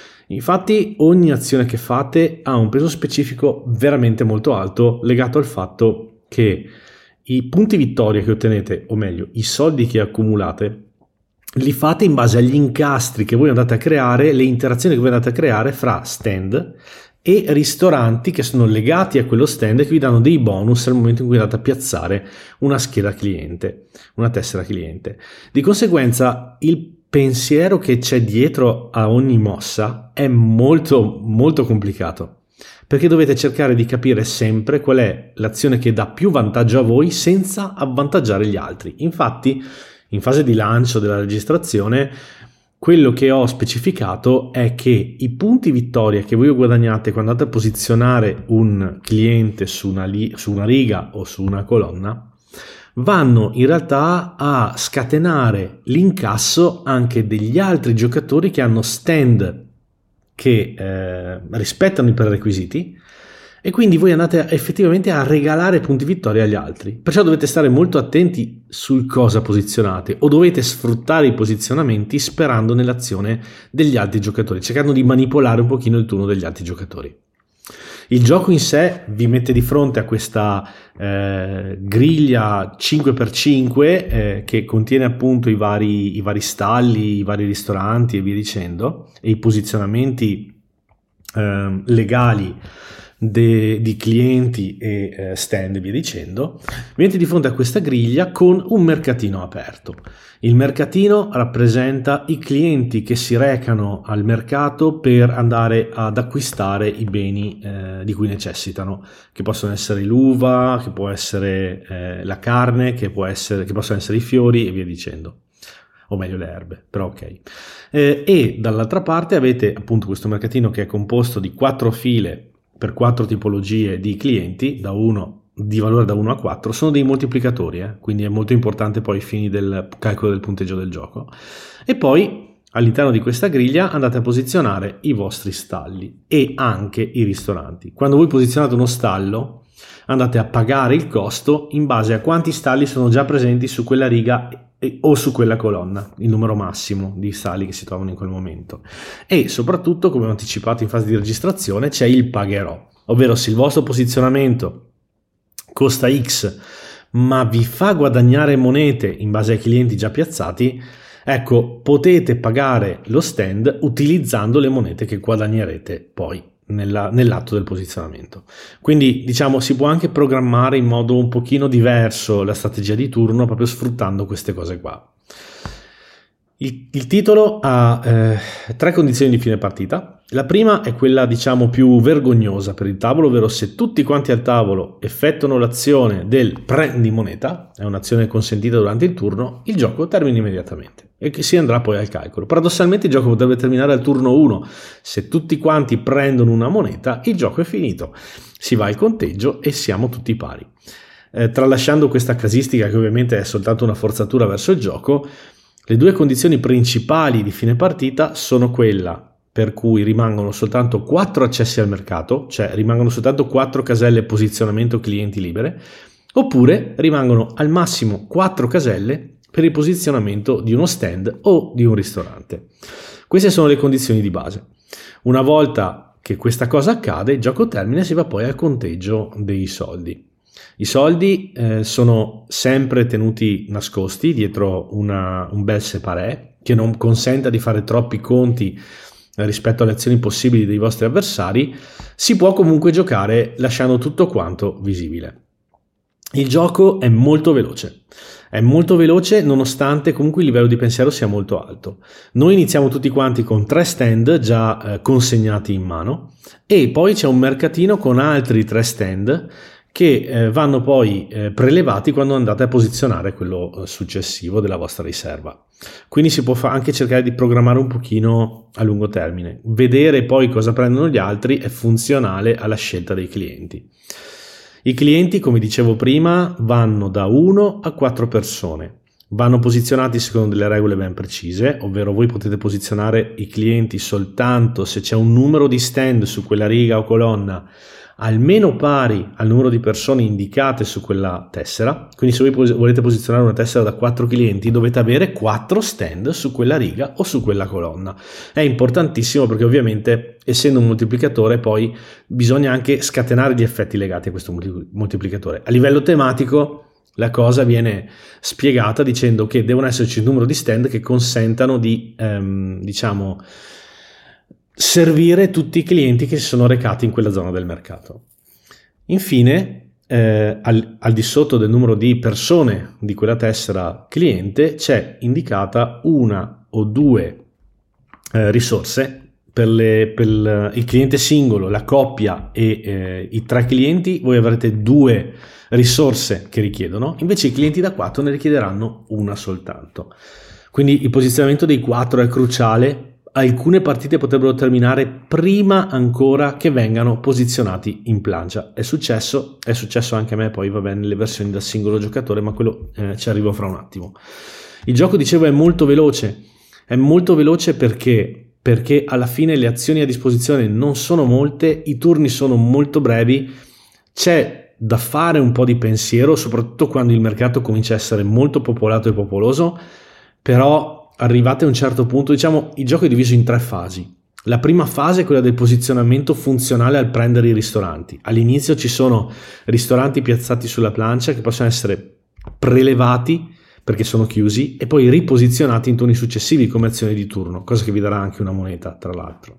Infatti ogni azione che fate ha un peso specifico veramente molto alto, legato al fatto che i punti vittoria che ottenete, o meglio i soldi che accumulate, li fate in base agli incastri che voi andate a creare, le interazioni che voi andate a creare fra stand e ristoranti che sono legati a quello stand e che vi danno dei bonus nel momento in cui andate a piazzare una scheda cliente, una tessera cliente. Di conseguenza il pensiero che c'è dietro a ogni mossa è molto molto complicato, perché dovete cercare di capire sempre qual è l'azione che dà più vantaggio a voi senza avvantaggiare gli altri. Infatti in fase di lancio della registrazione, quello che ho specificato è che i punti vittoria che voi guadagnate quando andate a posizionare un cliente su una, li- su una riga o su una colonna vanno in realtà a scatenare l'incasso anche degli altri giocatori che hanno stand che eh, rispettano i prerequisiti, e quindi voi andate effettivamente a regalare punti vittoria agli altri. Perciò dovete stare molto attenti sul cosa posizionate, o dovete sfruttare i posizionamenti sperando nell'azione degli altri giocatori, cercando di manipolare un pochino il turno degli altri giocatori. Il gioco in sé vi mette di fronte a questa eh, griglia cinque per cinque eh, che contiene appunto i vari, i vari stalli, i vari ristoranti e via dicendo, e i posizionamenti eh, legali De, di clienti e eh, stand e via dicendo. Vi mettete di fronte a questa griglia con un mercatino aperto. Il mercatino rappresenta i clienti che si recano al mercato per andare ad acquistare i beni eh, di cui necessitano, che possono essere l'uva, che può essere eh, la carne, che, può essere, che possono essere i fiori e via dicendo, o meglio le erbe, però ok. Eh, e dall'altra parte avete appunto questo mercatino che è composto di quattro file per quattro tipologie di clienti, da uno, di valore da uno a quattro, sono dei moltiplicatori, eh? Quindi è molto importante poi ai fini del calcolo del punteggio del gioco. E poi all'interno di questa griglia andate a posizionare i vostri stalli e anche i ristoranti. Quando voi posizionate uno stallo andate a pagare il costo in base a quanti stalli sono già presenti su quella riga o su quella colonna, il numero massimo di stalli che si trovano in quel momento. E soprattutto, come ho anticipato in fase di registrazione, c'è il pagherò, ovvero se il vostro posizionamento costa X ma vi fa guadagnare monete in base ai clienti già piazzati, ecco, potete pagare lo stand utilizzando le monete che guadagnerete poi Nella, nell'atto del posizionamento. Quindi diciamo si può anche programmare in modo un pochino diverso la strategia di turno, proprio sfruttando queste cose qua. Il, il titolo ha eh, tre condizioni di fine partita. La prima è quella diciamo più vergognosa per il tavolo, ovvero se tutti quanti al tavolo effettuano l'azione del prendi moneta, è un'azione consentita durante il turno, il gioco termina immediatamente e che si andrà poi al calcolo. Paradossalmente il gioco potrebbe terminare al turno uno, se tutti quanti prendono una moneta il gioco è finito, si va al conteggio e siamo tutti pari. Eh, tralasciando questa casistica che ovviamente è soltanto una forzatura verso il gioco, le due condizioni principali di fine partita sono quella per cui rimangono soltanto quattro accessi al mercato, cioè rimangono soltanto quattro caselle posizionamento clienti libere, oppure rimangono al massimo quattro caselle per il posizionamento di uno stand o di un ristorante. Queste sono le condizioni di base. Una volta che questa cosa accade, il gioco termina e si va poi al conteggio dei soldi. I soldi eh, sono sempre tenuti nascosti dietro una, un bel separé che non consenta di fare troppi conti rispetto alle azioni possibili dei vostri avversari. Si può comunque giocare lasciando tutto quanto visibile. Il gioco è molto veloce. È molto veloce nonostante comunque il livello di pensiero sia molto alto. Noi iniziamo tutti quanti con tre stand già eh, consegnati in mano e poi c'è un mercatino con altri tre stand che eh, vanno poi eh, prelevati quando andate a posizionare quello eh, successivo della vostra riserva. Quindi si può fa- anche cercare di programmare un pochino a lungo termine. Vedere poi cosa prendono gli altri è funzionale alla scelta dei clienti. I clienti, come dicevo prima, vanno da uno a quattro persone. Vanno posizionati secondo delle regole ben precise, ovvero voi potete posizionare i clienti soltanto se c'è un numero di stand su quella riga o colonna almeno pari al numero di persone indicate su quella tessera. Quindi se voi pos- volete posizionare una tessera da quattro clienti dovete avere quattro stand su quella riga o su quella colonna. È importantissimo perché ovviamente essendo un moltiplicatore poi bisogna anche scatenare gli effetti legati a questo moltiplicatore. A livello tematico la cosa viene spiegata dicendo che devono esserci un numero di stand che consentano di ehm, diciamo servire tutti i clienti che si sono recati in quella zona del mercato. Infine, eh, al, al di sotto del numero di persone di quella tessera cliente c'è indicata una o due eh, risorse per, le, per il, il cliente singolo, la coppia e eh, i tre clienti. Voi avrete due risorse che richiedono, invece i clienti da quattro ne richiederanno una soltanto. Quindi il posizionamento dei quattro è cruciale. Alcune partite potrebbero terminare prima ancora che vengano posizionati in plancia. È successo, è successo anche a me, poi va bene nelle versioni da singolo giocatore, ma quello eh, ci arrivo fra un attimo. Il gioco, dicevo, è molto veloce. È molto veloce perché perché alla fine le azioni a disposizione non sono molte, i turni sono molto brevi, c'è da fare un po' di pensiero, soprattutto quando il mercato comincia a essere molto popolato e popoloso, però arrivate a un certo punto, diciamo, il gioco è diviso in tre fasi. La prima fase è quella del posizionamento funzionale al prendere i ristoranti. All'inizio ci sono ristoranti piazzati sulla plancia che possono essere prelevati perché sono chiusi e poi riposizionati in turni successivi come azione di turno, cosa che vi darà anche una moneta, tra l'altro.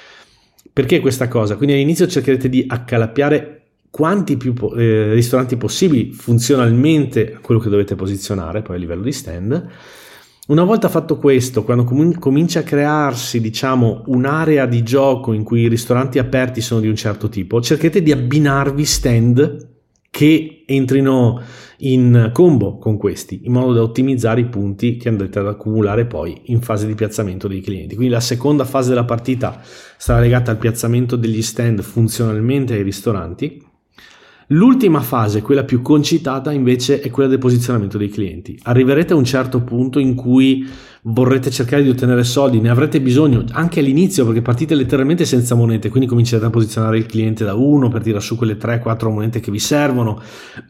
Perché questa cosa? Quindi all'inizio cercherete di accalappiare quanti più eh, ristoranti possibili funzionalmente a quello che dovete posizionare poi a livello di stand. Una volta fatto questo, quando com- comincia a crearsi, diciamo, un'area di gioco in cui i ristoranti aperti sono di un certo tipo, cercherete di abbinarvi stand che entrino in combo con questi, in modo da ottimizzare i punti che andrete ad accumulare poi in fase di piazzamento dei clienti. Quindi la seconda fase della partita sarà legata al piazzamento degli stand funzionalmente ai ristoranti. L'ultima fase, quella più concitata, invece è quella del posizionamento dei clienti. Arriverete a un certo punto in cui vorrete cercare di ottenere soldi, ne avrete bisogno anche all'inizio perché partite letteralmente senza monete, quindi comincerete a posizionare il cliente da uno per tirare su quelle tre quattro monete che vi servono,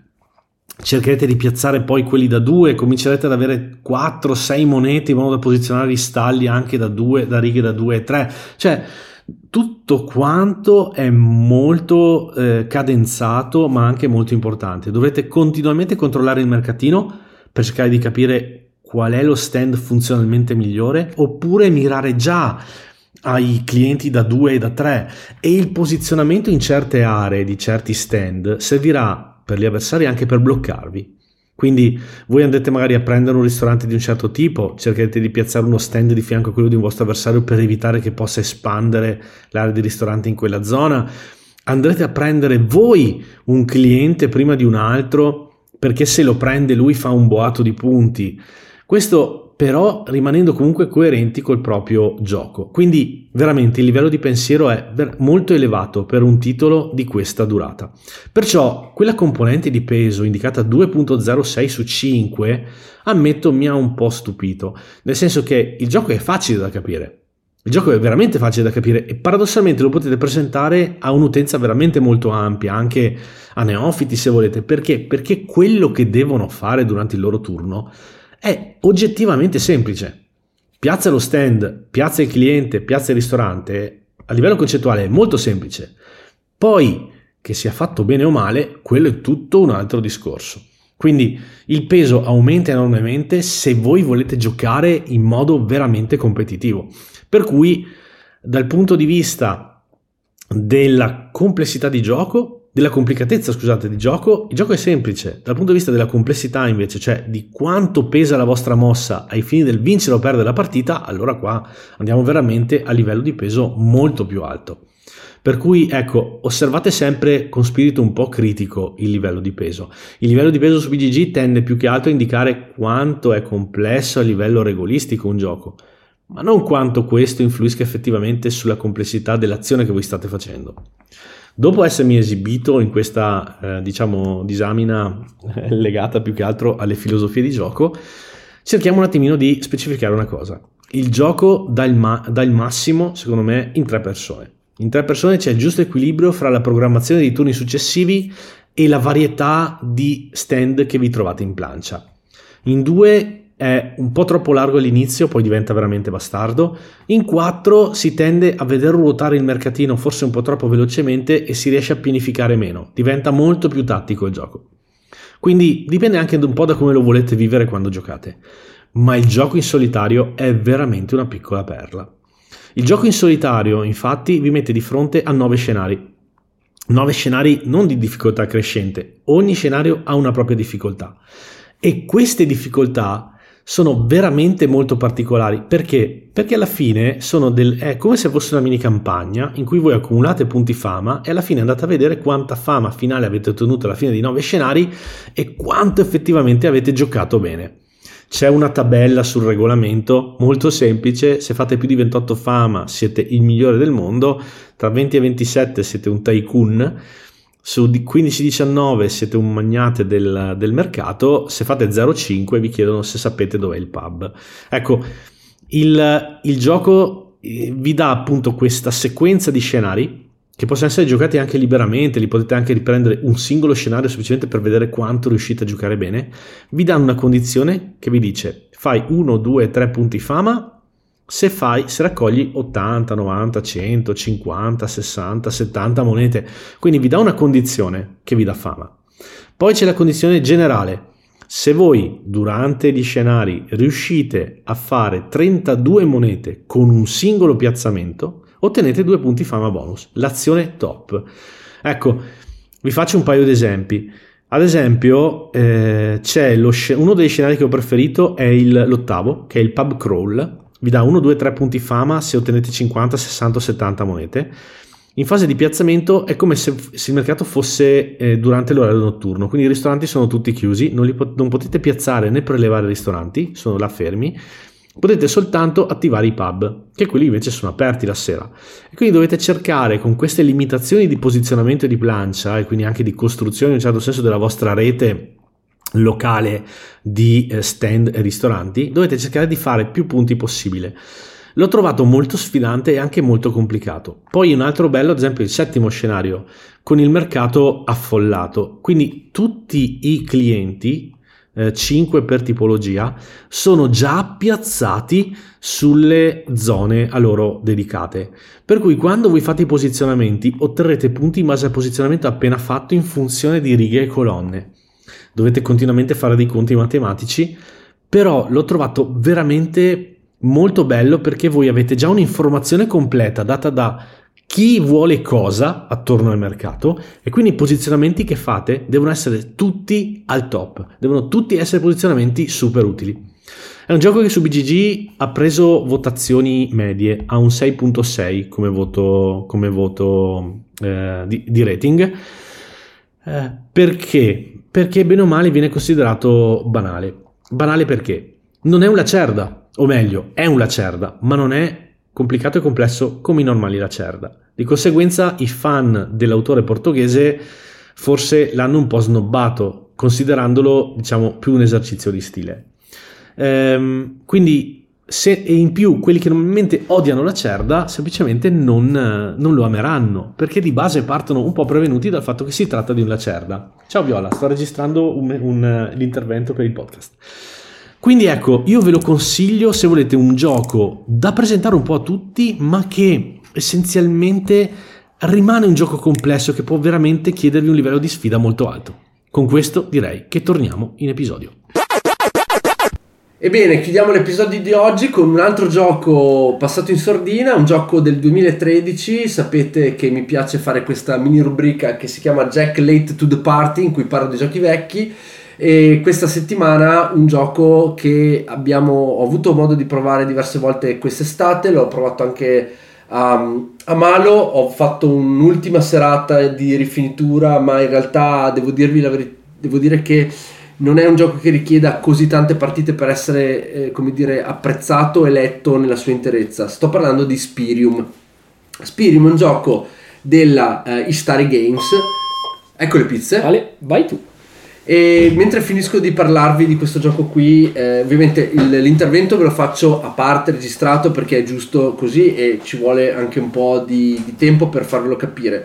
cercherete di piazzare poi quelli da due, comincerete ad avere quattro sei monete in modo da posizionare i stalli anche da due, da righe da due e tre, cioè tutto quanto è molto eh, cadenzato ma anche molto importante. Dovrete continuamente controllare il mercatino per cercare di capire qual è lo stand funzionalmente migliore oppure mirare già ai clienti da due e da tre, e il posizionamento in certe aree di certi stand servirà per gli avversari anche per bloccarvi. Quindi voi andrete magari a prendere un ristorante di un certo tipo, cercherete di piazzare uno stand di fianco a quello di un vostro avversario per evitare che possa espandere l'area di ristorante in quella zona. Andrete a prendere voi un cliente prima di un altro perché se lo prende lui fa un boato di punti. Questo però rimanendo comunque coerenti col proprio gioco. Quindi veramente il livello di pensiero è molto elevato per un titolo di questa durata. Perciò quella componente di peso indicata due virgola zero sei su cinque, ammetto, mi ha un po' stupito, nel senso che il gioco è facile da capire. Il gioco è veramente facile da capire e paradossalmente lo potete presentare a un'utenza veramente molto ampia, anche a neofiti se volete. Perché? Perché quello che devono fare durante il loro turno è oggettivamente semplice. Piazza lo stand, piazza il cliente, piazza il ristorante, a livello concettuale è molto semplice. Poi, che sia fatto bene o male, quello è tutto un altro discorso. Quindi il peso aumenta enormemente se voi volete giocare in modo veramente competitivo. Per cui, dal punto di vista della complessità di gioco, della complicatezza, scusate, di gioco, il gioco è semplice. Dal punto di vista della complessità invece, cioè di quanto pesa la vostra mossa ai fini del vincere o perdere la partita, allora qua andiamo veramente a livello di peso molto più alto. Per cui ecco, osservate sempre con spirito un po' critico il livello di peso. Il livello di peso su B G G tende più che altro a indicare quanto è complesso a livello regolistico un gioco, ma non quanto questo influisca effettivamente sulla complessità dell'azione che voi state facendo. Dopo essermi esibito in questa eh, diciamo disamina legata più che altro alle filosofie di gioco, cerchiamo un attimino di specificare una cosa. Il gioco dà il, ma- dà il massimo, secondo me, in tre persone. In tre persone c'è il giusto equilibrio fra la programmazione dei turni successivi e la varietà di stand che vi trovate in plancia. In due è un po' troppo largo all'inizio, poi diventa veramente bastardo. In quattro si tende a veder ruotare il mercatino forse un po' troppo velocemente e si riesce a pianificare meno. Diventa molto più tattico il gioco. Quindi dipende anche un po' da come lo volete vivere quando giocate. Ma il gioco in solitario è veramente una piccola perla. Il gioco in solitario, infatti, vi mette di fronte a nove scenari. Nove scenari non di difficoltà crescente, ogni scenario ha una propria difficoltà. E queste difficoltà sono veramente molto particolari. Perché? Perché alla fine sono del, è come se fosse una mini campagna in cui voi accumulate punti fama e alla fine andate a vedere quanta fama finale avete ottenuto alla fine di nove scenari e quanto effettivamente avete giocato bene. C'è una tabella sul regolamento molto semplice: se fate più di ventotto fama siete il migliore del mondo, tra venti e ventisette siete un tycoon, su quindici diciannove siete un magnate del, del mercato, se fate zero virgola cinque vi chiedono se sapete dov'è il pub. Ecco, il, il gioco vi dà appunto questa sequenza di scenari che possono essere giocati anche liberamente, li potete anche riprendere un singolo scenario semplicemente per vedere quanto riuscite a giocare bene. Vi danno una condizione che vi dice: fai uno, due, tre punti fama se fai, se raccogli ottanta, novanta, cento, cinquanta, sessanta, settanta monete. Quindi vi dà una condizione che vi dà fama. Poi c'è la condizione generale: se voi durante gli scenari riuscite a fare trentadue monete con un singolo piazzamento, ottenete due punti fama bonus, l'azione top. Ecco, vi faccio un paio di esempi. Ad esempio, eh, c'è lo sc- uno degli scenari che ho preferito è il, l'ottavo, che è il pub crawl. Vi dà uno, due, tre punti fama se ottenete cinquanta, sessanta, settanta monete. In fase di piazzamento è come se, se il mercato fosse eh, durante l'orario notturno, quindi i ristoranti sono tutti chiusi, non, li pot- non potete piazzare né prelevare i ristoranti, sono là fermi. Potete soltanto attivare i pub, che quelli invece sono aperti la sera. E quindi dovete cercare, con queste limitazioni di posizionamento e di plancia, e quindi anche di costruzione in un certo senso della vostra rete locale di stand e ristoranti, dovete cercare di fare più punti possibile. L'ho trovato molto sfidante e anche molto complicato. Poi un altro bello, ad esempio il settimo scenario, con il mercato affollato. Quindi tutti i clienti, cinque per tipologia, sono già piazzati sulle zone a loro dedicate, per cui quando voi fate i posizionamenti otterrete punti in base al posizionamento appena fatto in funzione di righe e colonne. Dovete continuamente fare dei conti matematici, però l'ho trovato veramente molto bello perché voi avete già un'informazione completa data da chi vuole cosa attorno al mercato e quindi i posizionamenti che fate devono essere tutti al top, devono tutti essere posizionamenti super utili. È un gioco che su B G G ha preso votazioni medie, ha un sei virgola sei come voto, come voto eh, di, di rating. Eh, perché? Perché bene o male viene considerato banale. Banale perché? Non è un Lacerda, o meglio, è un Lacerda, ma non è complicato e complesso come i normali Lacerda. Di conseguenza i fan dell'autore portoghese forse l'hanno un po' snobbato, considerandolo, diciamo, più un esercizio di stile. Ehm, quindi, se e in più quelli che normalmente odiano Lacerda semplicemente non, non lo ameranno, perché di base partono un po' prevenuti dal fatto che si tratta di un Lacerda. Ciao Viola, sto registrando un, un, l'intervento per il podcast. Quindi ecco, io ve lo consiglio se volete un gioco da presentare un po' a tutti, ma che essenzialmente rimane un gioco complesso che può veramente chiedervi un livello di sfida molto alto. Con questo direi che torniamo in episodio. Ebbene, chiudiamo l'episodio di oggi con un altro gioco passato in sordina, un gioco del duemilatredici. Sapete che mi piace fare questa mini rubrica che si chiama Jack Late to the Party, in cui parlo di giochi vecchi, e questa settimana un gioco che abbiamo ho avuto modo di provare diverse volte quest'estate, l'ho provato anche a, a Malo, ho fatto un'ultima serata di rifinitura, ma in realtà devo dirvi la verità, devo dire che non è un gioco che richieda così tante partite per essere, eh, come dire, apprezzato e letto nella sua interezza. Sto parlando di Spirium. Spirium è un gioco della eh, Istari Games. Ecco le pizze. Ale, vai tu. E mentre finisco di parlarvi di questo gioco qui, eh, ovviamente il, l'intervento ve lo faccio a parte, registrato, perché è giusto così e ci vuole anche un po' di, di tempo per farvelo capire.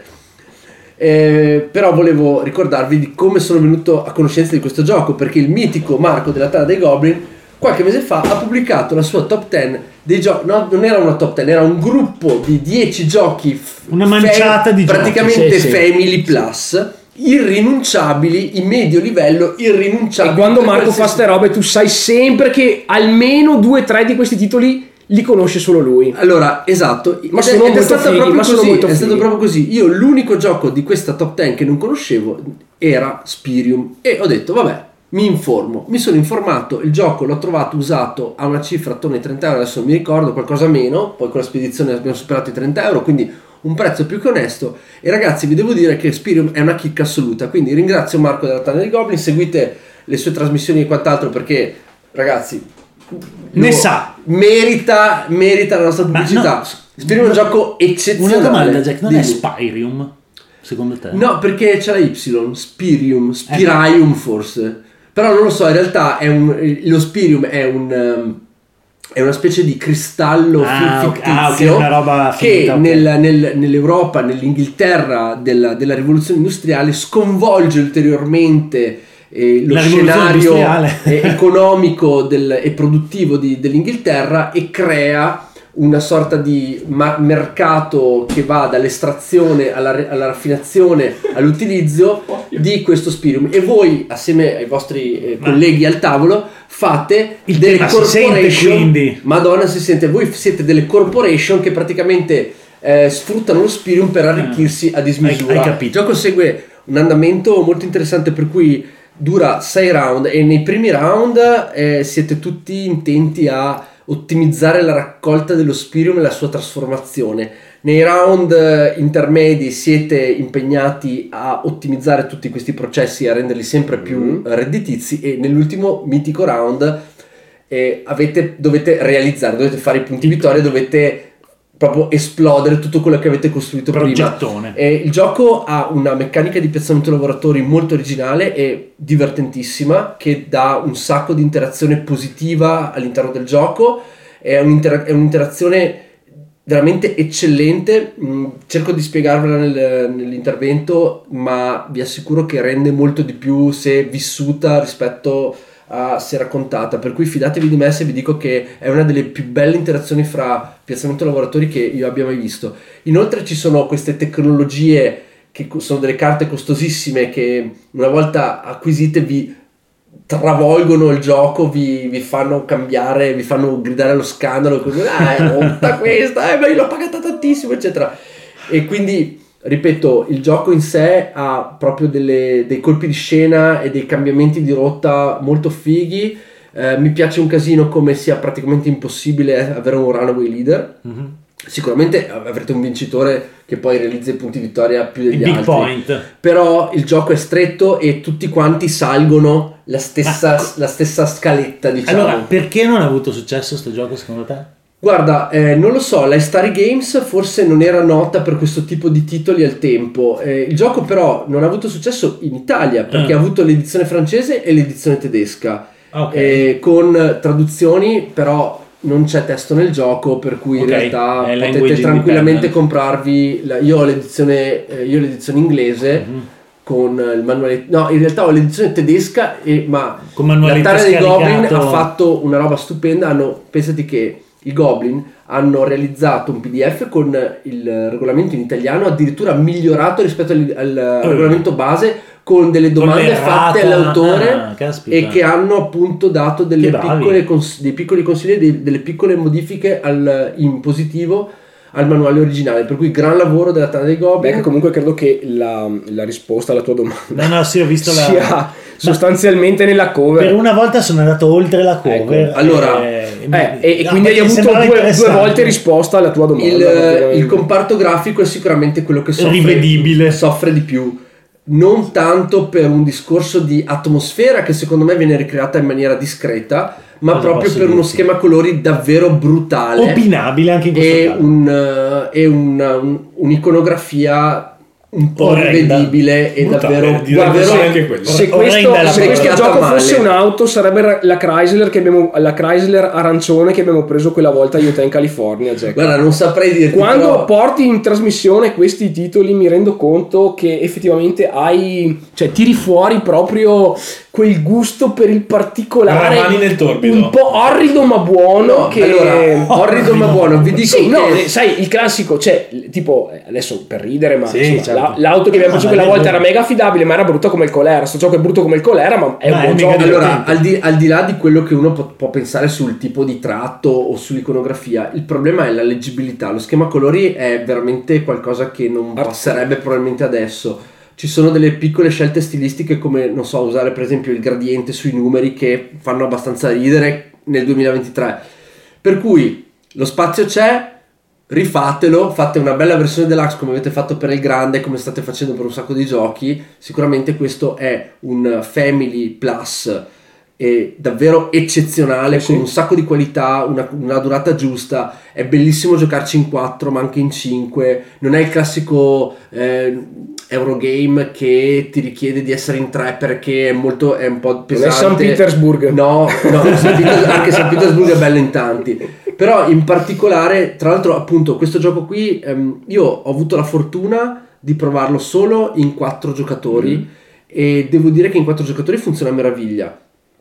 Eh, però volevo ricordarvi di come sono venuto a conoscenza di questo gioco, perché il mitico Marco della Tana dei Goblin qualche mese fa ha pubblicato la sua top dieci dei giochi. No, non era una top dieci, era un gruppo di dieci giochi, una manciata fa- di praticamente giochi, sì, Family Plus, irrinunciabili, in medio livello, irrinunciabili. E quando Marco qualsiasi... fa ste robe, tu sai sempre che almeno due o tre di questi titoli li conosce solo lui. Allora, esatto, Ma ed sono è, ed è molto stato fighi, proprio ma sono così, molto è stato fighi. proprio così. Io l'unico gioco di questa top dieci che non conoscevo era Spirium e ho detto vabbè, mi informo, mi sono informato, il gioco l'ho trovato usato a una cifra attorno ai trenta euro, adesso non mi ricordo, qualcosa meno, poi con la spedizione abbiamo superato i trenta euro, quindi un prezzo più che onesto. E ragazzi, vi devo dire che Spirium è una chicca assoluta, quindi ringrazio Marco della Tana dei Goblin, seguite le sue trasmissioni e quant'altro, perché ragazzi ne sa, merita merita la nostra pubblicità. No, Spirium è un gioco eccezionale. Una domanda, Jack, non Dimmi. è Spirium secondo te? No, perché c'è la Y, Spirium, Spirium eh. forse. Però non lo so, in realtà è un, lo Spirium è un um, è una specie di cristallo ah, fittizio ah, okay, una roba che finita, nel, okay. nel, nell'Europa, nell'Inghilterra della, della rivoluzione industriale sconvolge ulteriormente eh, lo scenario eh, economico del, e produttivo di, dell'Inghilterra, e crea una sorta di ma- mercato che va dall'estrazione alla, alla raffinazione all'utilizzo di questo Spirium, e voi assieme ai vostri eh, colleghi al tavolo fate il delle tema si sente, corporation. quindi. Madonna, si sente. Voi siete delle corporation che praticamente eh, sfruttano lo Spirium per arricchirsi a dismisura. Hai, hai capito. Il gioco segue un andamento molto interessante, per cui dura sei round, e nei primi round eh, siete tutti intenti a ottimizzare la raccolta dello Spirium e la sua trasformazione. Nei round intermedi siete impegnati a ottimizzare tutti questi processi e a renderli sempre più mm. redditizi, e nell'ultimo mitico round eh, avete, dovete realizzare, dovete fare i punti vittoria, dovete proprio esplodere tutto quello che avete costruito Progettone. prima. E il gioco ha una meccanica di piazzamento lavoratori molto originale e divertentissima, che dà un sacco di interazione positiva all'interno del gioco. È, un'inter- è un'interazione veramente eccellente. Mm, cerco di spiegarvela nel, nell'intervento, ma vi assicuro che rende molto di più se vissuta rispetto a se raccontata, per cui fidatevi di me se vi dico che è una delle più belle interazioni fra piazzamento lavoratori che io abbia mai visto. Inoltre ci sono queste tecnologie che sono delle carte costosissime che una volta acquisite vi travolgono il gioco, vi, vi fanno cambiare, vi fanno gridare allo scandalo, così, ah, è rotta questa, eh, ma io l'ho pagata tantissimo, eccetera. E quindi, ripeto, il gioco in sé ha proprio delle, dei colpi di scena e dei cambiamenti di rotta molto fighi. Eh, mi piace un casino come sia praticamente impossibile avere un runaway leader. Mm-hmm. Sicuramente avrete un vincitore che poi realizza i punti vittoria più degli il big altri, point. Però il gioco è stretto e tutti quanti salgono la stessa, Ma... la stessa scaletta, diciamo. Allora, perché non ha avuto successo sto gioco secondo te? Guarda, eh, non lo so, la Istari Games forse non era nota per questo tipo di titoli al tempo. Eh, il gioco però non ha avuto successo in Italia perché ah. ha avuto l'edizione francese e l'edizione tedesca, okay. eh, con traduzioni, però non c'è testo nel gioco, per cui okay. in realtà È potete tranquillamente comprarvi. La, io ho l'edizione, eh, io ho l'edizione inglese. Mm-hmm. Con il manuale, no, in realtà ho l'edizione tedesca, e, ma con la Tana dei Goblin ha fatto una roba stupenda. Hanno, pensati che i Goblin hanno realizzato un P D F con il regolamento in italiano addirittura migliorato rispetto al, al oh. regolamento base, con delle domande fatte all'autore ah, e che hanno appunto dato delle piccole cons- dei piccoli consigli, dei, delle piccole modifiche al, in positivo al manuale originale, per cui gran lavoro della Tana dei Goblin. Beh, comunque credo che la, la risposta alla tua domanda no no sì ho visto la sia sostanzialmente ma nella cover. Per una volta sono andato oltre la cover, ecco. Allora e, eh, e, e quindi hai avuto due, due volte risposta alla tua domanda. Il, il comparto grafico è sicuramente quello che soffre, rivedibile soffre di più, non tanto per un discorso di atmosfera che secondo me viene ricreata in maniera discreta, ma cosa proprio per dirti? uno schema colori davvero brutale, opinabile anche in questo e, caso. Un, e un, un, un'iconografia un po' orrenda, rivedibile e brutale, davvero, direi davvero anche quello. Se questo, Orrenda se la questo parola. gioco Male. fosse un'auto sarebbe la Chrysler che abbiamo, la Chrysler arancione che abbiamo preso quella volta io e te in California, Jack. Guarda, non saprei dirti, quando però... porti in trasmissione questi titoli mi rendo conto che effettivamente hai, cioè tiri fuori proprio quel gusto per il particolare, mani nel torbido, un po' orrido ma buono. No, che allora, orrido ma buono, vi dico sì, che... no, sai, il classico, cioè tipo adesso per ridere, ma Sì, insomma, certo. la, l'auto che abbiamo preso Ah, quella è volta vero. era mega affidabile, ma era brutta come il colera. Sto gioco è brutto come il colera, ma è Ma un è buon mega gioco. Allora, al di, al di là di quello che uno può, può pensare sul tipo di tratto o sull'iconografia, il problema è la leggibilità. Lo schema colori è veramente qualcosa che non passerebbe probabilmente adesso. Ci sono delle piccole scelte stilistiche come, non so, usare per esempio il gradiente sui numeri che fanno abbastanza ridere nel duemilaventitré. Per cui lo spazio c'è, rifatelo, fate una bella versione deluxe come avete fatto per il grande, come state facendo per un sacco di giochi. Sicuramente questo è un Family Plus è davvero eccezionale, sì, con un sacco di qualità, una, una durata giusta. È bellissimo giocarci in quattro ma anche in cinque, non è il classico eh, Eurogame che ti richiede di essere in tre perché è molto, è un po' pesante. Non è San Petersburg. No, no, San Peter, anche San Petersburg è bello in tanti, però in particolare, tra l'altro appunto questo gioco qui ehm, io ho avuto la fortuna di provarlo solo in quattro giocatori, mm. e devo dire che in quattro giocatori funziona a meraviglia.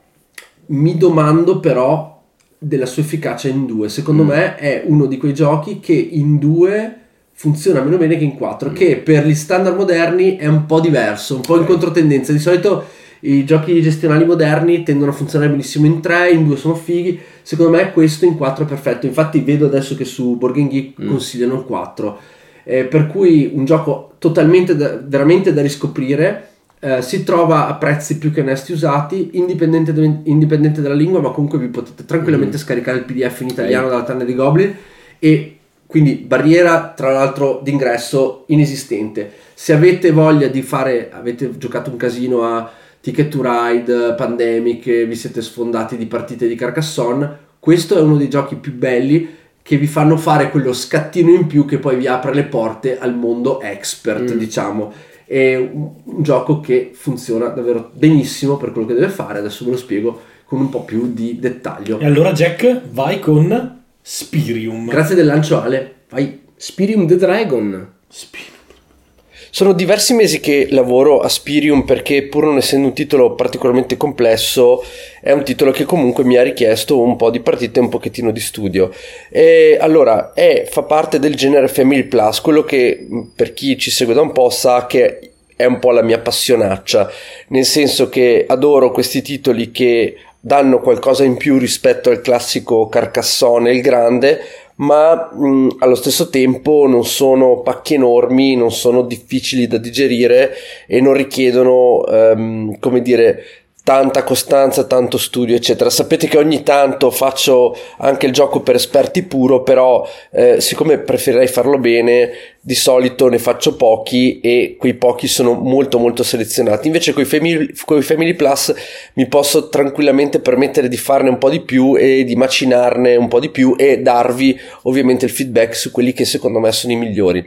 Mi domando però della sua efficacia in due. Secondo mm. me è uno di quei giochi che in due funziona meno bene che in quattro, mm. che per gli standard moderni è un po' diverso, un po' in controtendenza. Di solito i giochi gestionali moderni tendono a funzionare benissimo in tre, in due sono fighi. Secondo me questo in quattro è perfetto. Infatti vedo adesso che su Board Game Geek mm. consigliano il quattro, eh, per cui un gioco totalmente da, veramente da riscoprire. Uh, si trova a prezzi più che onesti usati, indipendente, indipendente dalla lingua, ma comunque vi potete tranquillamente mm. scaricare il P D F in italiano dalla Tana dei Goblin, e quindi barriera tra l'altro d'ingresso inesistente. Se avete voglia di fare, avete giocato un casino a Ticket to Ride, Pandemic, vi siete sfondati di partite di Carcassonne, questo è uno dei giochi più belli che vi fanno fare quello scattino in più che poi vi apre le porte al mondo expert, mm. diciamo. È un, un gioco che funziona davvero benissimo per quello che deve fare. Adesso ve lo spiego con un po' più di dettaglio. E allora Jack, vai con Spirium. Grazie del lancio, Ale. Vai. Spirium the Dragon. Spirium. Sono diversi mesi che lavoro a Spirium perché, pur non essendo un titolo particolarmente complesso, è un titolo che comunque mi ha richiesto un po' di partite e un pochettino di studio. E allora, è, fa parte del genere Family Plus, quello che per chi ci segue da un po' sa che è un po' la mia passionaccia, nel senso che adoro questi titoli che danno qualcosa in più rispetto al classico Carcassonne, il grande, ma mh, allo stesso tempo non sono pacchi enormi, non sono difficili da digerire e non richiedono, um, come dire, tanta costanza, tanto studio, eccetera. Sapete che ogni tanto faccio anche il gioco per esperti puro, però eh, siccome preferirei farlo bene, di solito ne faccio pochi e quei pochi sono molto molto selezionati. Invece coi Family, coi Family Plus mi posso tranquillamente permettere di farne un po' di più e di macinarne un po' di più e darvi ovviamente il feedback su quelli che secondo me sono i migliori.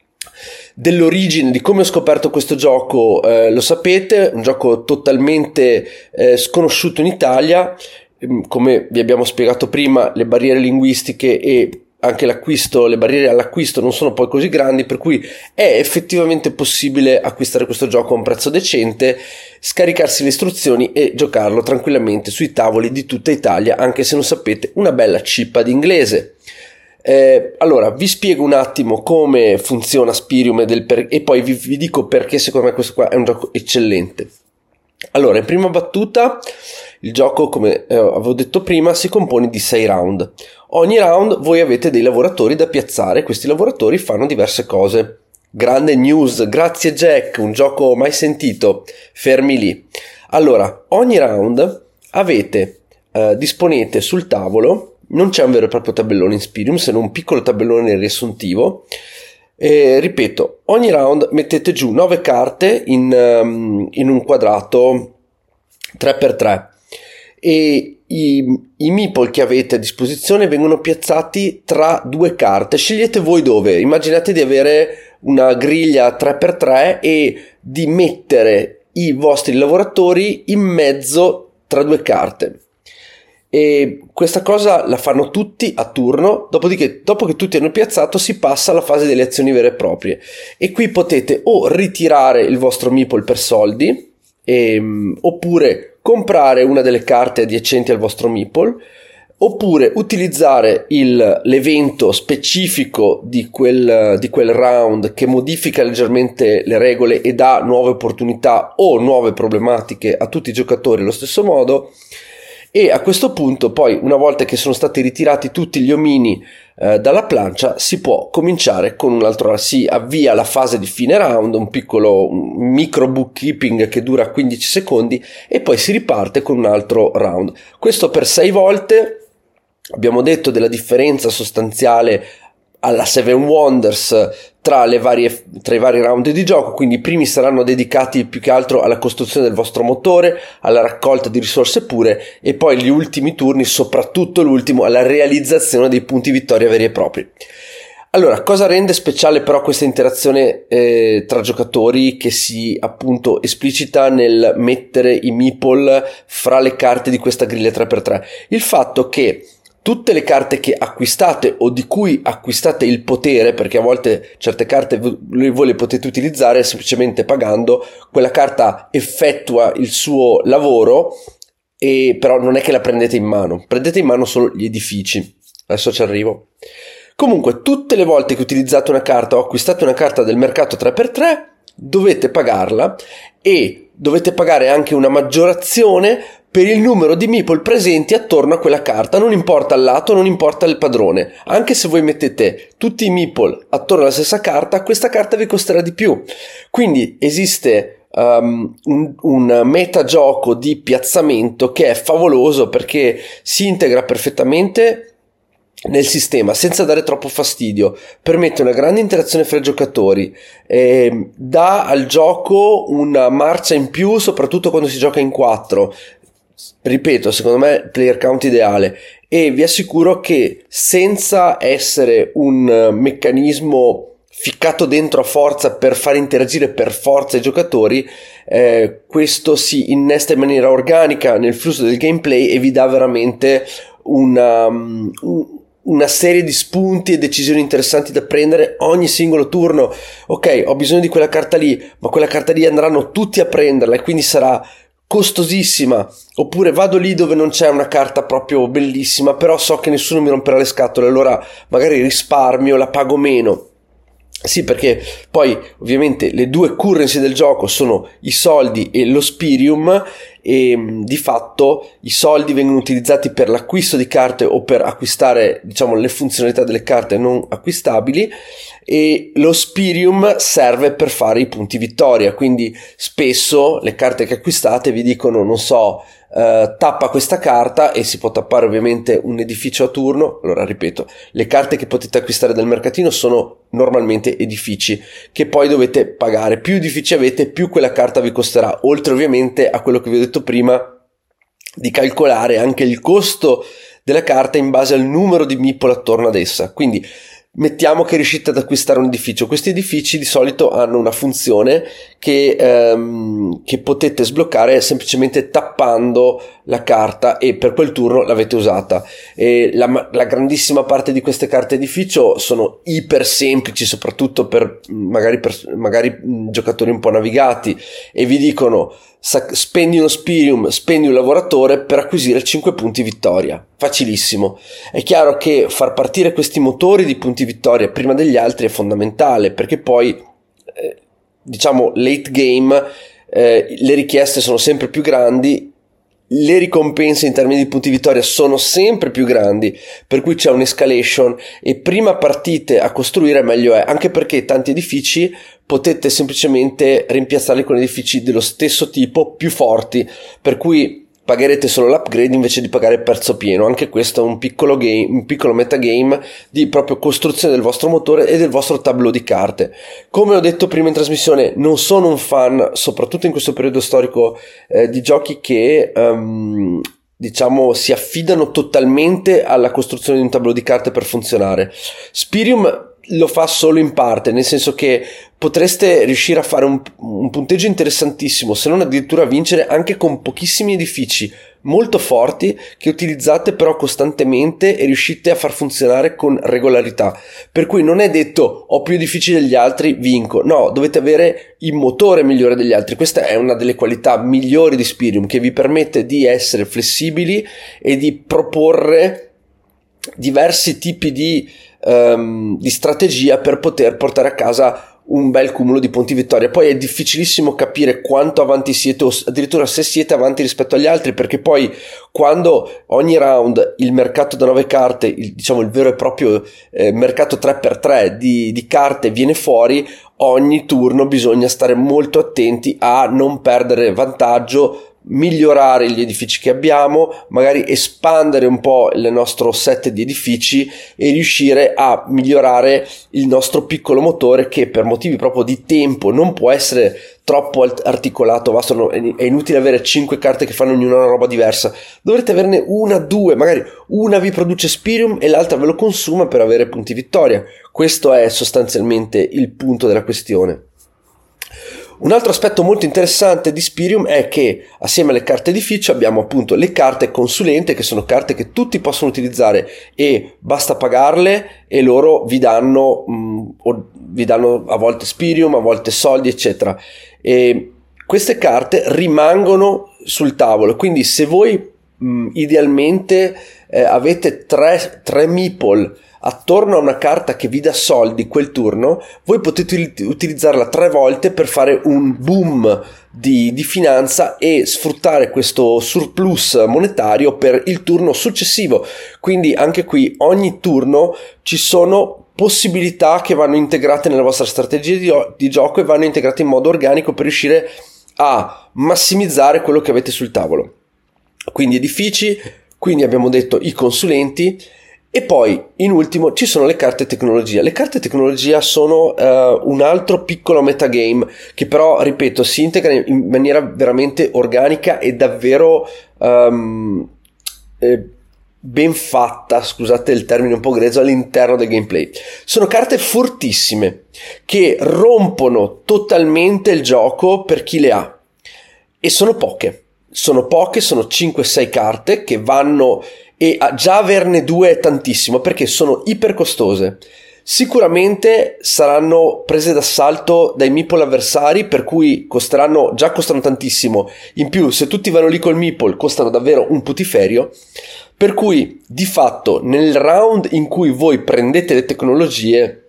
Dell'origine, di come ho scoperto questo gioco, eh, lo sapete, un gioco totalmente eh, sconosciuto in Italia. Come vi abbiamo spiegato prima, le barriere linguistiche e anche l'acquisto, le barriere all'acquisto non sono poi così grandi, per cui è effettivamente possibile acquistare questo gioco a un prezzo decente, scaricarsi le istruzioni e giocarlo tranquillamente sui tavoli di tutta Italia, anche se non sapete una bella cippa di inglese. Eh, allora vi spiego un attimo come funziona Spirium e, del per- e poi vi, vi dico perché secondo me questo qua è un gioco eccellente. Allora, in prima battuta il gioco, come eh, avevo detto prima, si compone di sei round. Ogni round voi avete dei lavoratori da piazzare, questi lavoratori fanno diverse cose. Grande news, grazie Jack, un gioco mai sentito, fermi lì. Allora, ogni round avete, eh, disponete sul tavolo, non c'è un vero e proprio tabellone in Spirium, se non un piccolo tabellone riassuntivo. E, ripeto, ogni round mettete giù nove carte in, um, in un quadrato tre per tre e i, i meeple che avete a disposizione vengono piazzati tra due carte. Scegliete voi dove. Immaginate di avere una griglia tre per tre e di mettere i vostri lavoratori in mezzo tra due carte. E questa cosa la fanno tutti a turno, dopodiché dopo che tutti hanno piazzato si passa alla fase delle azioni vere e proprie, e qui potete o ritirare il vostro meeple per soldi e, oppure comprare una delle carte adiacenti al vostro meeple, oppure utilizzare il, l'evento specifico di quel, di quel round che modifica leggermente le regole e dà nuove opportunità o nuove problematiche a tutti i giocatori allo stesso modo. E a questo punto poi, una volta che sono stati ritirati tutti gli omini eh, dalla plancia, si può cominciare con un altro, si avvia la fase di fine round, un piccolo un micro bookkeeping che dura quindici secondi e poi si riparte con un altro round. Questo per sei volte. Abbiamo detto della differenza sostanziale alla Seven Wonders tra le varie tra i vari round di gioco, quindi i primi saranno dedicati più che altro alla costruzione del vostro motore, alla raccolta di risorse pure, e poi gli ultimi turni, soprattutto l'ultimo, alla realizzazione dei punti vittoria veri e propri. Allora, cosa rende speciale però questa interazione eh, tra giocatori, che si appunto esplicita nel mettere i meeple fra le carte di questa griglia tre per tre? Il fatto che tutte le carte che acquistate o di cui acquistate il potere, perché a volte certe carte voi le potete utilizzare semplicemente pagando, quella carta effettua il suo lavoro, e però non è che la prendete in mano, prendete in mano solo gli edifici. Adesso ci arrivo. Comunque, tutte le volte che utilizzate una carta o acquistate una carta del mercato tre per tre, dovete pagarla, e dovete pagare anche una maggiorazione per il numero di meeple presenti attorno a quella carta. Non importa il lato, non importa il padrone. Anche se voi mettete tutti i meeple attorno alla stessa carta, questa carta vi costerà di più. Quindi esiste um, un, un metagioco di piazzamento che è favoloso, perché si integra perfettamente nel sistema senza dare troppo fastidio, permette una grande interazione fra i giocatori, eh, dà al gioco una marcia in più, soprattutto quando si gioca in quattro. Ripeto, secondo me il player count ideale, e vi assicuro che senza essere un meccanismo ficcato dentro a forza per far interagire per forza i giocatori, eh, questo si innesta in maniera organica nel flusso del gameplay e vi dà veramente una, um, una serie di spunti e decisioni interessanti da prendere ogni singolo turno. Ok, ho bisogno di quella carta lì, ma quella carta lì andranno tutti a prenderla e quindi sarà costosissima. Oppure vado lì dove non c'è una carta proprio bellissima, però so che nessuno mi romperà le scatole, allora magari risparmio, la pago meno. Sì, perché poi ovviamente le due currency del gioco sono i soldi e lo Spirium, e di fatto i soldi vengono utilizzati per l'acquisto di carte o per acquistare, diciamo, le funzionalità delle carte non acquistabili, e lo Spirium serve per fare i punti vittoria. Quindi spesso le carte che acquistate vi dicono, non so, Uh, tappa questa carta, e si può tappare ovviamente un edificio a turno. Allora, ripeto, le carte che potete acquistare dal mercatino sono normalmente edifici che poi dovete pagare. Più edifici avete, più quella carta vi costerà, oltre ovviamente a quello che vi ho detto prima di calcolare anche il costo della carta in base al numero di meeple attorno ad essa. Quindi mettiamo che riuscite ad acquistare un edificio. Questi edifici di solito hanno una funzione che, ehm, che potete sbloccare semplicemente tappando la carta e per quel turno l'avete usata. E la, la grandissima parte di queste carte edificio sono iper semplici, soprattutto per magari, per magari giocatori un po' navigati, e vi dicono: spendi uno Spirium, spendi un lavoratore per acquisire cinque punti vittoria. Facilissimo. È chiaro che far partire questi motori di punti vittoria prima degli altri è fondamentale, perché poi eh, diciamo late game eh, le richieste sono sempre più grandi, le ricompense in termini di punti vittoria sono sempre più grandi, per cui c'è un'escalation, e prima partite a costruire meglio è, anche perché tanti edifici potete semplicemente rimpiazzarli con edifici dello stesso tipo più forti, per cui pagherete solo l'upgrade invece di pagare il prezzo pieno. Anche questo è un piccolo game, un piccolo metagame di proprio costruzione del vostro motore e del vostro tableau di carte. Come ho detto prima in trasmissione, non sono un fan, soprattutto in questo periodo storico, eh, di giochi che um, diciamo si affidano totalmente alla costruzione di un tableau di carte per funzionare. Spirium lo fa solo in parte, nel senso che potreste riuscire a fare un, un punteggio interessantissimo, se non addirittura vincere, anche con pochissimi edifici molto forti che utilizzate però costantemente e riuscite a far funzionare con regolarità. Per cui non è detto ho più edifici degli altri, vinco. No, dovete avere il motore migliore degli altri. Questa è una delle qualità migliori di Spirium, che vi permette di essere flessibili e di proporre diversi tipi di Um, di strategia per poter portare a casa un bel cumulo di punti vittoria. Poi è difficilissimo capire quanto avanti siete, o addirittura se siete avanti rispetto agli altri, perché poi quando ogni round il mercato da nove carte, il, diciamo il vero e proprio eh, mercato tre per tre di, di carte viene fuori, ogni turno bisogna stare molto attenti a non perdere vantaggio, migliorare gli edifici che abbiamo, magari espandere un po' il nostro set di edifici e riuscire a migliorare il nostro piccolo motore, che per motivi proprio di tempo non può essere troppo articolato. Bastano, è inutile avere cinque carte che fanno ognuna una roba diversa, dovrete averne una, due, magari una vi produce Spirium e l'altra ve lo consuma per avere punti vittoria. Questo è sostanzialmente il punto della questione. Un altro aspetto molto interessante di Spirium è che assieme alle carte edificio abbiamo appunto le carte consulente, che sono carte che tutti possono utilizzare e basta pagarle e loro vi danno, mh, o vi danno a volte Spirium, a volte soldi eccetera, e queste carte rimangono sul tavolo. Quindi se voi mh, idealmente eh, avete tre, tre meeple attorno a una carta che vi dà soldi quel turno, voi potete utilizzarla tre volte per fare un boom di, di finanza e sfruttare questo surplus monetario per il turno successivo. Quindi anche qui ogni turno ci sono possibilità che vanno integrate nella vostra strategia di, di gioco e vanno integrate in modo organico per riuscire a massimizzare quello che avete sul tavolo. Quindi edifici, quindi abbiamo detto i consulenti. E poi, in ultimo, ci sono le carte tecnologia. Le carte tecnologia sono uh, un altro piccolo metagame che però, ripeto, si integra in maniera veramente organica e davvero um, eh, ben fatta, scusate il termine un po' grezzo, all'interno del gameplay. Sono carte fortissime che rompono totalmente il gioco per chi le ha. E sono poche. Sono poche, sono cinque sei carte che vanno... e già averne due è tantissimo, perché sono iper costose. Sicuramente saranno prese d'assalto dai meeple avversari, per cui costeranno, già costano tantissimo, in più se tutti vanno lì col meeple costano davvero un putiferio, per cui di fatto nel round in cui voi prendete le tecnologie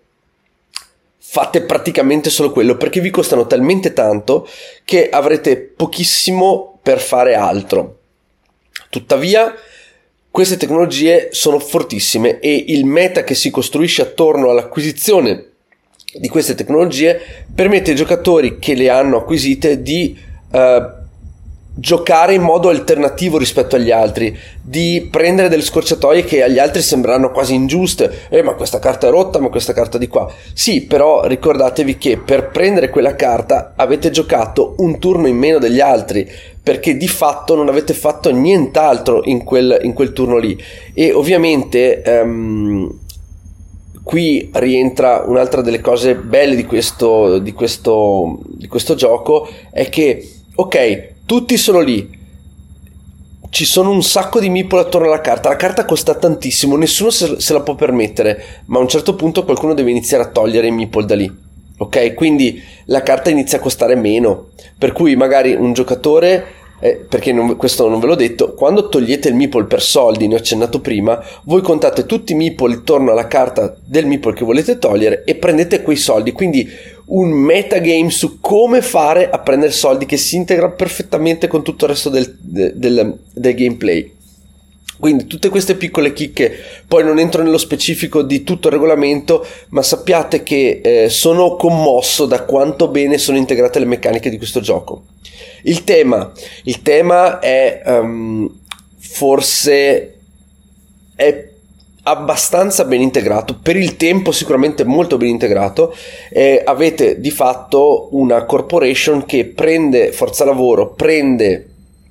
fate praticamente solo quello, perché vi costano talmente tanto che avrete pochissimo per fare altro. Tuttavia queste tecnologie sono fortissime e il meta che si costruisce attorno all'acquisizione di queste tecnologie permette ai giocatori che le hanno acquisite di uh, giocare in modo alternativo rispetto agli altri, di prendere delle scorciatoie che agli altri sembreranno quasi ingiuste. Eh, ma questa carta è rotta, ma questa carta di qua. Sì, però ricordatevi che per prendere quella carta avete giocato un turno in meno degli altri, perché di fatto non avete fatto nient'altro in quel, in quel turno lì. E ovviamente um, qui rientra un'altra delle cose belle di questo, di questo, di questo gioco, è che ok, tutti sono lì, ci sono un sacco di meeple attorno alla carta, la carta costa tantissimo, nessuno se, se la può permettere, ma a un certo punto qualcuno deve iniziare a togliere i meeple da lì, ok? Quindi la carta inizia a costare meno, per cui magari un giocatore, eh, perché non, questo non ve l'ho detto, quando togliete il meeple per soldi, ne ho accennato prima, voi contate tutti i meeple intorno alla carta del meeple che volete togliere e prendete quei soldi, quindi un metagame su come fare a prendere soldi che si integra perfettamente con tutto il resto del, del, del gameplay. Quindi tutte queste piccole chicche, poi non entro nello specifico di tutto il regolamento, ma sappiate che eh, sono commosso da quanto bene sono integrate le meccaniche di questo gioco. Il tema, il tema è um, forse è abbastanza ben integrato, per il tempo sicuramente molto ben integrato. Eh, avete di fatto una corporation che prende forza lavoro, prende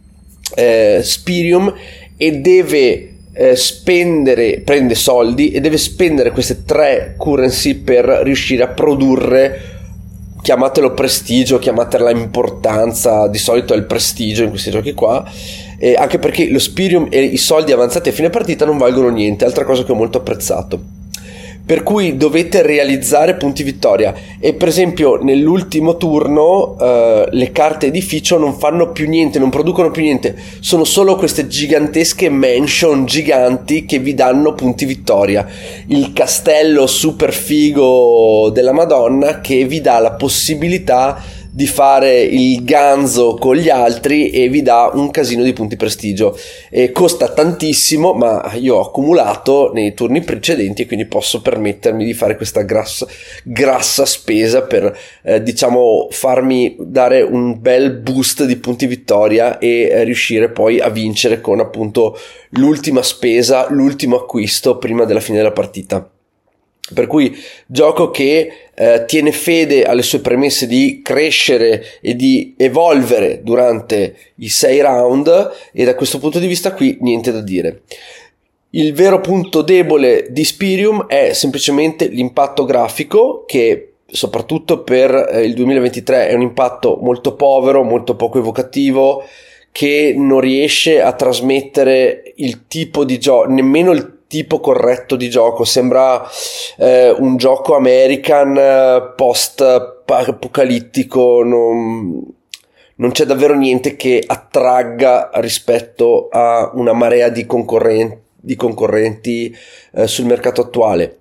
eh, Spirium e deve eh, spendere, prende soldi e deve spendere queste tre currency per riuscire a produrre, chiamatelo prestigio, chiamatela importanza, di solito è il prestigio in questi giochi qua, eh, anche perché lo Spirium e i soldi avanzati a fine partita non valgono niente, altra cosa che ho molto apprezzato. Per cui dovete realizzare punti vittoria e per esempio nell'ultimo turno eh, le carte edificio non fanno più niente, non producono più niente, sono solo queste gigantesche mansion giganti che vi danno punti vittoria, il castello super figo della Madonna che vi dà la possibilità di fare il ganzo con gli altri e vi dà un casino di punti prestigio, e costa tantissimo, ma io ho accumulato nei turni precedenti e quindi posso permettermi di fare questa grassa, grassa spesa per eh, diciamo farmi dare un bel boost di punti vittoria e eh, riuscire poi a vincere con appunto l'ultima spesa, l'ultimo acquisto prima della fine della partita. Per cui gioco che eh, tiene fede alle sue premesse di crescere e di evolvere durante i sei round, e da questo punto di vista qui niente da dire. Il vero punto debole di Spirium è semplicemente l'impatto grafico, che soprattutto per eh, il duemilaventitré è un impatto molto povero, molto poco evocativo, che non riesce a trasmettere il tipo di gioco, nemmeno il tipo corretto di gioco. Sembra eh, un gioco American eh, post apocalittico, non, non c'è davvero niente che attragga rispetto a una marea di concorrenti, di concorrenti eh, sul mercato attuale.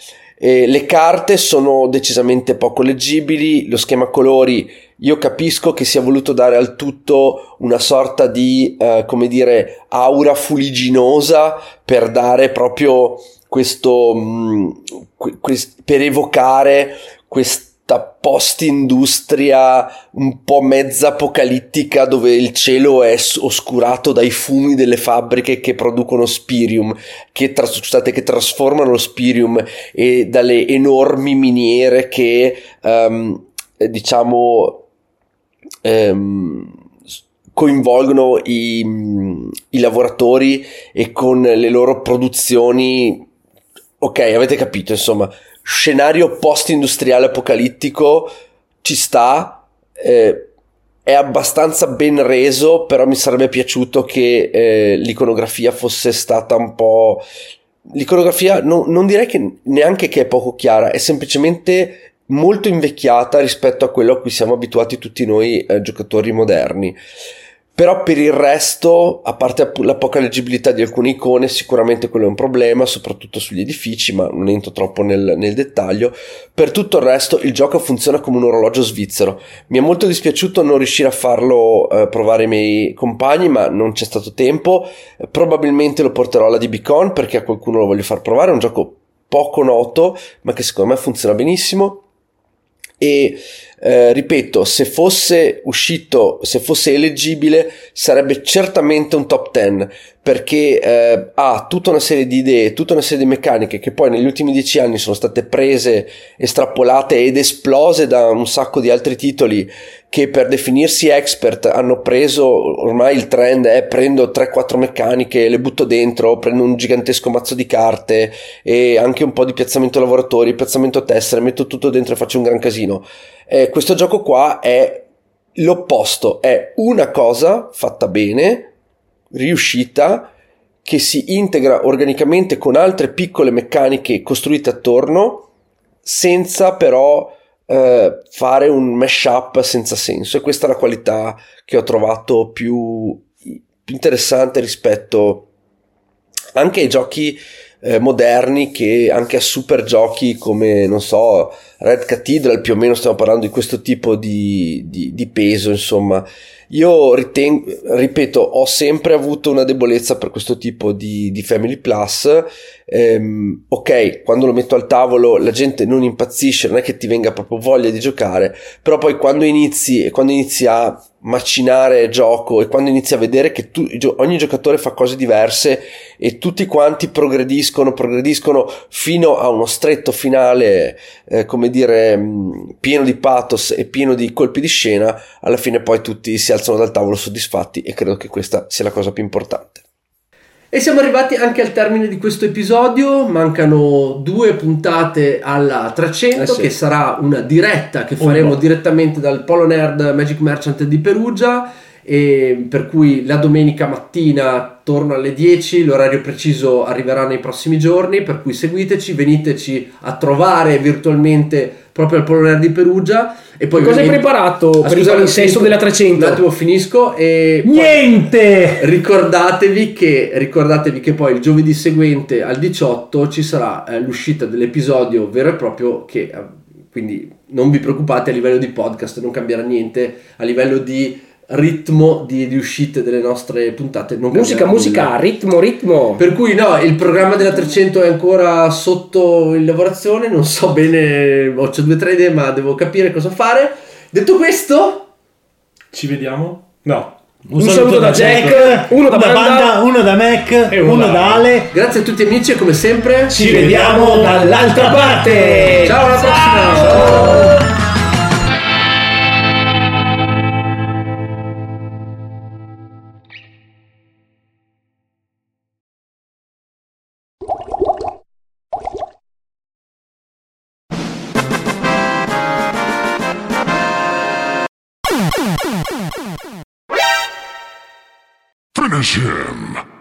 E le carte sono decisamente poco leggibili, lo schema colori io capisco che sia voluto dare al tutto una sorta di eh, come dire aura fuliginosa per dare proprio questo mh, quest, per evocare questa post-industria un po' mezza apocalittica, dove il cielo è oscurato dai fumi delle fabbriche che producono Spirium, che, tra, scusate, che trasformano lo Spirium, e dalle enormi miniere che um, diciamo um, coinvolgono i, i lavoratori e con le loro produzioni. Ok, avete capito, insomma, scenario post-industriale apocalittico ci sta, eh, è abbastanza ben reso, però mi sarebbe piaciuto che eh, l'iconografia fosse stata un po'... L'iconografia no, non direi che neanche che è poco chiara, è semplicemente molto invecchiata rispetto a quello a cui siamo abituati tutti noi eh, giocatori moderni. Però per il resto, a parte la poca leggibilità di alcune icone, sicuramente quello è un problema, soprattutto sugli edifici, ma non entro troppo nel, nel dettaglio. Per tutto il resto il gioco funziona come un orologio svizzero. Mi è molto dispiaciuto non riuscire a farlo eh, provare ai miei compagni, ma non c'è stato tempo. Eh, probabilmente lo porterò alla D B Con perché a qualcuno lo voglio far provare, è un gioco poco noto, ma che secondo me funziona benissimo. E eh, ripeto, se fosse uscito, se fosse eleggibile, sarebbe certamente un top dieci, perché eh, ha tutta una serie di idee, tutta una serie di meccaniche che poi negli ultimi dieci anni sono state prese, estrapolate ed esplose da un sacco di altri titoli che per definirsi expert hanno preso, ormai il trend è prendo tre quattro meccaniche, le butto dentro, prendo un gigantesco mazzo di carte e anche un po' di piazzamento lavoratori, piazzamento tessere, metto tutto dentro e faccio un gran casino. Eh, questo gioco qua è l'opposto, è una cosa fatta bene, riuscita, che si integra organicamente con altre piccole meccaniche costruite attorno, senza però eh, fare un mashup senza senso. E questa è la qualità che ho trovato più, più interessante rispetto anche ai giochi eh, moderni, che anche a super giochi come, non so, Red Cathedral, più o meno stiamo parlando di questo tipo di, di, di peso, insomma. Io ritengo, ripeto, ho sempre avuto una debolezza per questo tipo di, di Family Plus. Ehm, ok, quando lo metto al tavolo la gente non impazzisce, non è che ti venga proprio voglia di giocare, però poi quando inizi, quando inizi a macinare gioco e quando inizi a vedere che tu, ogni giocatore fa cose diverse e tutti quanti progrediscono, progrediscono fino a uno stretto finale, eh, come dire, mh, pieno di pathos e pieno di colpi di scena, alla fine poi tutti si alzano dal tavolo soddisfatti, e credo che questa sia la cosa più importante. E siamo arrivati anche al termine di questo episodio, mancano due puntate alla trecento, eh sì. che sarà una diretta che faremo oh, direttamente dal Polo Nerd Magic Merchant di Perugia, e per cui la domenica mattina torno alle dieci, l'orario preciso arriverà nei prossimi giorni, per cui seguiteci, veniteci a trovare virtualmente proprio al Polo Nerd di Perugia. E poi cosa hai preparato ah, per scusate, il senso della trecento? Un attimo finisco e niente. Ricordatevi che ricordatevi che poi il giovedì seguente al diciotto ci sarà eh, l'uscita dell'episodio vero e proprio, che eh, quindi non vi preoccupate, a livello di podcast non cambierà niente, a livello di ritmo di, di uscite delle nostre puntate non musica musica nulla. ritmo ritmo per cui no, il programma della trecento è ancora sotto in lavorazione, non so bene, ho due o tre idee ma devo capire cosa fare. Detto questo, ci vediamo? No, un, un saluto, saluto da Jack, Jack uno da Banda, Banda, uno da Mac e uno, uno da Ale. Grazie a tutti amici e come sempre ci, ci vediamo dall'altra parte. Ciao, alla prossima. Ciao. Finish him!